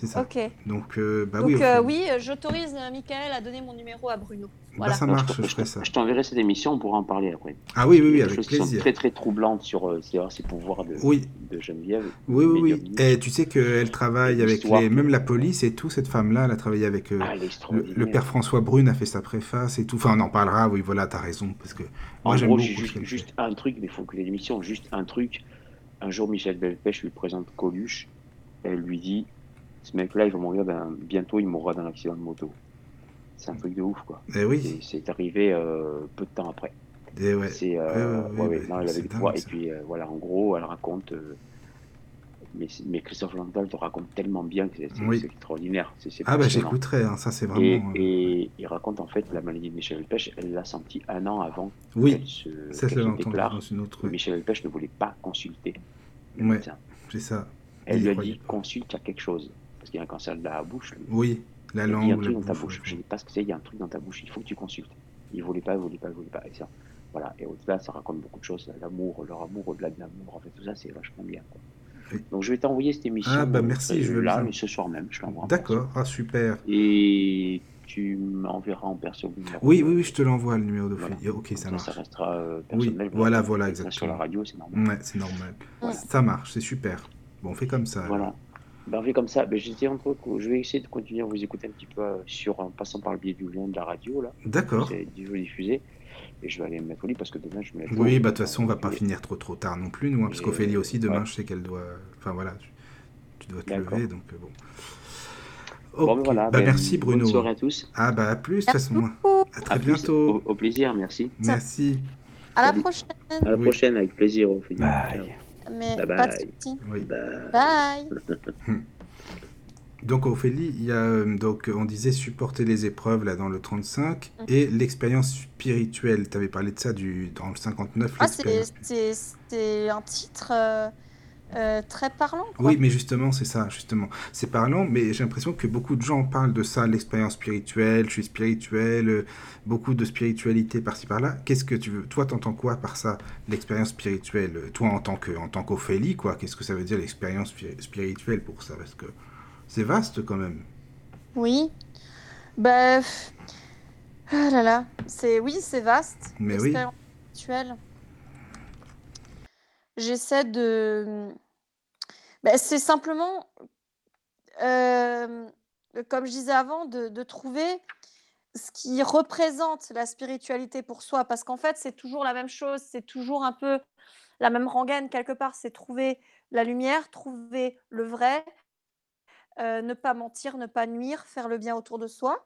C'est ça. Ok. Donc, euh, bah Donc oui, euh, Ophélie. oui, euh, j'autorise euh, Michael à donner mon numéro à Bruno. Bah, Voilà. ça Alors, je marche, t'en- je je ferai t'en- ça. je t'enverrai cette émission, on pourra en parler après. Ah oui, oui, Il y a oui, des avec choses qui sont plaisir. très très troublantes sur euh, c'est-à-dire ces pouvoirs de, Oui, de Geneviève, oui, oui, oui. médiumniques, Et tu sais qu'elle et travaille avec l'histoire les, que... même la police et tout, cette femme-là, elle a travaillé avec euh, Ah, elle est le, le extraordinaire. père François Brune a fait sa préface et tout. Enfin, on en parlera, oui, voilà, t'as raison, parce que moi En j'aime gros, j'ai beaucoup ce juste, qu'elle fait. juste un truc, mais il faut que l'émission, juste un truc. Un jour, Michel Delpech lui présente Coluche, et elle lui dit, ce mec-là, il va mourir, d'un- bientôt il mourra d'un accident de moto. C'est un truc de ouf, quoi. Eh oui, Et c'est arrivé euh, peu de temps après. et ouais, C'est, ouais, euh, ouais, ouais, ouais, ouais, bah, non, elle avait c'est des pouvoirs. dingue Et ça. puis, euh, voilà, en gros, elle raconte, euh, mais, mais Christophe Landal te raconte tellement bien que c'est c'est- Oui. c'est extraordinaire, c'est c'est Ah bah passionnant. j'écouterai, hein, ça c'est Et, vraiment... euh, et il raconte en fait la maladie de Michel Delpech, elle l'a sentie un an avant qu'elle Oui, se, ça je qu'elle se l'avais entendu dans déclare. une autre... Que Ouais, Michel Delpech ne voulait pas consulter le ouais, médecin. c'est ça. Elle Il y lui a croyait dit pas. consulte, il y a quelque chose. Parce qu'il y a un cancer de la bouche, lui. Oui, la Elle a dit il y a langue un ou la truc dans ta bouche, bouche. ouais, Je je ne sais pas ce que c'est, il y a un truc dans ta bouche, il faut que tu consultes. Il voulait pas, il voulait pas, il voulait pas. Et ça, voilà. Et au-delà, ça raconte beaucoup de choses. L'amour, leur amour, au-delà de l'amour, en fait, tout ça, c'est vachement bien, quoi. Oui. Donc je vais t'envoyer cette émission Ah bah euh, merci, très- je veux là, bien. mais ce soir même, je l'envoie en perso. D'accord, ah super. Et tu m'enverras en perso le numéro Oui, de- oui, oui, je te l'envoie le numéro Voilà. d'Ophélie. Ok, Comme ça ça, marche. ça restera euh, Oui, personnel. voilà, comme voilà, on fait ça sur la exactement. radio, c'est normal. Ouais, c'est normal. Voilà. Ça marche, c'est super. Bon, on fait comme ça. alors. Voilà. Ben, on fait comme ça. Ben, j'étais entre... Je vais essayer de continuer à vous écouter un petit peu euh, sur, en passant par le biais du lien de la radio, là. D'accord. C'est diffusé. Et je vais aller me mettre au lit parce que demain, je me lève tôt. Oui, bah de toute façon, on va Euh, pas et- finir trop trop tard non plus, nous, hein, parce et, qu'Ophélie aussi, demain, ouais. je sais qu'elle doit... Enfin voilà, tu, tu dois te D'accord. lever, donc euh, bon. Bon, Ok, ben voilà. bah Ben, merci bonne Bruno. soirée à tous. Ah bah à plus, de toute Merci façon. beaucoup. À très À plus. bientôt. Au, au plaisir. Merci. Merci. À la Salut. prochaine. À la Oui. prochaine. Avec plaisir. Ophélie. Ciao. Bye. Mais Bye pas de bye. soucis. Oui. Bye. Bye. Donc Ophélie, il y a euh, donc on disait supporter les épreuves là dans le trente-cinq Mhm. et l'expérience spirituelle. Tu avais parlé de ça du dans le cinquante-neuf, Ah, c'est l'expérience. c'est- c'est un titre euh, euh, très parlant, quoi. Oui, mais justement, c'est ça, justement. C'est parlant, mais j'ai l'impression que beaucoup de gens parlent de ça, l'expérience spirituelle, je suis spirituel, euh, beaucoup de spiritualité par-ci par-là. Qu'est-ce que tu veux, toi, t'entends quoi par ça, l'expérience spirituelle? Toi, en tant que, en tant qu'Ophélie, quoi, qu'est-ce que ça veut dire l'expérience spiri- spirituelle pour ça? Parce que c'est vaste quand même. Oui. Bah, pff, ah là là, c'est oui, c'est vaste. Mais oui. L'expérience spirituelle. J'essaie de. Bah, c'est simplement, euh, comme je disais avant, de, de trouver ce qui représente la spiritualité pour soi, parce qu'en fait, c'est toujours la même chose, c'est toujours un peu la même rengaine quelque part. C'est trouver la lumière, trouver le vrai, euh, ne pas mentir, ne pas nuire, faire le bien autour de soi.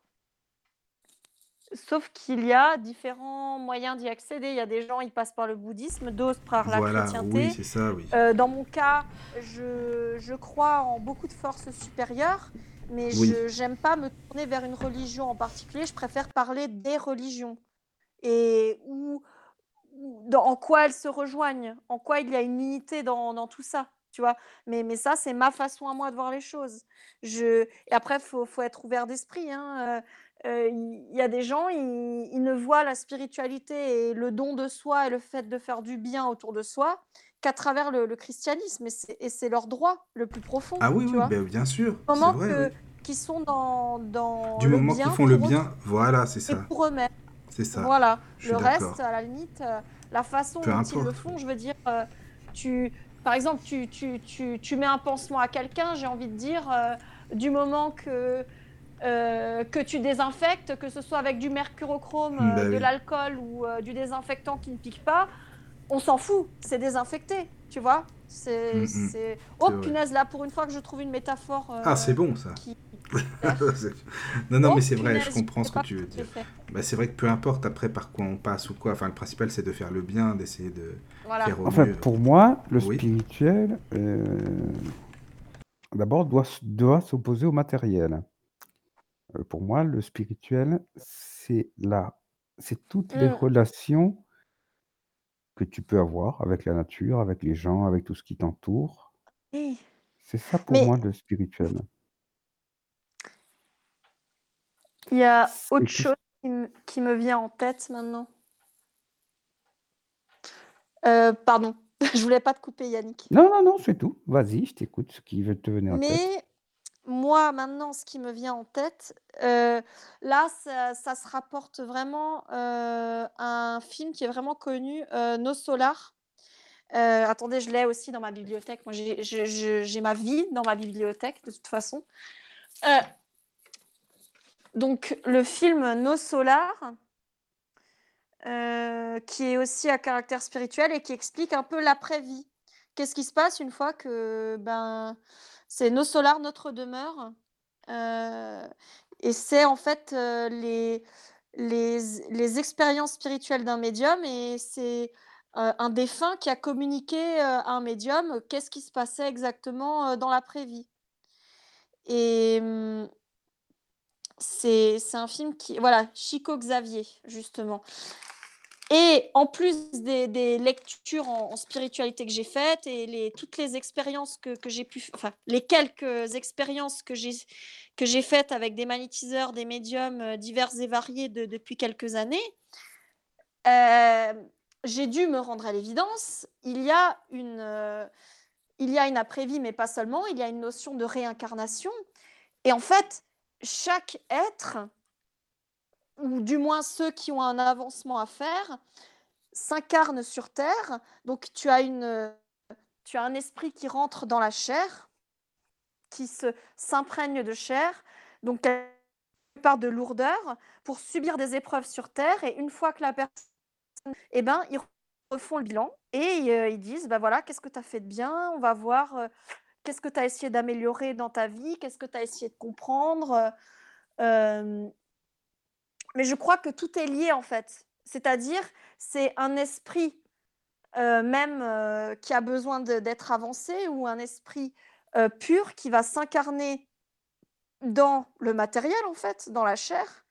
Sauf qu'il y a différents moyens d'y accéder. Il y a des gens, ils passent par le bouddhisme, d'autres par la Voilà, chrétienté. oui, c'est ça, oui. Euh, dans mon cas, je, je crois en beaucoup de forces supérieures, mais Oui. je n'aime pas me tourner vers une religion en particulier. Je préfère parler des religions et où, où- dans, en quoi elles se rejoignent, en quoi il y a une unité dans, dans tout ça. Tu vois, mais, mais ça, c'est ma façon à moi de voir les choses. Je... Et après, il faut, faut être ouvert d'esprit. Hein. Euh, euh, Il y a des gens, ils, ils ne voient la spiritualité et le don de soi et le fait de faire du bien autour de soi qu'à travers le, le christianisme. Et c'est, et c'est leur droit le plus profond. Ah oui, tu oui, vois. ben, bien sûr, Du c'est moment vrai, que, oui. qu'ils sont dans, dans Du le moment qu'ils bien font le pour bien, autrui voilà, c'est et ça, pour eux-mêmes. c'est ça. Voilà. Je suis Le d'accord. reste, à la limite, euh, la façon Peu dont ils le importe. font, je veux dire, euh, tu, par exemple, tu, tu, tu, tu mets un pansement à quelqu'un, j'ai envie de dire, euh, du moment que, euh, que tu désinfectes, que ce soit avec du mercurochrome, euh, Bah de oui. l'alcool ou euh, du désinfectant qui ne pique pas, on s'en fout, c'est désinfecté, tu vois. C'est, Mm, mm. c'est... Oh C'est vrai. punaise, là, pour une fois que je trouve une métaphore euh, Ah, c'est bon ça. qui... Non, non, Oh mais c'est vrai, punaise, je comprends je ce sais que pas tu veux ce que j'ai dire. fait. Bah, c'est vrai que peu importe après par quoi on passe ou quoi, enfin le principal c'est de faire le bien, d'essayer de Voilà. faire au Enfin, mieux. pour moi, le Oui. spirituel, euh, d'abord, doit, s- doit s'opposer au matériel. Euh, pour moi, le spirituel, c'est la, c'est toutes les Mm. relations que tu peux avoir avec la nature, avec les gens, avec tout ce qui t'entoure. Eh. C'est ça pour Mais moi le spirituel. il y a C'est autre tout. chose qui me, qui me vient en tête maintenant. Euh, pardon, je voulais pas te couper, Yannick. Non, non, non, c'est tout. Vas-y, je t'écoute ce qui veut te venir en tête. Mais moi, moi, maintenant, ce qui me vient en tête, heu, là, ça ça se rapporte vraiment, heu, à un film qui est vraiment connu, heu, Nos Solar. Heu, attendez, je l'ai aussi dans ma bibliothèque. Moi, j'ai je je j'ai ma vie dans ma bibliothèque, de toute façon. Heu donc le film Nos Solar, heu, qui est aussi à caractère spirituel et qui explique un peu l'après-vie. Qu'est-ce qui se passe une fois que, ben, c'est nos solars, notre demeure, heu et c'est en fait, heu, les les les expériences spirituelles d'un médium et c'est, heu, un défunt qui a communiqué, heu, à un médium, qu'est-ce qui se passait exactement, heu, dans l'après-vie et mmh c'est c'est un film qui voilà, Chico Xavier, justement. Et en plus des des lectures en en spiritualité que j'ai faites et les toutes les expériences que que j'ai pu f enfin, les quelques expériences que j'ai que j'ai faites avec des magnétiseurs, des médiums, heu, divers et variés de depuis quelques années, hem, j'ai dû me rendre à l'évidence, il y a une, heu, il y a une après-vie, mais pas seulement, il y a une notion de réincarnation et en fait, chaque être, ou du moins ceux qui ont un avancement à faire, s'incarne sur terre. Donc tu as une, heu, tu as un esprit qui rentre dans la chair, qui se s'imprègne de chair, donc quelque part de lourdeur, pour subir des épreuves sur terre et une fois que la personne et ben, ils refont le bilan et heu, ils disent: «Bah, voilà, qu'est-ce que tu as fait de bien? On va voir, heu, qu'est-ce que tu as essayé d'améliorer dans ta vie? Qu'est-ce que tu as essayé de comprendre?» heu, hem, mais je crois que tout est lié, en fait. C'est-à-dire, c'est un esprit heu, même, heu, qui a besoin de d'être avancé ou un esprit, heu, pur qui va s'incarner dans le matériel, en fait, dans la chair,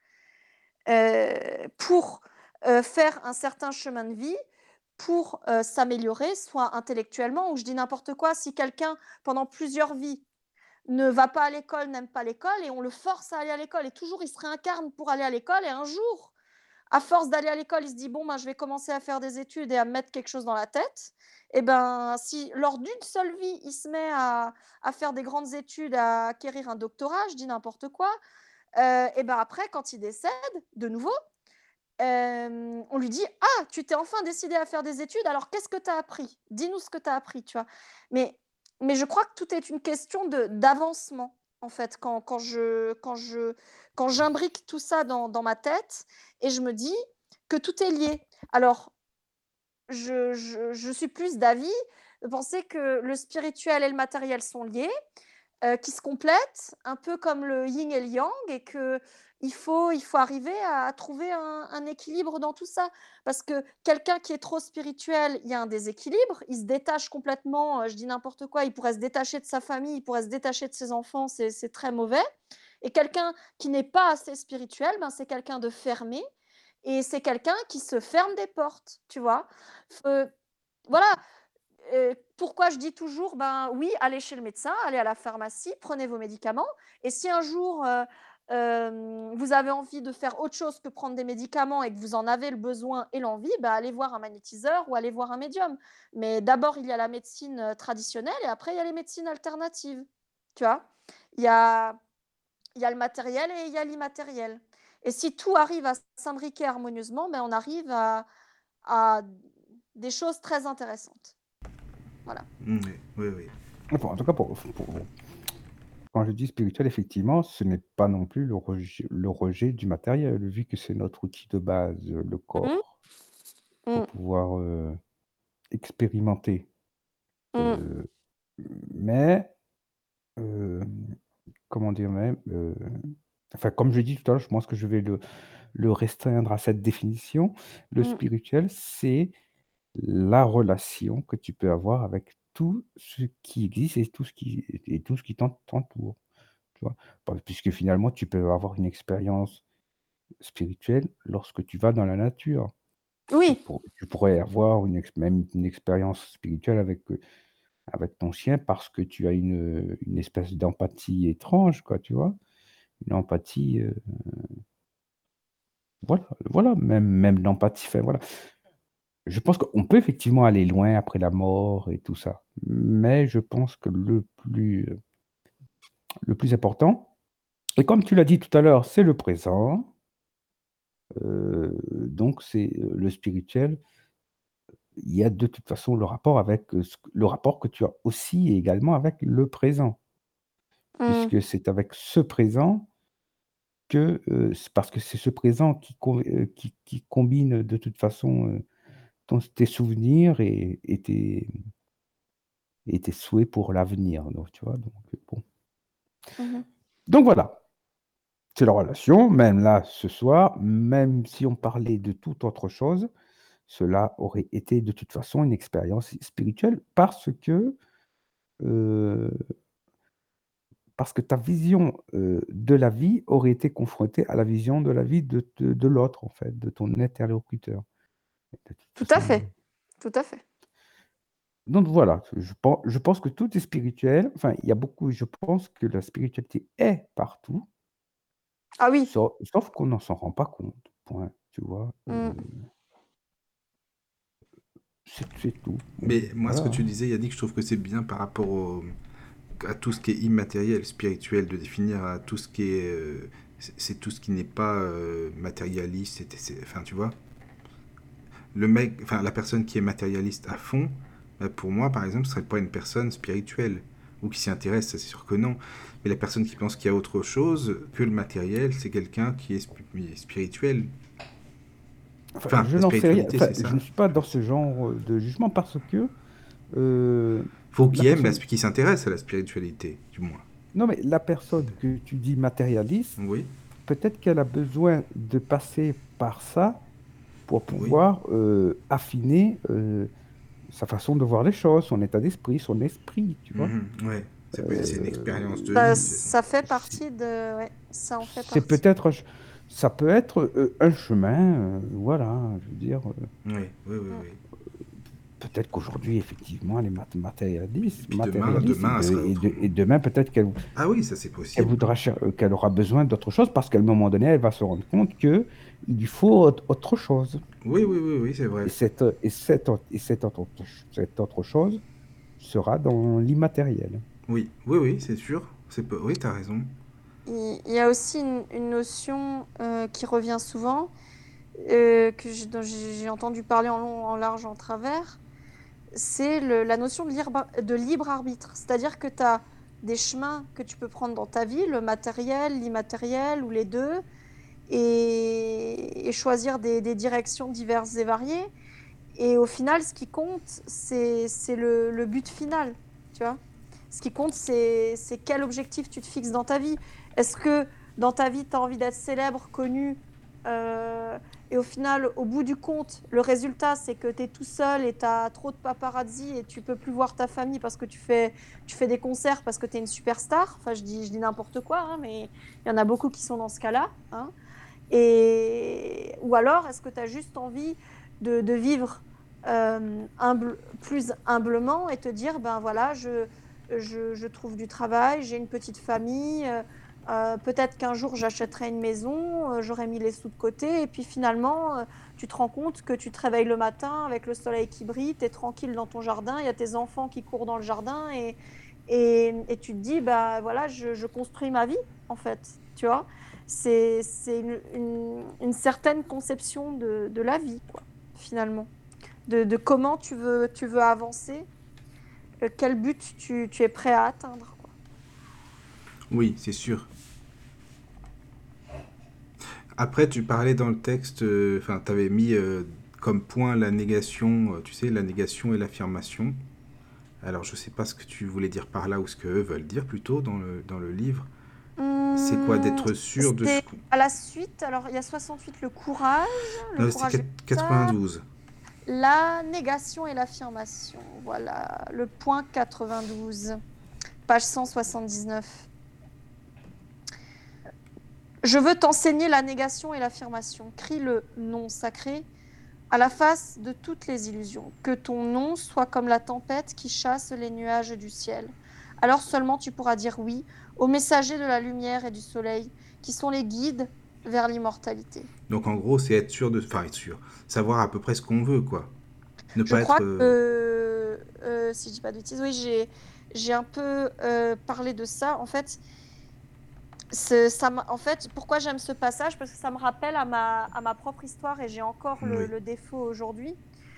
heu, pour, heu, faire un certain chemin de vie, pour, heu, s'améliorer, soit intellectuellement ou je dis n'importe quoi, si quelqu'un, pendant plusieurs vies, ne va pas à l'école, n'aime pas l'école et on le force à aller à l'école et toujours il se réincarne pour aller à l'école et un jour, à force d'aller à l'école, il se dit: «Bon, ben, je vais commencer à faire des études et à me mettre quelque chose dans la tête» et ben, si lors d'une seule vie, il se met à à faire des grandes études, à acquérir un doctorat, je dis n'importe quoi, heu et ben, après quand il décède, de nouveau, hem, on lui dit: «Ah, tu t'es enfin décidé à faire des études, alors qu'est-ce que tu as appris? Dis-nous ce que tu as appris», tu vois? Mais mais je crois que tout est une question de d'avancement, en fait, quand quand je quand je quand j'imbrique tout ça dans dans ma tête et je me dis que tout est lié. Alors, je je je suis plus d'avis de penser que le spirituel et le matériel sont liés, heu, qui se complètent, un peu comme le yin et le yang et qu'il faut il faut arriver à trouver un un équilibre dans tout ça. Parce que quelqu'un qui est trop spirituel, il y a un déséquilibre, il se détache complètement, heu, je dis n'importe quoi, il pourrait se détacher de sa famille, il pourrait se détacher de ses enfants, c'est c'est très mauvais et quelqu'un qui n'est pas assez spirituel, ben, c'est quelqu'un de fermé et c'est quelqu'un qui se ferme des portes, tu vois? F voilà, Heu, pourquoi je dis toujours: «Ben, oui, allez chez le médecin, allez à la pharmacie, prenez vos médicaments» et si un jour, heu, hem, vous avez envie de faire autre chose que prendre des médicaments et que vous en avez le besoin et l'envie, bah, allez voir un magnétiseur ou allez voir un médium. Mais d'abord, il y a la médecine, heu, traditionnelle et après il y a les médecines alternatives, tu vois? Il y a il y a le matériel et il y a l'immatériel et si tout arrive à s'imbriquer harmonieusement, ben, on arrive à à des choses très intéressantes. Voilà. Mmh, oui, oui, oui. Enfin, en tout cas, pour, pour- quand je dis spirituel, effectivement, ce n'est pas non plus le rejet, le rejet du matériel, vu que c'est notre outil de base, euh, le Mmh. corps, pour Mmh. pouvoir euh, expérimenter. Mmh. Euh, mais, euh, comment dire même, euh, enfin, comme je dis tout à l'heure, je pense que je vais le, le restreindre à cette définition. Le Mmh. spirituel, c'est la relation que tu peux avoir avec tout ce qui existe et tout ce qui, et tout ce qui t'en- t'entoure. Tu vois? Bah, puisque finalement, tu peux avoir une expérience spirituelle lorsque tu vas dans la nature. Tu, Oui, pour- tu pourrais avoir une ex- même une expérience spirituelle avec, euh, avec ton chien parce que tu as une, une espèce d'empathie étrange, quoi, tu vois? Une empathie, euh, voilà, voilà, même, même l'empathie, enfin, voilà. Je pense qu'on peut effectivement aller loin après la mort et tout ça, mais je pense que le plus, le plus important. Et comme tu l'as dit tout à l'heure, c'est le présent. Euh, donc, c'est euh, le spirituel. Il y a de toute façon le rapport avec euh, ce- le rapport que tu as aussi également avec le présent, Mm. puisque c'est avec ce présent que euh, c'est parce que c'est ce présent qui, co- euh, qui, qui combine de toute façon euh, ton- tes souvenirs et, et tes, et tes souhaits pour l'avenir. Donc, tu vois, donc, euh, bon. Mhm. Donc voilà, c'est la relation, même là ce soir, même si on parlait de toute autre chose, cela aurait été de toute façon une expérience spirituelle parce que, euh, parce que ta vision euh, de la vie aurait été confrontée à la vision de la vie de, de, de l'autre, en fait, de ton interlocuteur. De toute Tout à façon, fait. Tout à fait. donc voilà, je pense, je pense que tout est spirituel. Enfin, il y a beaucoup, je pense que la spiritualité est partout, Ah oui. sauf, sauf qu'on n'en s'en rend pas compte. Point, tu vois. euh, Mm. c'est c'est tout. Bon, Mais moi, ce voilà, que tu hein. disais, Yannick, je trouve que c'est bien par rapport au- à tout ce qui est immatériel, spirituel, de définir à tout ce qui est. euh, c'est c'est tout ce qui n'est pas euh, matérialiste. c'est- c'est- Enfin, tu vois, le mec, enfin, la personne qui est matérialiste à fond, bah, pour moi, par exemple, ce serait pas une personne spirituelle ou qui s'y intéresse, ça, c'est sûr que non. Mais la personne qui pense qu'il y a autre chose que le matériel, c'est quelqu'un qui est spi- spirituel. Enfin, Enfin, je la n'en sais rien. spiritualité, Enfin, c'est je ça. ne suis pas dans ce genre de jugement parce que euh, Faut la qu'il aime, la, personne. qui s'intéresse à la spiritualité, du moins. Non, mais la personne que tu dis matérialiste, Oui, peut-être qu'elle a besoin de passer par ça pour oui. pouvoir euh, affiner euh, sa façon de voir les choses, son état d'esprit, son esprit, tu vois. Mhm, ouais. Ça peut- C'est une expérience de Bah, vie, de toute façon. ça fait C'est partie de. Ouais, ça en fait c'est partie. peut-être, un ch- ça peut être euh, un chemin, euh, voilà, je veux dire. euh, Oui, oui, oui, Mm. oui. Peut-être qu'aujourd'hui, effectivement, elle est mat- matérialiste, Puis demain, matérialiste et, demain, elle de- sera et, de- et autrement. demain, peut-être qu'elle Ah oui, ça c'est qu'elle possible. voudra, cher- euh, qu'elle aura besoin d'autre chose parce qu'à un moment donné, elle va se rendre compte que il lui faut autre autre chose. Oui, oui, oui, oui, c'est Et vrai. cette, et cette, autre- et cette autre, cette autre chose sera dans l'immatériel. Oui, oui, oui, c'est sûr. C'est pas... Oui, t'as raison. Il il y a aussi une, une notion euh, qui revient souvent, euh, que j'ai, dont j'ai j'ai entendu parler en long, en large, en travers, c'est le- la notion de libre, de libre arbitre. C'est-à-dire que tu as des chemins que tu peux prendre dans ta vie, le matériel, l'immatériel ou les deux, et, et choisir des, des directions diverses et variées. Et au final, ce qui compte, c'est c'est le, le but final, tu vois. Ce qui compte, c'est c'est quel objectif tu te fixes dans ta vie. Est-ce que dans ta vie, tu as envie d'être célèbre, connu, euh, et au final, au bout du compte, le résultat, c'est que tu es tout seul et tu as trop de paparazzi et tu peux plus voir ta famille parce que tu fais, tu fais des concerts parce que tu es une superstar. Enfin, je dis, je dis n'importe quoi, hein, mais il y en a beaucoup qui sont dans ce cas-là, hein. Et... Ou alors, est-ce que tu as juste envie de, de vivre euh, humble, plus humblement et te dire, ben voilà, je, je, je trouve du travail, j'ai une petite famille, euh, euh, peut-être qu'un jour j'achèterai une maison, euh, j'aurai mis les sous de côté, et puis finalement, euh, tu te rends compte que tu te réveilles le matin avec le soleil qui brille, tu es tranquille dans ton jardin, il y a tes enfants qui courent dans le jardin, et, et, et tu te dis, ben voilà, je, je construis ma vie, en fait, tu vois. C'est c'est une, une, une certaine conception de, de la vie, quoi, finalement. De, de comment tu veux, tu veux avancer, euh, quel but tu, tu es prêt à atteindre, quoi. Oui, c'est sûr. Après, tu parlais dans le texte, euh, enfin, tu avais mis euh, comme point la négation, euh, tu sais, la négation et l'affirmation. Alors, je sais pas ce que tu voulais dire par là ou ce qu'eux veulent dire plutôt dans le, dans le livre. C'est quoi Hum, d'être sûr de ce c'est qu'on... à la suite, alors il y a soixante-huit, le courage, le Non, courage c'était est ça, quatre-vingt-douze. la négation et l'affirmation, voilà, le point quatre-vingt-douze, page cent soixante-dix-neuf. Je veux t'enseigner la négation et l'affirmation. Crie le nom sacré à la face de toutes les illusions. Que ton nom soit comme la tempête qui chasse les nuages du ciel. Alors seulement tu pourras dire oui aux messagers de la lumière et du soleil, qui sont les guides vers l'immortalité. Donc, en gros, c'est être sûr de... Enfin, être sûr. Savoir à peu près ce qu'on veut, quoi. Ne Je pas crois être... euh, que, euh, si je dis pas de bêtises, oui, j'ai, j'ai un peu euh, parlé de ça. En fait, ce- ça m'a- en fait, pourquoi j'aime ce passage? Parce que ça me rappelle à ma, à ma propre histoire et j'ai encore le, Oui. le défaut aujourd'hui.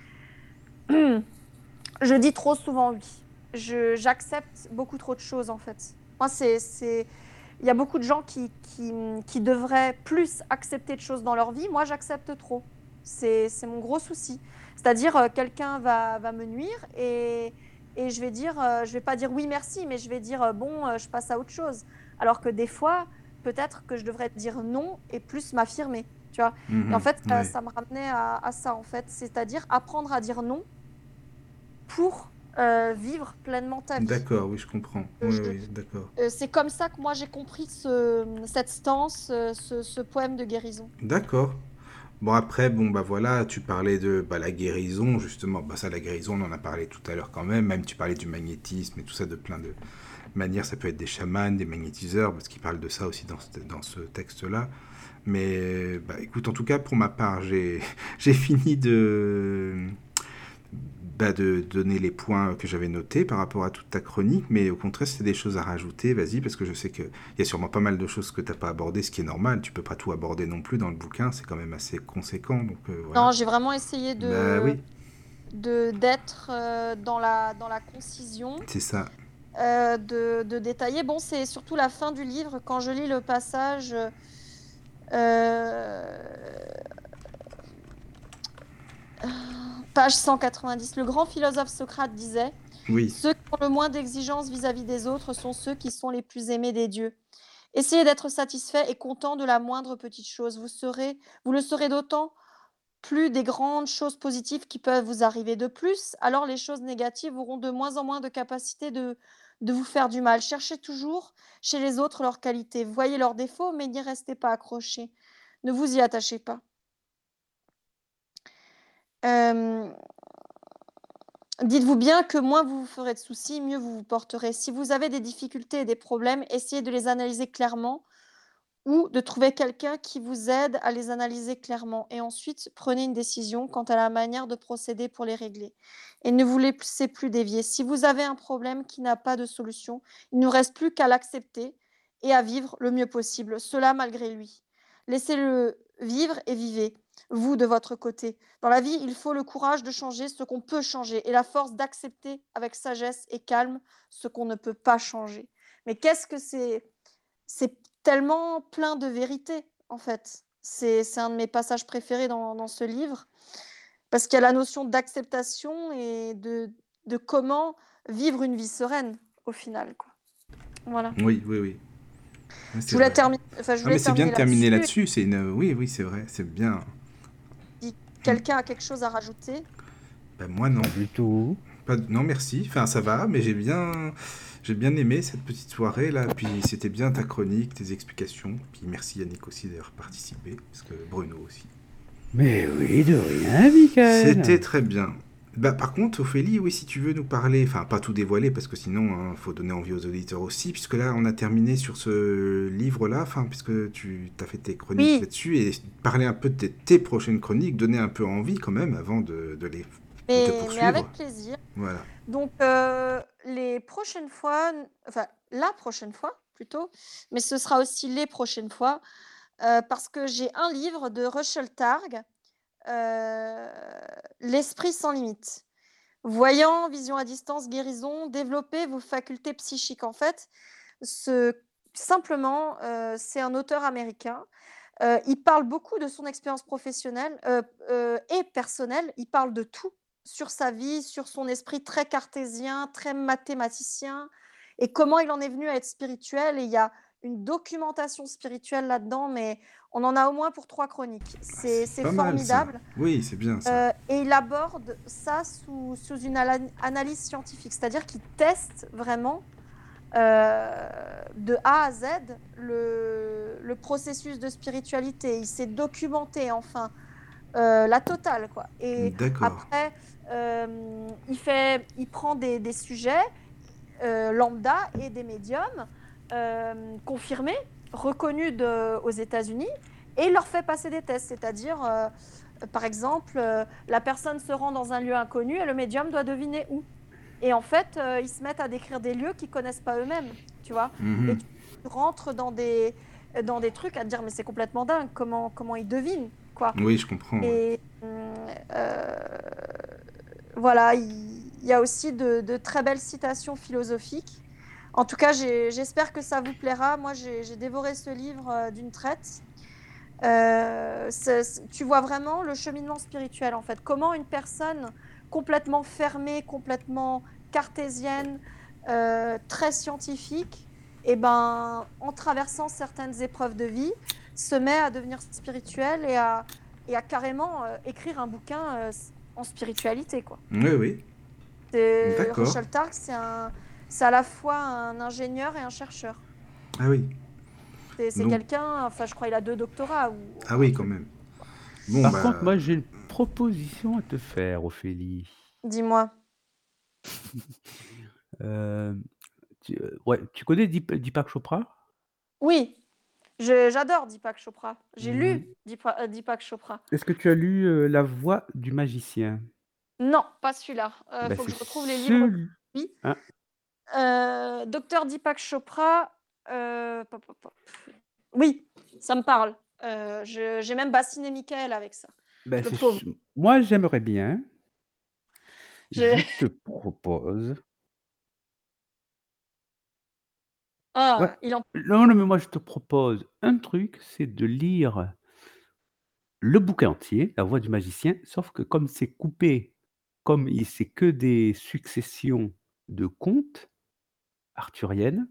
Je dis trop souvent oui. Je, j'accepte beaucoup trop de choses en fait. Moi, c'est, c'est... Il y a beaucoup de gens qui, qui, qui devraient plus accepter de choses dans leur vie. Moi, j'accepte trop. C'est, c'est mon gros souci. C'est-à-dire, euh, quelqu'un va, va me nuire et, et je vais dire, euh, je vais pas dire oui merci, mais je vais dire euh, bon, euh, je passe à autre chose. Alors que des fois, peut-être que je devrais dire non et plus m'affirmer. Tu vois. Et en Mhm. fait, ça, Ouais. ça me ramenait à, à ça en fait, c'est-à-dire apprendre à dire non pour euh, vivre pleinement ta vie. D'accord, oui, je comprends. Euh, Oui, je- oui, d'accord. euh, c'est comme ça que moi j'ai compris ce, cette stance, euh, ce, ce poème de guérison. D'accord. Bon, après, bon, bah voilà, tu parlais de bah, la guérison, justement. Bah, ça, la guérison, on en a parlé tout à l'heure quand même. Même tu parlais du magnétisme et tout ça, de plein de manières. Ça peut être des chamans, des magnétiseurs, parce qu'ils parlent de ça aussi dans ce, dans ce texte-là. Mais, bah, écoute, en tout cas, pour ma part, j'ai j'ai fini de, bah, de donner les points que j'avais notés par rapport à toute ta chronique. Mais au contraire, si tu as des choses à rajouter, vas-y, parce que je sais qu'il y a sûrement pas mal de choses que tu n'as pas abordées, ce qui est normal. Tu peux pas tout aborder non plus dans le bouquin, c'est quand même assez conséquent. Donc, euh, voilà. Non, j'ai vraiment essayé Bah de, oui, de, d'être euh, dans la, dans la concision, c'est ça. euh, de, de détailler. Bon, c'est surtout la fin du livre, quand je lis le passage. euh, Page cent quatre-vingt-dix. Le grand philosophe Socrate disait: Oui, ceux qui ont le moins d'exigences vis-à-vis des autres sont ceux qui sont les plus aimés des dieux. Essayez d'être satisfait et content de la moindre petite chose. Vous serez, vous le serez d'autant plus des grandes choses positives qui peuvent vous arriver. De plus, alors les choses négatives auront de moins en moins de capacité de, de vous faire du mal. Cherchez toujours chez les autres leurs qualités. Voyez leurs défauts, mais n'y restez pas accrochés. Ne vous y attachez pas. Euh, Dites-vous bien que moins vous vous ferez de soucis, mieux vous vous porterez. Si vous avez des difficultés et des problèmes, essayez de les analyser clairement ou de trouver quelqu'un qui vous aide à les analyser clairement. Et ensuite, prenez une décision quant à la manière de procéder pour les régler. Et ne vous laissez plus dévier. Si vous avez un problème qui n'a pas de solution, il ne reste plus qu'à l'accepter et à vivre le mieux possible, cela malgré lui. Laissez-le vivre et vivez, vous de votre côté. Dans la vie, il faut le courage de changer ce qu'on peut changer et la force d'accepter avec sagesse et calme ce qu'on ne peut pas changer. Mais qu'est-ce que c'est C'est tellement plein de vérité, en fait. C'est c'est un de mes passages préférés dans, dans ce livre, parce qu'il y a la notion d'acceptation et de, de comment vivre une vie sereine, au final, quoi. Voilà. oui, oui, oui. Ouais, Je c'est voulais vrai. terminer, enfin, je Ah, voulais mais c'est bien terminer de terminer là-dessus. là-dessus. C'est une... Oui, oui, c'est vrai, c'est bien. Si quelqu'un a quelque chose à rajouter. Bah, moi, non. Pas du tout. Pas... Non, merci. Enfin, ça va, mais j'ai bien... J'ai bien aimé cette petite soirée là, puis c'était bien ta chronique, tes explications, puis merci Yannick aussi d'avoir participé, parce que Bruno aussi. Mais oui, de rien, Michael. C'était très bien. Bah, par contre, Ophélie, oui, si tu veux nous parler, enfin pas tout dévoiler, parce que sinon, il faut donner envie aux auditeurs aussi, puisque là, on a terminé sur ce livre-là, enfin, puisque tu as fait tes chroniques Oui. là-dessus, et parler un peu de tes, tes prochaines chroniques, donner un peu envie quand même, avant de, de les de Mais, te mais poursuivre. avec plaisir. Voilà. Donc, euh, les prochaines fois, enfin, la prochaine fois plutôt, mais ce sera aussi les prochaines fois, euh, parce que j'ai un livre de Russell Targ, euh, L'esprit sans limite. Voyant, vision à distance, guérison, développer vos facultés psychiques. En fait, ce, simplement, euh, c'est un auteur américain. Euh, il parle beaucoup de son expérience professionnelle euh, euh, et personnelle. Il parle de tout sur sa vie, sur son esprit très cartésien, très mathématicien, et comment il en est venu à être spirituel. Et il y a une documentation spirituelle là-dedans, mais on en a au moins pour trois chroniques. C'est c'est Pas mal, ça. formidable. Oui, c'est bien ça. Euh, et il aborde ça sous, sous une ala- analyse scientifique, c'est-à-dire qu'il teste vraiment euh, de A à Z le, le processus de spiritualité. Il s'est documenté, enfin, euh, la totale, quoi. Et D'accord. après, euh, il, fait, il prend des, des sujets euh, lambda et des médiums euh, confirmés, reconnus de, aux États-Unis, et il leur fait passer des tests, c'est-à-dire, euh, par exemple, euh, la personne se rend dans un lieu inconnu et le médium doit deviner où. Et en fait, euh, ils se mettent à décrire des lieux qu'ils ne connaissent pas eux-mêmes, tu vois. Mhm. Et tu tu rentres dans des, dans des trucs à te dire, mais c'est complètement dingue, comment, comment ils devinent, quoi. Oui, je comprends. Ouais. Et euh, voilà, il il y a aussi de, de très belles citations philosophiques. En tout cas, j'ai- j'espère que ça vous plaira. Moi, j'ai j'ai dévoré ce livre euh, d'une traite. Euh, c'est- c'est- tu vois vraiment le cheminement spirituel, en fait. Comment une personne complètement fermée, complètement cartésienne, euh, très scientifique, et ben, en traversant certaines épreuves de vie, se met à devenir spirituelle et à, et à carrément euh, écrire un bouquin euh, en spiritualité, quoi. Oui, oui. C'est- D'accord. Rochelle Stark, c'est un, c'est à la fois un ingénieur et un chercheur. Ah oui. C'est c'est Donc, quelqu'un, enfin, je crois, il a deux doctorats ou ah un oui, quand truc. même. Bon, Par contre, bah, moi, j'ai une proposition à te faire, Ophélie. Dis-moi. Euh, tu, euh, ouais, tu connais Deep- Deepak Chopra? Oui, je- j'adore Deepak Chopra. J'ai Mhm. lu Deepa- euh, Deepak Chopra. Est-ce que tu as lu euh, La Voix du magicien? Non, pas celui-là. Il Ben, faut que c'est je retrouve les livres de celui. lui. Hein, Euh, Docteur Deepak Chopra. euh, pop, pop, pop. Oui, ça me parle. Euh, je- J'ai même bassiné Michael avec ça. ben, Le c'est pauvre. ce- moi, j'aimerais bien. Je- Je te propose. Ouais. Ah, il en... Non, non, mais moi, je te propose un truc, c'est de lire le bouquin entier, La Voix du magicien, sauf que comme c'est coupé, comme il c'est que des successions de contes arthuriennes,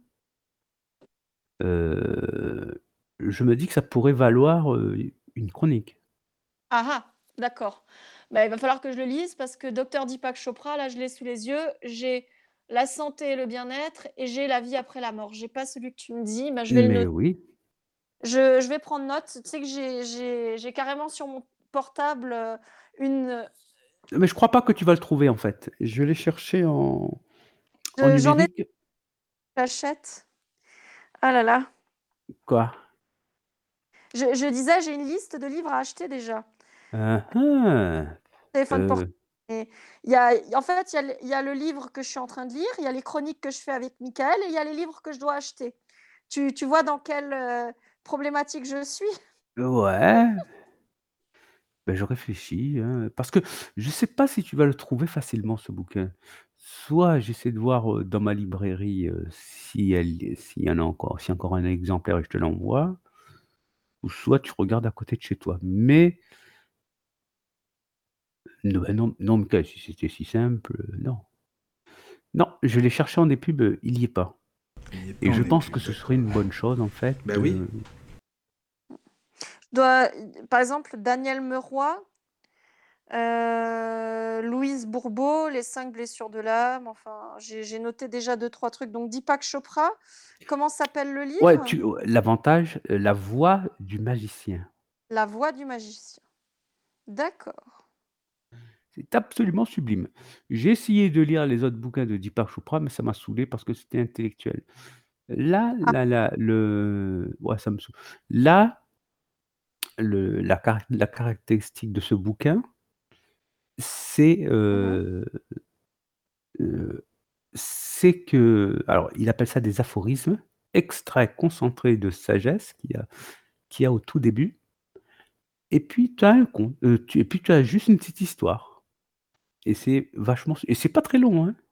heu, je me dis que ça pourrait valoir, heu, une chronique. Ah ah, d'accord. Bah, il va falloir que je le lise parce que Docteur Deepak Chopra, là, je l'ai sous les yeux. J'ai la santé et le bien-être et j'ai la vie après la mort. J'ai pas celui que tu me dis, bah, je vais le Mais noter. oui, Je, je vais prendre note. Tu sais que j'ai, j'ai, j'ai carrément sur mon portable euh, une. mais je crois pas que tu vas le trouver, en fait. Je l'ai cherché en en je- J'en ai numérique. j'achète. Ah là là. Quoi? Je, je disais, j'ai une liste de livres à acheter déjà. Hein, hein, Téléphone portable. heu, Et il y a, en fait, il y a, le- il y a le livre que je suis en train de lire, il y a les chroniques que je fais avec Michael et il y a les livres que je dois acheter. Tu, tu vois dans quelle euh, problématique je suis? ouais, ben je réfléchis, hein, parce que je sais pas si tu vas le trouver facilement, ce bouquin. Soit j'essaie de voir, heu, dans ma librairie, heu, si elle s'il y en a encore s'il y a encore un exemplaire et je te l'envoie, ou soit tu regardes à côté de chez toi. Mais non, bah, non, non, mais si c'était si simple, heu, non. Non, je l'ai cherché en épub, heu, il y est pas il n'y est pas et je en pense que épube, ce d'accord. serait une bonne chose, en fait, Bah oui. heu Je dois, par exemple, Daniel Meroy, euh, Louise Bourbeau, Les cinq blessures de l'âme. Enfin, j'ai j'ai noté déjà deux, trois trucs. Donc, Deepak Chopra, comment s'appelle le ouais, livre? tu ouais, l'avantage, heu, La Voix du magicien. La voix du magicien. D'accord. C'est absolument sublime. J'ai essayé de lire les autres bouquins de Deepak Chopra, mais ça m'a saoulé parce que c'était intellectuel. Là, Ah, là, là, le ouais, ça me saoule. Là, le la car la caractéristique de ce bouquin, c'est, mhm. heu heu, c'est que alors il appelle ça des aphorismes, extraits concentrés de sagesse qu'il y a qu'il y a au tout début et puis tu as un conte, heu, tu et puis tu as juste une petite histoire et c'est vachement et c'est pas très long, hein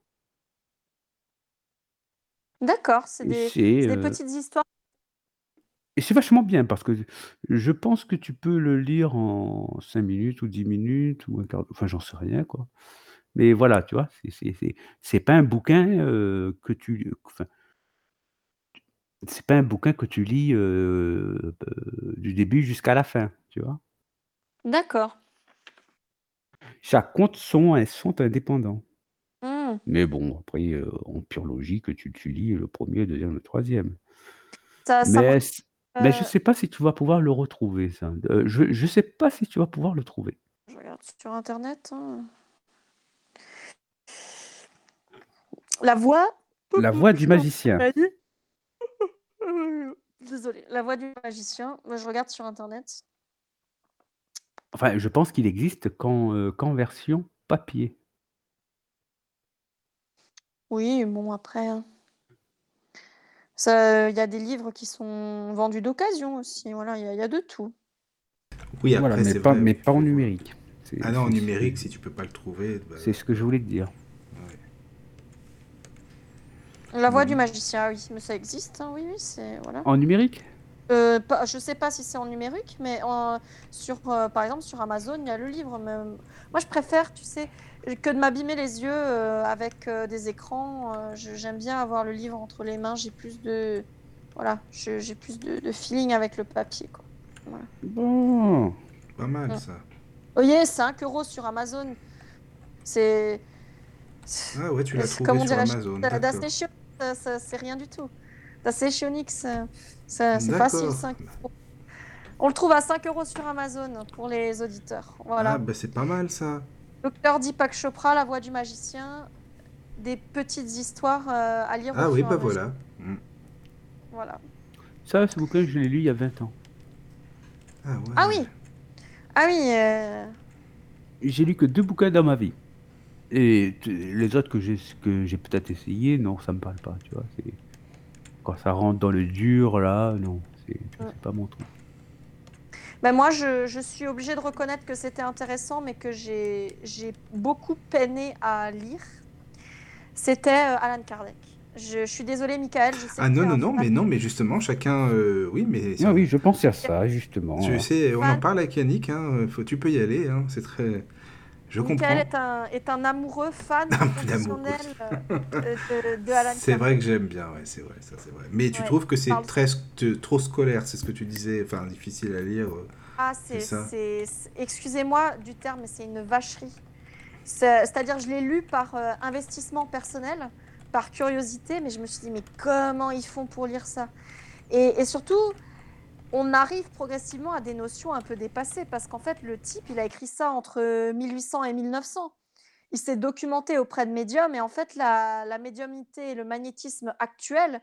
D'accord, c'est et des, c'est, c'est des heu petites histoires. et c'est vachement bien parce que je pense que tu peux le lire en cinq minutes ou dix minutes ou un quart d'heure, enfin j'en sais rien quoi. Mais voilà, tu vois? C'est c'est c'est c'est pas un bouquin, heu, que tu enfin, c'est pas un bouquin que tu lis, heu, heu, du début jusqu'à la fin, tu vois? D'accord. Chaque conte sont elles sont indépendants. Hmm. Mais bon après, heu, en pure logique, tu tu lis le premier, le deuxième, le troisième. Ça, ça me... Mais c mais je euh, sais pas si tu vas pouvoir le retrouver ça. Heu, je je sais pas si tu vas pouvoir le trouver. je regarde sur Internet, hein. La voix. La Voix Je du sais pas magicien. pourquoi elle a dit. Désolée. La voix du magicien. Moi, je regarde sur Internet. Enfin, je pense qu'il existe qu'en, heu, qu'en version papier. Oui, bon, après, hein, Ça, il y a des livres qui sont vendus d'occasion aussi. Voilà, il y, a- il y a de tout. Oui, Voilà, après, mais c'est pas, vrai. mais pas en faut- numérique. C'est Ah non, en c'est- numérique, c'est- si tu peux pas le trouver, bah, c'est ce que je voulais te dire. La Voix Bon. du magicien, oui, mais ça existe. Hein, oui, oui, c'est voilà. En numérique? Euh, pas- je sais pas si c'est en numérique, mais en- sur, euh, par exemple, sur Amazon, il y a le livre. Mais, euh, moi, je préfère, tu sais, que de m'abîmer les yeux euh, avec euh, des écrans. euh, je- j'aime bien avoir le livre entre les mains. J'ai plus de, voilà, je- j'ai plus de, de feeling avec le papier, quoi. Voilà. Bon. pas mal Mm. ça. Vous voyez, cinq euros sur Amazon. C'est, Ah ouais, tu l'as c'est- trouvé comment sur dirais-je, Amazon, ça- d'accord. d'Ascension, ça- ça- c'est rien du tout. D'Ascensionix, ça- ça- c'est facile, D'accord. cinq euros. On le trouve à cinq euros sur Amazon pour les auditeurs. Voilà. Ah bah c'est pas mal ça. Docteur Deepak Chopra, La Voix du magicien, des petites histoires euh, à lire Ah au oui, fur et bah à mesure. voilà. Mm. Voilà. Ça, ce bouquin, je l'ai lu il y a vingt ans. Ah ouais. Ah oui. Ah oui. euh, J'ai lu que deux bouquins dans ma vie. Et t- les autres que j'ai que j'ai peut-être essayé, non, ça me parle pas, tu vois. C'est... Quand ça rentre dans le dur, là, non, c'est, Mm. c'est pas mon truc. Ben moi, je, je suis obligée de reconnaître que c'était intéressant, mais que j'ai, j'ai beaucoup peiné à lire. C'était euh, Alan Kardec. Je, je suis désolée, Michael. Je sais Ah que tu non, es non, un non, fan. mais non, mais justement, chacun. euh, oui, mais. ça- Ah oui, je pensais à ça, justement. Tu sais, on en Fan. parle avec Yannick, hein, faut, tu peux y aller, hein, c'est très. Je Michael comprends. est un, est un amoureux fan Un inconditionnel euh, de, de Alan C'est Kardec. vrai que j'aime bien, ouais, c'est vrai, ça c'est vrai. Mais tu Ouais. trouves que c'est Parle- très te- trop scolaire, c'est ce que tu disais, enfin difficile à lire. euh. Ah, c'est, C'est ça. c'est, c'est- excusez-moi du terme, mais c'est une vacherie. C'est- C'est-à-dire, je l'ai lu par euh, investissement personnel, par curiosité, mais je me suis dit, mais comment ils font pour lire ça? et, et surtout, on arrive progressivement à des notions un peu dépassées, parce qu'en fait, le type, il a écrit ça entre mille huit cents et mille neuf cents. Il s'est documenté auprès de médiums, et en fait, la, la médiumnité et le magnétisme actuel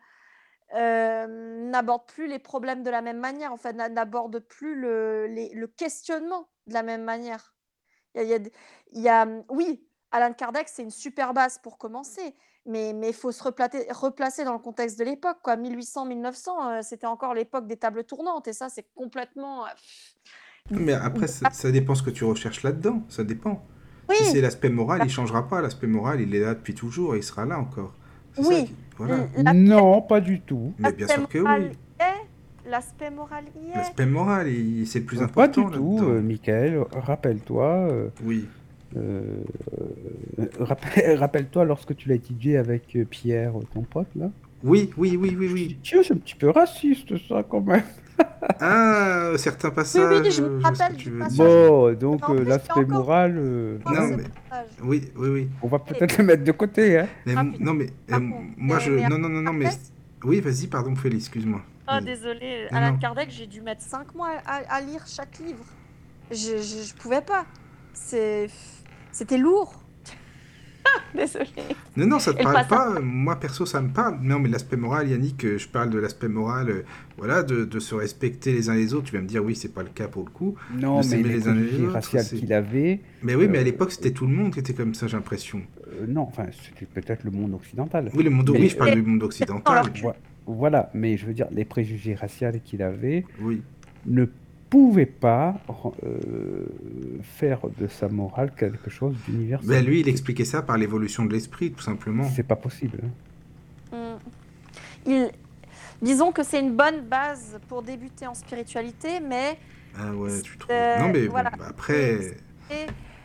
euh, n'aborde plus les problèmes de la même manière, en fait, n'a- n'aborde plus le, les- le questionnement de la même manière. Il y a, il y a d- il y a, hum, oui, Alan Kardec, c'est une super base pour commencer, mais il faut se replacer, replacer dans le contexte de l'époque, quoi. mille huit cents, mille neuf cents, euh, c'était encore l'époque des tables tournantes, et ça, c'est complètement... euh, Mais après, ça, ça dépend ce que tu recherches là-dedans, ça dépend. Oui, Si c'est l'aspect moral, il changera pas. L'aspect moral, il est là depuis toujours et il sera là encore. C'est ça oui. qui- Voilà. La- Non, pas du tout. Mais bien l'aspect sûr que moral oui. y est, l'aspect moral y est. L'aspect moral, il- c'est le plus Pas important du tout, là-dedans. euh, Michael. Rappelle-toi, euh, Oui. euh, euh, rappel- rappelle-toi lorsque tu l'as étudié avec euh, Pierre, ton pote, là. Oui, oui, oui, oui, oui. Tiens, c'est un petit peu raciste, ça, quand même. Ah, certains Oui, passages. oui, je me euh, sais ce rappelle que du tu veux passage. dire. Bon, donc Non, euh, mais l'aspect j'ai encore- moral, euh, Oh, Non, ce mais- passage. Oui, oui, oui. on va peut-être le mettre de côté, hein. Mais, Ah, m- putain. non, mais Ah euh, bon, moi, mais- je. mais Non, non, non, non, mais. après- Oui, vas-y, pardon, Félix, excuse-moi. Ah, Vas-y. désolé, Non, Alan non. Kardec, j'ai dû mettre cinq mois à, à lire chaque livre. Je, je, je pouvais pas. C'est, c'était lourd. Désolée. Non, non, ça te Et le parle passage- pas. Moi, perso, ça me parle. Non, mais l'aspect moral, Yannick, euh, je parle de l'aspect moral, euh, voilà, de, de se respecter les uns les autres. Tu vas me dire, oui, c'est pas le cas pour le coup. Non, De mais s'aimer les les uns les préjugés autres, raciales c'est- qu'il avait, Mais oui, mais à Euh, l'époque, c'était tout le monde qui était comme ça, j'ai l'impression. euh, non, enfin, c'était peut-être le monde occidental. Oui, le monde, Mais- oui, je parle Et- du monde occidental. Alors, Voi- Voilà, mais je veux dire, les préjugés raciaux qu'il avait Oui. ne pouvaient pas euh, faire de sa morale quelque chose d'universel. Ben, lui, il expliquait ça par l'évolution de l'esprit, tout simplement. C'est pas possible. hein. Mm. Il- disons que c'est une bonne base pour débuter en spiritualité, mais Ah ouais, tu trouves. Euh, Non, mais bon, voilà. bah, après. et-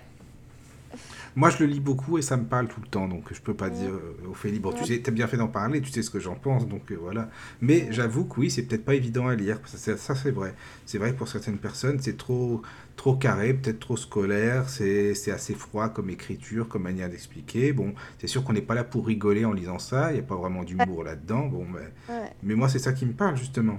Moi, je le lis beaucoup et ça me parle tout le temps, donc je peux pas Mm. dire euh, Ophélie. Bon, tu Mm. sais, t'as bien fait d'en parler, tu sais ce que j'en pense, donc euh, voilà. Mais j'avoue que oui, c'est peut-être pas évident à lire. Ça, c'est- ça, c'est vrai. C'est vrai que pour certaines personnes, c'est trop, trop carré, peut-être trop scolaire. C'est, c'est assez froid comme écriture, comme manière d'expliquer. Bon, c'est sûr qu'on n'est pas là pour rigoler en lisant ça. Il n'y a pas vraiment d'humour là-dedans. Bon, mais, ouais. mais moi, c'est ça qui me parle justement.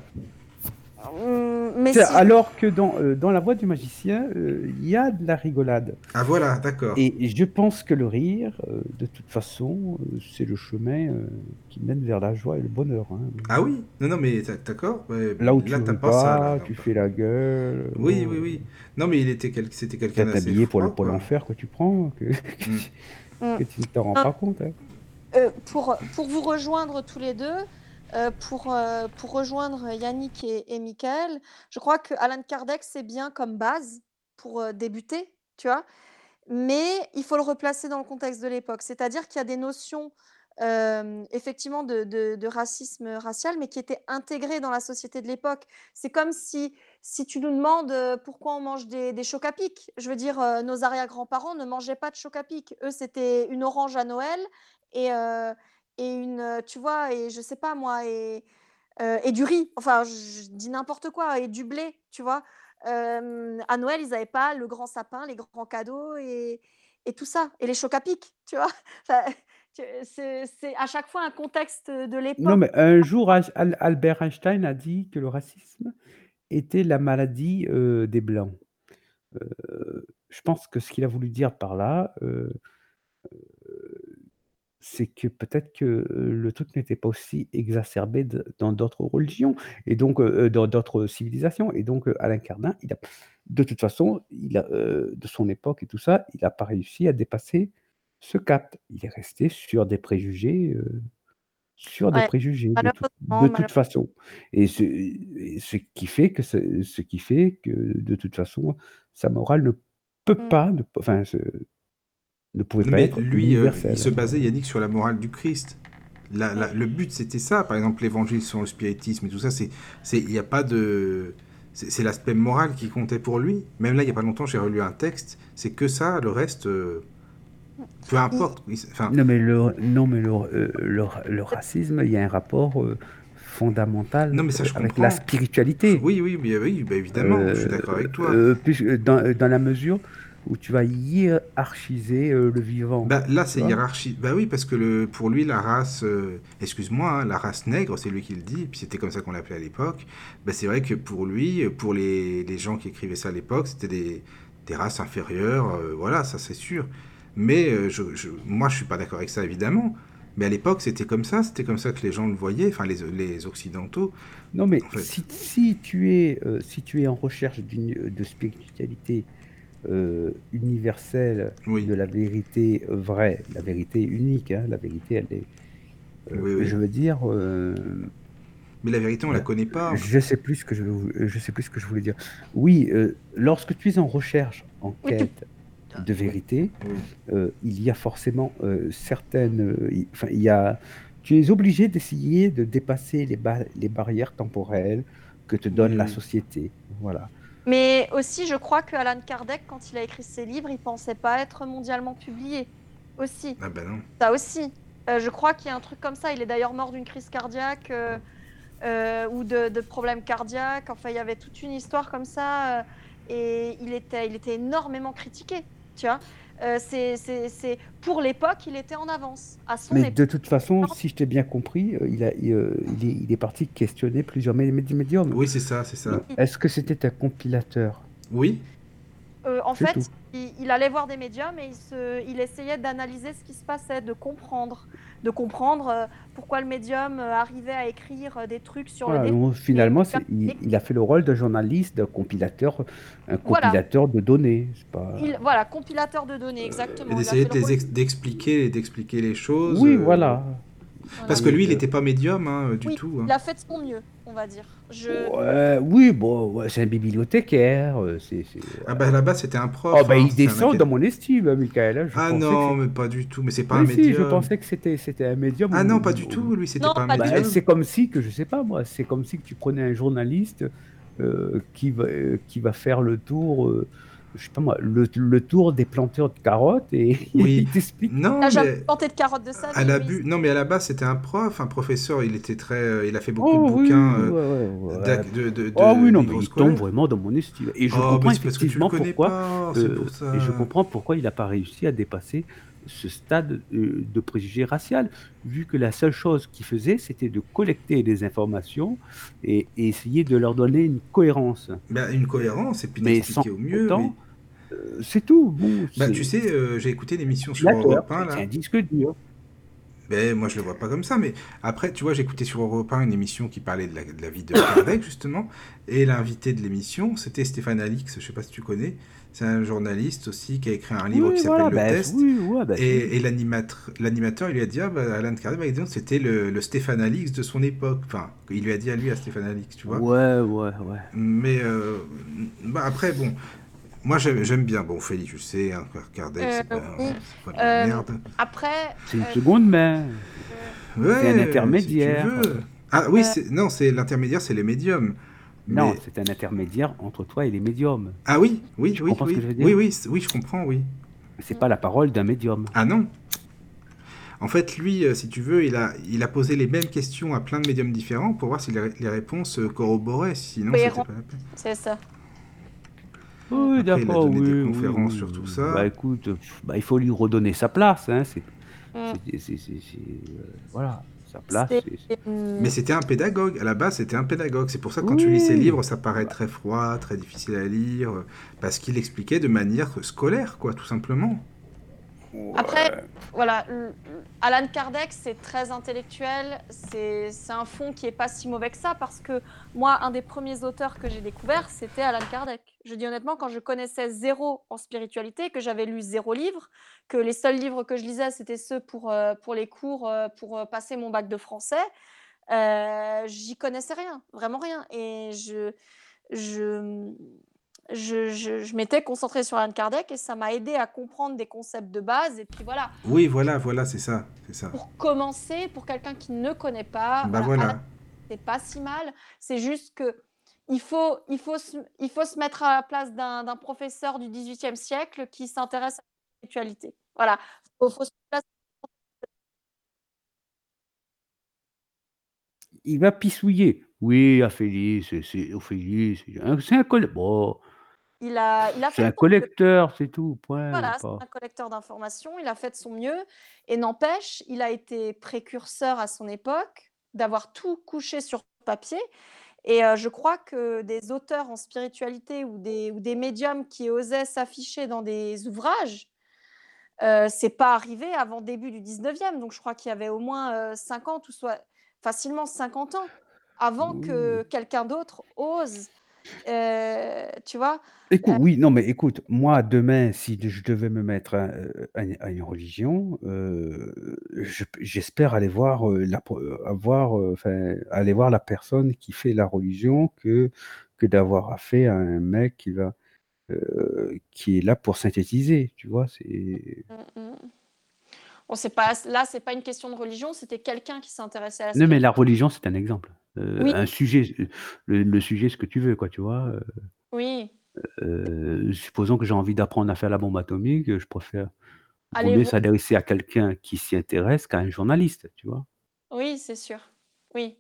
Mm, mais C'est- si- Alors que dans, euh, dans La Voix du magicien, euh, il y a de la rigolade. Ah voilà, d'accord. Et je pense que le rire, euh, de toute façon, euh, c'est le chemin euh, qui mène vers la joie et le bonheur. hein. Ah oui, non, non, mais t'as- d'accord. Ouais, Là où tu t'as ris pas pas, ça, là, tu non, fais la gueule. Oui, bon, oui, oui. Non, mais il était quel... c'était quelqu'un T'es d'assez habillé pour le froid, pôle quoi. enfer que tu prends, que, Mm. que tu ne t'en rends pas compte. hein. Euh, pour, pour vous rejoindre tous les deux, euh, pour, euh, pour rejoindre Yannick et, et Michael, je crois que Alan Kardec, c'est bien comme base pour euh, débuter, tu vois, mais il faut le replacer dans le contexte de l'époque. C'est-à-dire qu'il y a des notions, euh, effectivement, de, de- de racisme racial, mais qui étaient intégrées dans la société de l'époque. C'est comme si, si tu nous demandes euh, pourquoi on mange des, des chocs à pic. Je veux dire, euh, nos arrière-grands-parents ne mangeaient pas de chocs à pic. Eux, c'était une orange à Noël et, euh, et une, euh, tu vois, et je sais pas moi, et, euh, et du riz. Enfin, je, je dis n'importe quoi, et du blé, tu vois. Euh, à Noël, ils n'avaient pas le grand sapin, les grands cadeaux et, et tout ça, et les chocs à pic, tu vois. Enfin, tu- c'est c'est à chaque fois un contexte de Non, l'époque. mais un jour, Al- Al- Albert Einstein a dit que le racisme était la maladie euh, des Blancs. Euh, je pense que ce qu'il a voulu dire par là, euh, c'est que peut-être que euh, le truc n'était pas aussi exacerbé de- dans d'autres religions et donc euh, dans d'autres civilisations. Et donc euh, Alain Cardin, il a, de toute façon, il a, euh, de son époque et tout ça, il n'a pas réussi à dépasser ce cap. Il est resté sur des préjugés, euh, sur des Ouais, préjugés de, tout- malheureusement, de toute malheureusement. façon. Et ce, et ce qui fait que ce, ce qui fait que de toute façon, sa morale ne peut Mm. pas, ne, enfin, ce- ne pouvait Non, pas mais être lui, euh, il se universelle. basait, Yannick, sur la morale du Christ. La- la- Mm. le but, c'était ça. Par exemple, l'évangile sur le spiritisme et tout ça, c'est, c'est, il n'y a pas de, c'est, c'est l'aspect moral qui comptait pour lui. Même là, il n'y a pas longtemps, j'ai relu un texte. C'est que ça, le reste, euh, peu Il- importe. Oui, c'est- Enfin, Non, mais le, non, mais le, euh, le, le racisme, il y a un rapport euh, non, fondamental mais ça, euh, je avec la comprends. Je- spiritualité. oui, oui, oui, oui, bah, évidemment, je suis Euh, d'accord avec toi. euh, puis, euh, dans, dans la mesure où tu vas hiérarchiser euh, le vivant. Bah, là, Tu c'est vois? hiérarchie. Bah oui, parce que le, pour lui, la race, euh, excuse-moi, hein, la race nègre, c'est lui qui le dit, et puis c'était comme ça qu'on l'appelait à l'époque. Bah, c'est vrai que pour lui, pour les, les gens qui écrivaient ça à l'époque, c'était des, des races inférieures, euh, voilà, ça c'est sûr. Mais euh, je, je- moi, je suis pas d'accord avec ça, évidemment. Mais à l'époque, c'était comme ça, c'était comme ça que les gens le voyaient, enfin les, les Occidentaux, Non, mais en fait. si, si tu es, euh, si tu es en recherche d'une, de spiritualité euh, universelle, Oui, de la vérité vraie, la vérité unique, hein, la vérité, elle est, euh, oui, oui. je veux dire, euh, Mais la vérité, on la Euh, connaît pas. je sais plus ce que je, vou- je sais plus ce que je voulais dire. Oui, euh, lorsque tu es en recherche, en Oui, tu- quête de vérité, Oui. euh, il y a forcément euh, certaines, euh, il- enfin, il y a, tu es obligé d'essayer de dépasser les, ba- les barrières temporelles que te donne Oui, la oui. société. Voilà. Mais aussi, je crois que Alan Kardec, quand il a écrit ses livres, il pensait pas être mondialement publié. Aussi, Ah bah non. ça aussi. Euh, je crois qu'il y a un truc comme ça. Il est d'ailleurs mort d'une crise cardiaque euh, euh, ou de, de problèmes cardiaques. Enfin, il y avait toute une histoire comme ça. euh, et il était, il était énormément critiqué. Tu vois. Euh, c'est, c'est, c'est... Pour l'époque, il était en avance. À son Mais époque. de toute façon, si je t'ai bien compris, euh, il a, il, euh, il est, il est parti questionner plusieurs mé- mé- médiums. Oui, c'est ça, c'est Donc, ça. est-ce que c'était un compilateur? Oui. Euh, en C'est tout. fait, il, il allait voir des médiums et il, se, il essayait d'analyser ce qui se passait, de comprendre, de comprendre euh, pourquoi le médium euh, arrivait à écrire euh, des trucs sur Voilà, le décès. donc finalement, c'est- il, il a fait le rôle d'un journaliste, d'un compilateur, un Voilà, compilateur de données. C'est pas... il, voilà, compilateur de données, Et exactement. Il a d'essayer fait de le les rôle. ex- d'expliquer, d'expliquer les choses. Oui, euh, voilà. Voilà. Parce que Et, lui, il euh, n'était pas médium hein, du Oui, tout. hein. il a fait de son mieux, on va dire. Je... ouais, oui, bon, ouais, c'est un bibliothécaire. euh, C'est, c'est, Ah voilà. bah là-bas, c'était un prof. Oh, ben, hein, il c'était un mec descend qui- dans mon estime, hein, Michael. hein. Je Ah pensais que non, c'était- mais pas du tout. Mais c'est pas Oui, un si, je médium. pensais que c'était, c'était un médium. Ah ou- non, pas ou- du ou- tout. Lui, c'était Non, pas un pas du Ben, médium. c'est comme si, que je sais pas moi, c'est comme si que tu prenais un journaliste euh, qui va, euh, qui va faire le tour, euh, je sais pas moi, le, le tour des planteurs de carottes et Oui. il t'explique. Il Non, n'a jamais mais planté de carottes de sa à vie, la lui. bu- non, mais à la base, c'était un prof, un professeur. Il était très, euh, il a fait beaucoup Oh de oui, bouquins oui, euh, ouais, ouais, ouais. d'ac- de, de, de Ah oui, non, mais livres il scolaires. tombe vraiment dans mon estime. Et je Oh, comprends mais c'est parce que tu le effectivement connais pourquoi, pas. C'est euh, pour ça. et je comprends pourquoi il n'a pas réussi à dépasser ce stade euh, de préjugé racial, vu que la seule chose qu'il faisait, c'était de collecter des informations et, et essayer de leur donner une cohérence. Bah, une cohérence et puis Mais d'expliquer sans au mieux. autant, Mais... euh, c'est tout. Bon, Bah, c'est tu sais, euh, j'ai écouté l'émission sur calculateur, Europe un c'est là. un disque dur. Ben, moi, je le vois pas comme ça, mais après, tu vois, j'écoutais sur Europe un une émission qui parlait de la, de la vie de Kardec, justement, et l'invité de l'émission, c'était Stéphane Alix, je sais pas si tu connais, c'est un journaliste aussi qui a écrit un livre Oui, qui s'appelle voilà, Le ben Test, oui, ouais, ben oui. et, et l'animateur, l'animateur, il lui a dit, ah, bah, Alan Kardec, bah, disons, c'était le, le Stéphane Alix de son époque, enfin, il lui a dit à lui, à Stéphane Alix, tu vois, Ouais, ouais, ouais. mais euh, bah, après, bon, moi, j'aime j'aime bien, bon, Félix, je sais, hein, Kardec, Euh, c'est pas, oui. c'est pas de la Euh, merde. après, C'est une euh, seconde main. C'est un Ouais, si tu intermédiaire. veux. Ah oui, euh, c'est non, c'est l'intermédiaire, c'est les médiums. Non, Mais c'est un intermédiaire entre toi et les médiums. ah oui, oui, Tu oui, comprends ce que je oui, veux oui, dire? oui, c- oui, je comprends, oui. C'est pas la parole d'un médium. Ah non. En fait, lui, euh, si tu veux, il a, il a posé les mêmes questions à plein de médiums différents pour voir si les, les réponses euh, corroboraient. Sinon, c'était cohérent, pas la peine. c'est ça. Mm. Oui, Après, il a d'accord, donné des oui, oui, conférences oui, sur tout oui. ça. Bah écoute, pff, bah, il faut lui redonner sa place, hein. C'est, Mm. c'est, c'est, c'est- c'est- euh, voilà, sa place. C'est, c'est- c'est- Mais mm, c'était un pédagogue. À la base, c'était un pédagogue. C'est pour ça que quand tu lis ses Oui. livres, ça paraît Bah, très froid, très difficile à lire, euh, parce qu'il expliquait de manière scolaire, quoi, tout simplement. Après, ouais. voilà, l- l- Alan Kardec, c'est très intellectuel, c'est c'est un fond qui est pas si mauvais que ça, parce que moi, un des premiers auteurs que j'ai découvert, c'était Alan Kardec. Je dis honnêtement, quand je connaissais zéro en spiritualité, que j'avais lu zéro livre, que les seuls livres que je lisais, c'était ceux pour, euh, pour les cours, euh, pour euh, passer mon bac de français, euh, j'y connaissais rien, vraiment rien. Et je, je, je, je, je m'étais concentrée sur Alan Kardec et ça m'a aidé à comprendre des concepts de base. Et puis voilà, Oui, voilà, voilà, c'est ça, c'est ça. pour commencer, pour quelqu'un qui ne connaît pas, Bah voilà, Alan, voilà. c'est pas si mal. C'est juste que il faut, il faut, se, il faut se mettre à la place d'un d'un professeur du dix-huitième siècle qui s'intéresse à la spiritualité. Voilà, il faut se placer. Il va pissouiller. Oui, Ophélie, c'est, c'est Ophélie, c'est un, c'est un coll- bon, Il a, il a c'est fait un de son mieux. collecteur, c'est tout. Point. Voilà, c'est Pas. un collecteur d'informations, il a fait de son mieux et n'empêche, il a été précurseur à son époque d'avoir tout couché sur papier et euh, je crois que des auteurs en spiritualité ou des, ou des médiums qui osaient s'afficher dans des ouvrages, euh, c'est pas arrivé avant début du dix-neuvième, donc je crois qu'il y avait au moins euh, cinquante ou soit facilement cinquante ans avant Oui. que quelqu'un d'autre ose, euh, tu vois. Écoute, Euh, oui, non, mais écoute, moi, demain, si je devais me mettre à, euh, à une à une religion, euh, je- j'espère aller voir, euh, la, pro- euh, avoir, euh, enfin, aller voir la personne qui fait la religion que, que d'avoir affaire à un mec qui va, euh, qui est là pour synthétiser, tu vois, c'est... mm, mm. Bon, c'est pas, là, c'est pas une question de religion, c'était quelqu'un qui s'intéressait à la Non, mais la spiritualité. religion, c'est un exemple. Euh, Oui, un sujet, euh, le, le sujet, ce que tu veux, quoi, tu vois. euh, oui. euh, supposons que j'ai envie d'apprendre à faire la bombe atomique, je préfère, vaut Allez mieux voir. s'adresser à quelqu'un qui s'y intéresse qu'à un journaliste, tu vois. Oui, c'est sûr. Oui.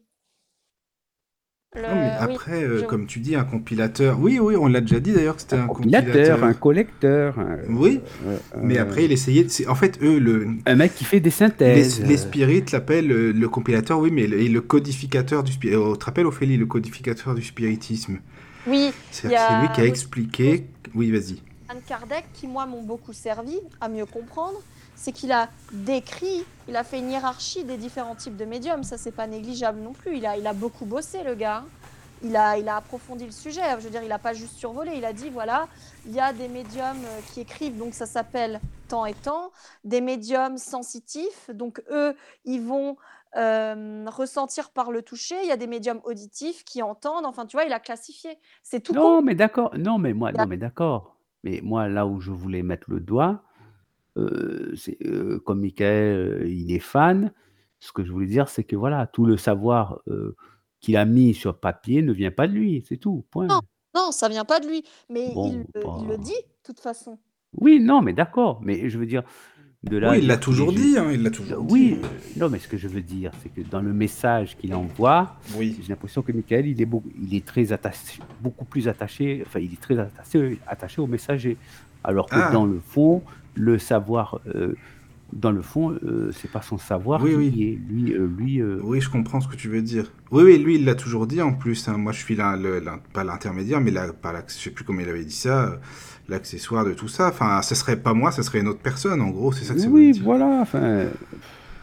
Non, mais Le, oui, après, euh, je... comme tu dis, un compilateur. Oui, oui, on l'a déjà dit d'ailleurs que c'était Un un compilateur, un compilateur. collecteur, un, Oui, euh, mais euh, après, il essayait de. c'est- En fait, eux, le... un mec qui fait des les, synthèses. les euh, spirites l'appellent euh, le compilateur, oui, mais le, et le codificateur du spiritisme. Tu te rappelles, Ophélie, le codificateur du spiritisme. Oui, il C'est y c'est lui qui a a aussi expliqué. Oui, vas-y. Anne Kardec qui, moi, m'ont beaucoup servi à mieux comprendre. C'est qu'il a décrit, il a fait une hiérarchie des différents types de médiums. Ça, c'est pas négligeable non plus. Il a, il a beaucoup bossé, le gars. hein. Il a, il a approfondi le sujet. Je veux dire, il n'a pas juste survolé. Il a dit, voilà, il y a des médiums euh, qui écrivent, donc ça s'appelle tant et tant. Des médiums sensitifs, donc eux, ils vont euh, ressentir par le toucher. Il y a des médiums auditifs qui entendent. Enfin, tu vois, il a classifié. C'est tout con. Non, mais d'accord. Non, mais moi, Il a- non, mais d'accord. Mais moi, là où je voulais mettre le doigt, euh, c'est euh, comme Michael, euh, il est fan. Ce que je voulais dire, c'est que voilà, tout le savoir euh, qu'il a mis sur papier ne vient pas de lui, c'est tout. Point. Non, non, ça vient pas de lui. Mais il, Bon, le- il le pas. dit, de toute façon. Oui, non, mais d'accord. Mais je veux dire, de là à Oui, il l'a dire qu'il est toujours ju- dit, hein, il l'a toujours dit. Oui, euh, non, mais ce que je veux dire, c'est que dans le message qu'il envoie, Oui. j'ai l'impression que Michael, il est, beau- il est très attaché, beaucoup plus attaché, enfin, il est très attaché, attaché au messager. Alors que Ah, dans le fond, le savoir, euh, dans le fond, euh, c'est pas son savoir oui, qui oui. y est. Lui, euh, lui, euh, Oui, je comprends ce que tu veux dire. Oui, oui, lui, il l'a toujours dit en plus. hein. Moi, je suis là, le, l'in- pas l'intermédiaire, mais là, pas l'acc- je sais plus comment il avait dit ça, euh, l'accessoire de tout ça. Enfin, ce serait pas moi, ce serait une autre personne, en gros, c'est ça que ça veut oui, dire. voilà. Enfin,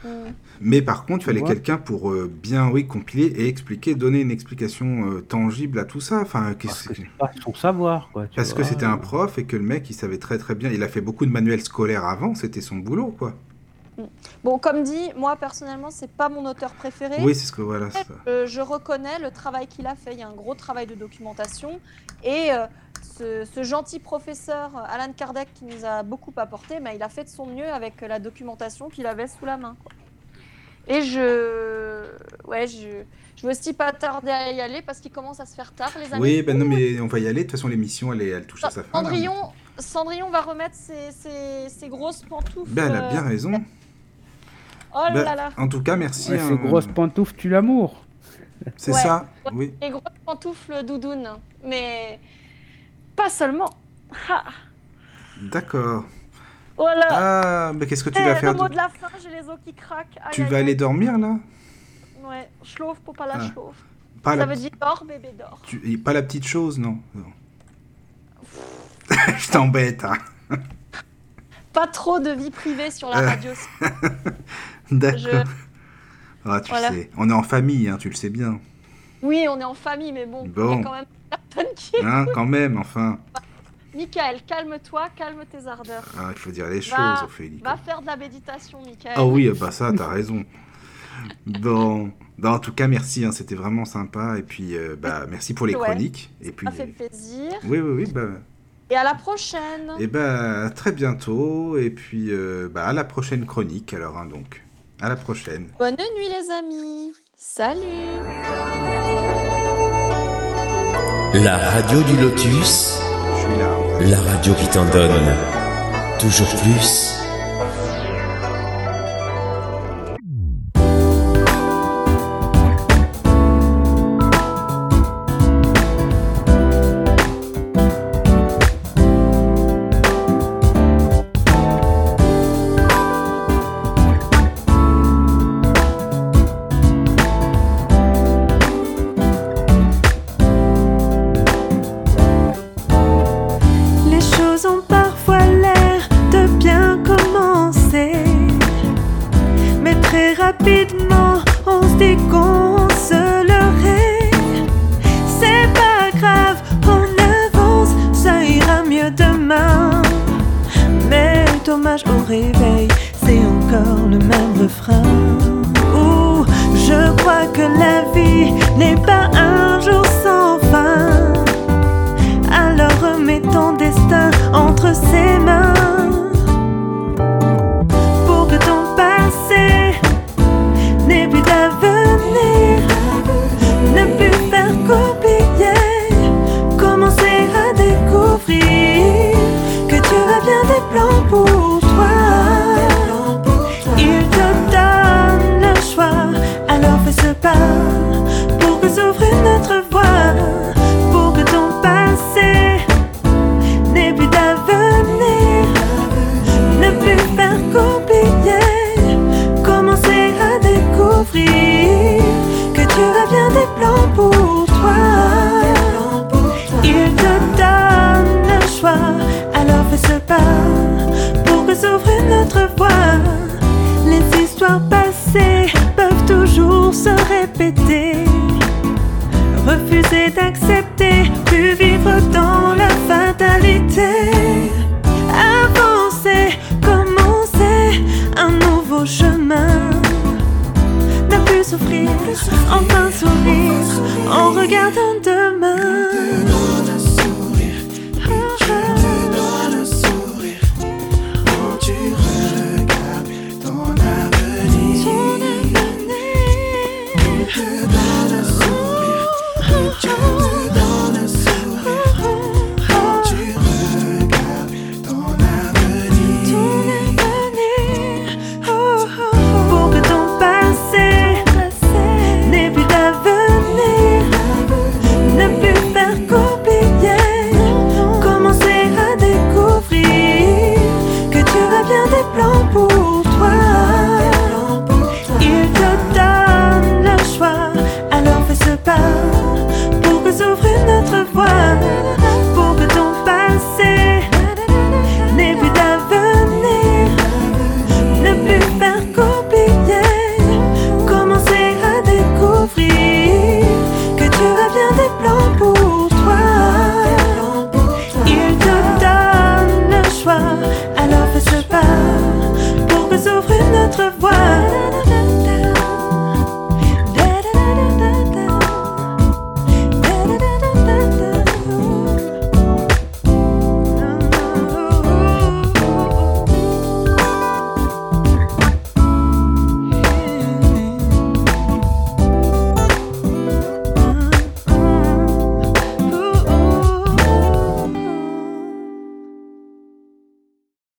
Mm. Mais par contre, il fallait Ouais. quelqu'un pour euh, bien, oui, compiler et expliquer, donner une explication euh, tangible à tout ça. Enfin, Parce qu'est-ce que que... c'est pas son savoir, quoi. tu Parce que vois. c'était un prof et que le mec, il savait très très bien. Il a fait beaucoup de manuels scolaires avant, c'était son boulot, quoi. Bon, comme dit, moi personnellement, c'est pas mon auteur préféré. Oui, c'est ce que voilà. ça. Euh, je reconnais le travail qu'il a fait. Il y a un gros travail de documentation. Et euh, ce, ce gentil professeur Alan Kardec qui nous a beaucoup apporté, bah, il a fait de son mieux avec la documentation qu'il avait sous la main, quoi. Et je... Ouais, je... Je veux aussi pas tarder à y aller parce qu'il commence à se faire tard, les amis. Oui, ben non, mais on va y aller. De toute façon, l'émission, elle, est- elle touche à sa fin. là. Cendrillon, Cendrillon va remettre ses, ses- ses grosses pantoufles. Ben, elle a euh, bien raison. Oh Ben, là là. en tout cas, merci. Ouais, hein. ces grosses pantoufles tuent l'amour. C'est Ouais. ça, oui. Les grosses pantoufles doudoune. Mais pas seulement. Ah. D'accord. Oh là. Ah, mais qu'est-ce que tu Eh, vas faire le mot de- de la fin, j'ai les os qui craquent. Aïe, Tu aïe, vas aller aïe. dormir, là Ouais, schlaufe pour pas la Ah. schlaufe. Pas Ça la... veut dire dors, bébé, dors. tu- Pas la petite chose, non, non. Je t'embête, hein. Pas trop de vie privée sur la Euh. radio. D'accord. Je- Ah, tu Voilà. sais, on est en famille, hein, tu le sais bien. Oui, on est en famille, mais bon, il Bon. y a quand même personne qui... Hein, quand même, enfin. Michael, calme-toi, calme tes ardeurs. Ah, il faut dire les Va- choses, Ophélie. Va faire de la méditation, Michael. Ah oui, bah ça, t'as raison. Bon, Bon, en tout cas, merci, hein, c'était vraiment sympa. Et puis, euh, bah, merci pour les Ouais. chroniques. Et puis, Ça fait plaisir. oui, oui, oui, bah, Et à la prochaine. et bah, à très bientôt. Et puis, euh, bah, à la prochaine chronique, alors, hein, donc. À la prochaine. Bonne nuit, les amis. Salut. La radio du Lotus, Je suis là. la radio qui t'en donne toujours plus. Les choses ont parfois l'air de bien commencer, mais très rapidement on se dit qu'on se leurrait. C'est pas grave, on avance, ça ira mieux demain. Mais dommage au réveil, c'est encore le même refrain. Ouh, je crois que la vie n'est pas un jour sans fin. Alors remets ton destin entre ses mains, pour que ton passé n'ait plus d'avenir, ne plus faire qu'oublier, commencer à découvrir que Dieu a bien des plans pour toi. Il te donne le choix, alors fais ce pas pour que s'ouvre une autre voie, pour que ton passé n'ait plus d'avenir, ne plus faire qu'oublier, commencer à découvrir que Dieu a bien des plans pour toi. Il te donne le choix, alors fais ce pas pour que s'ouvre une autre voie. Les histoires passées peuvent toujours se répéter. Refuser d'accepter, plus vivre dans la fatalité. Avancer, commencer un nouveau chemin. Ne plus souffrir, enfin sourire en regardant de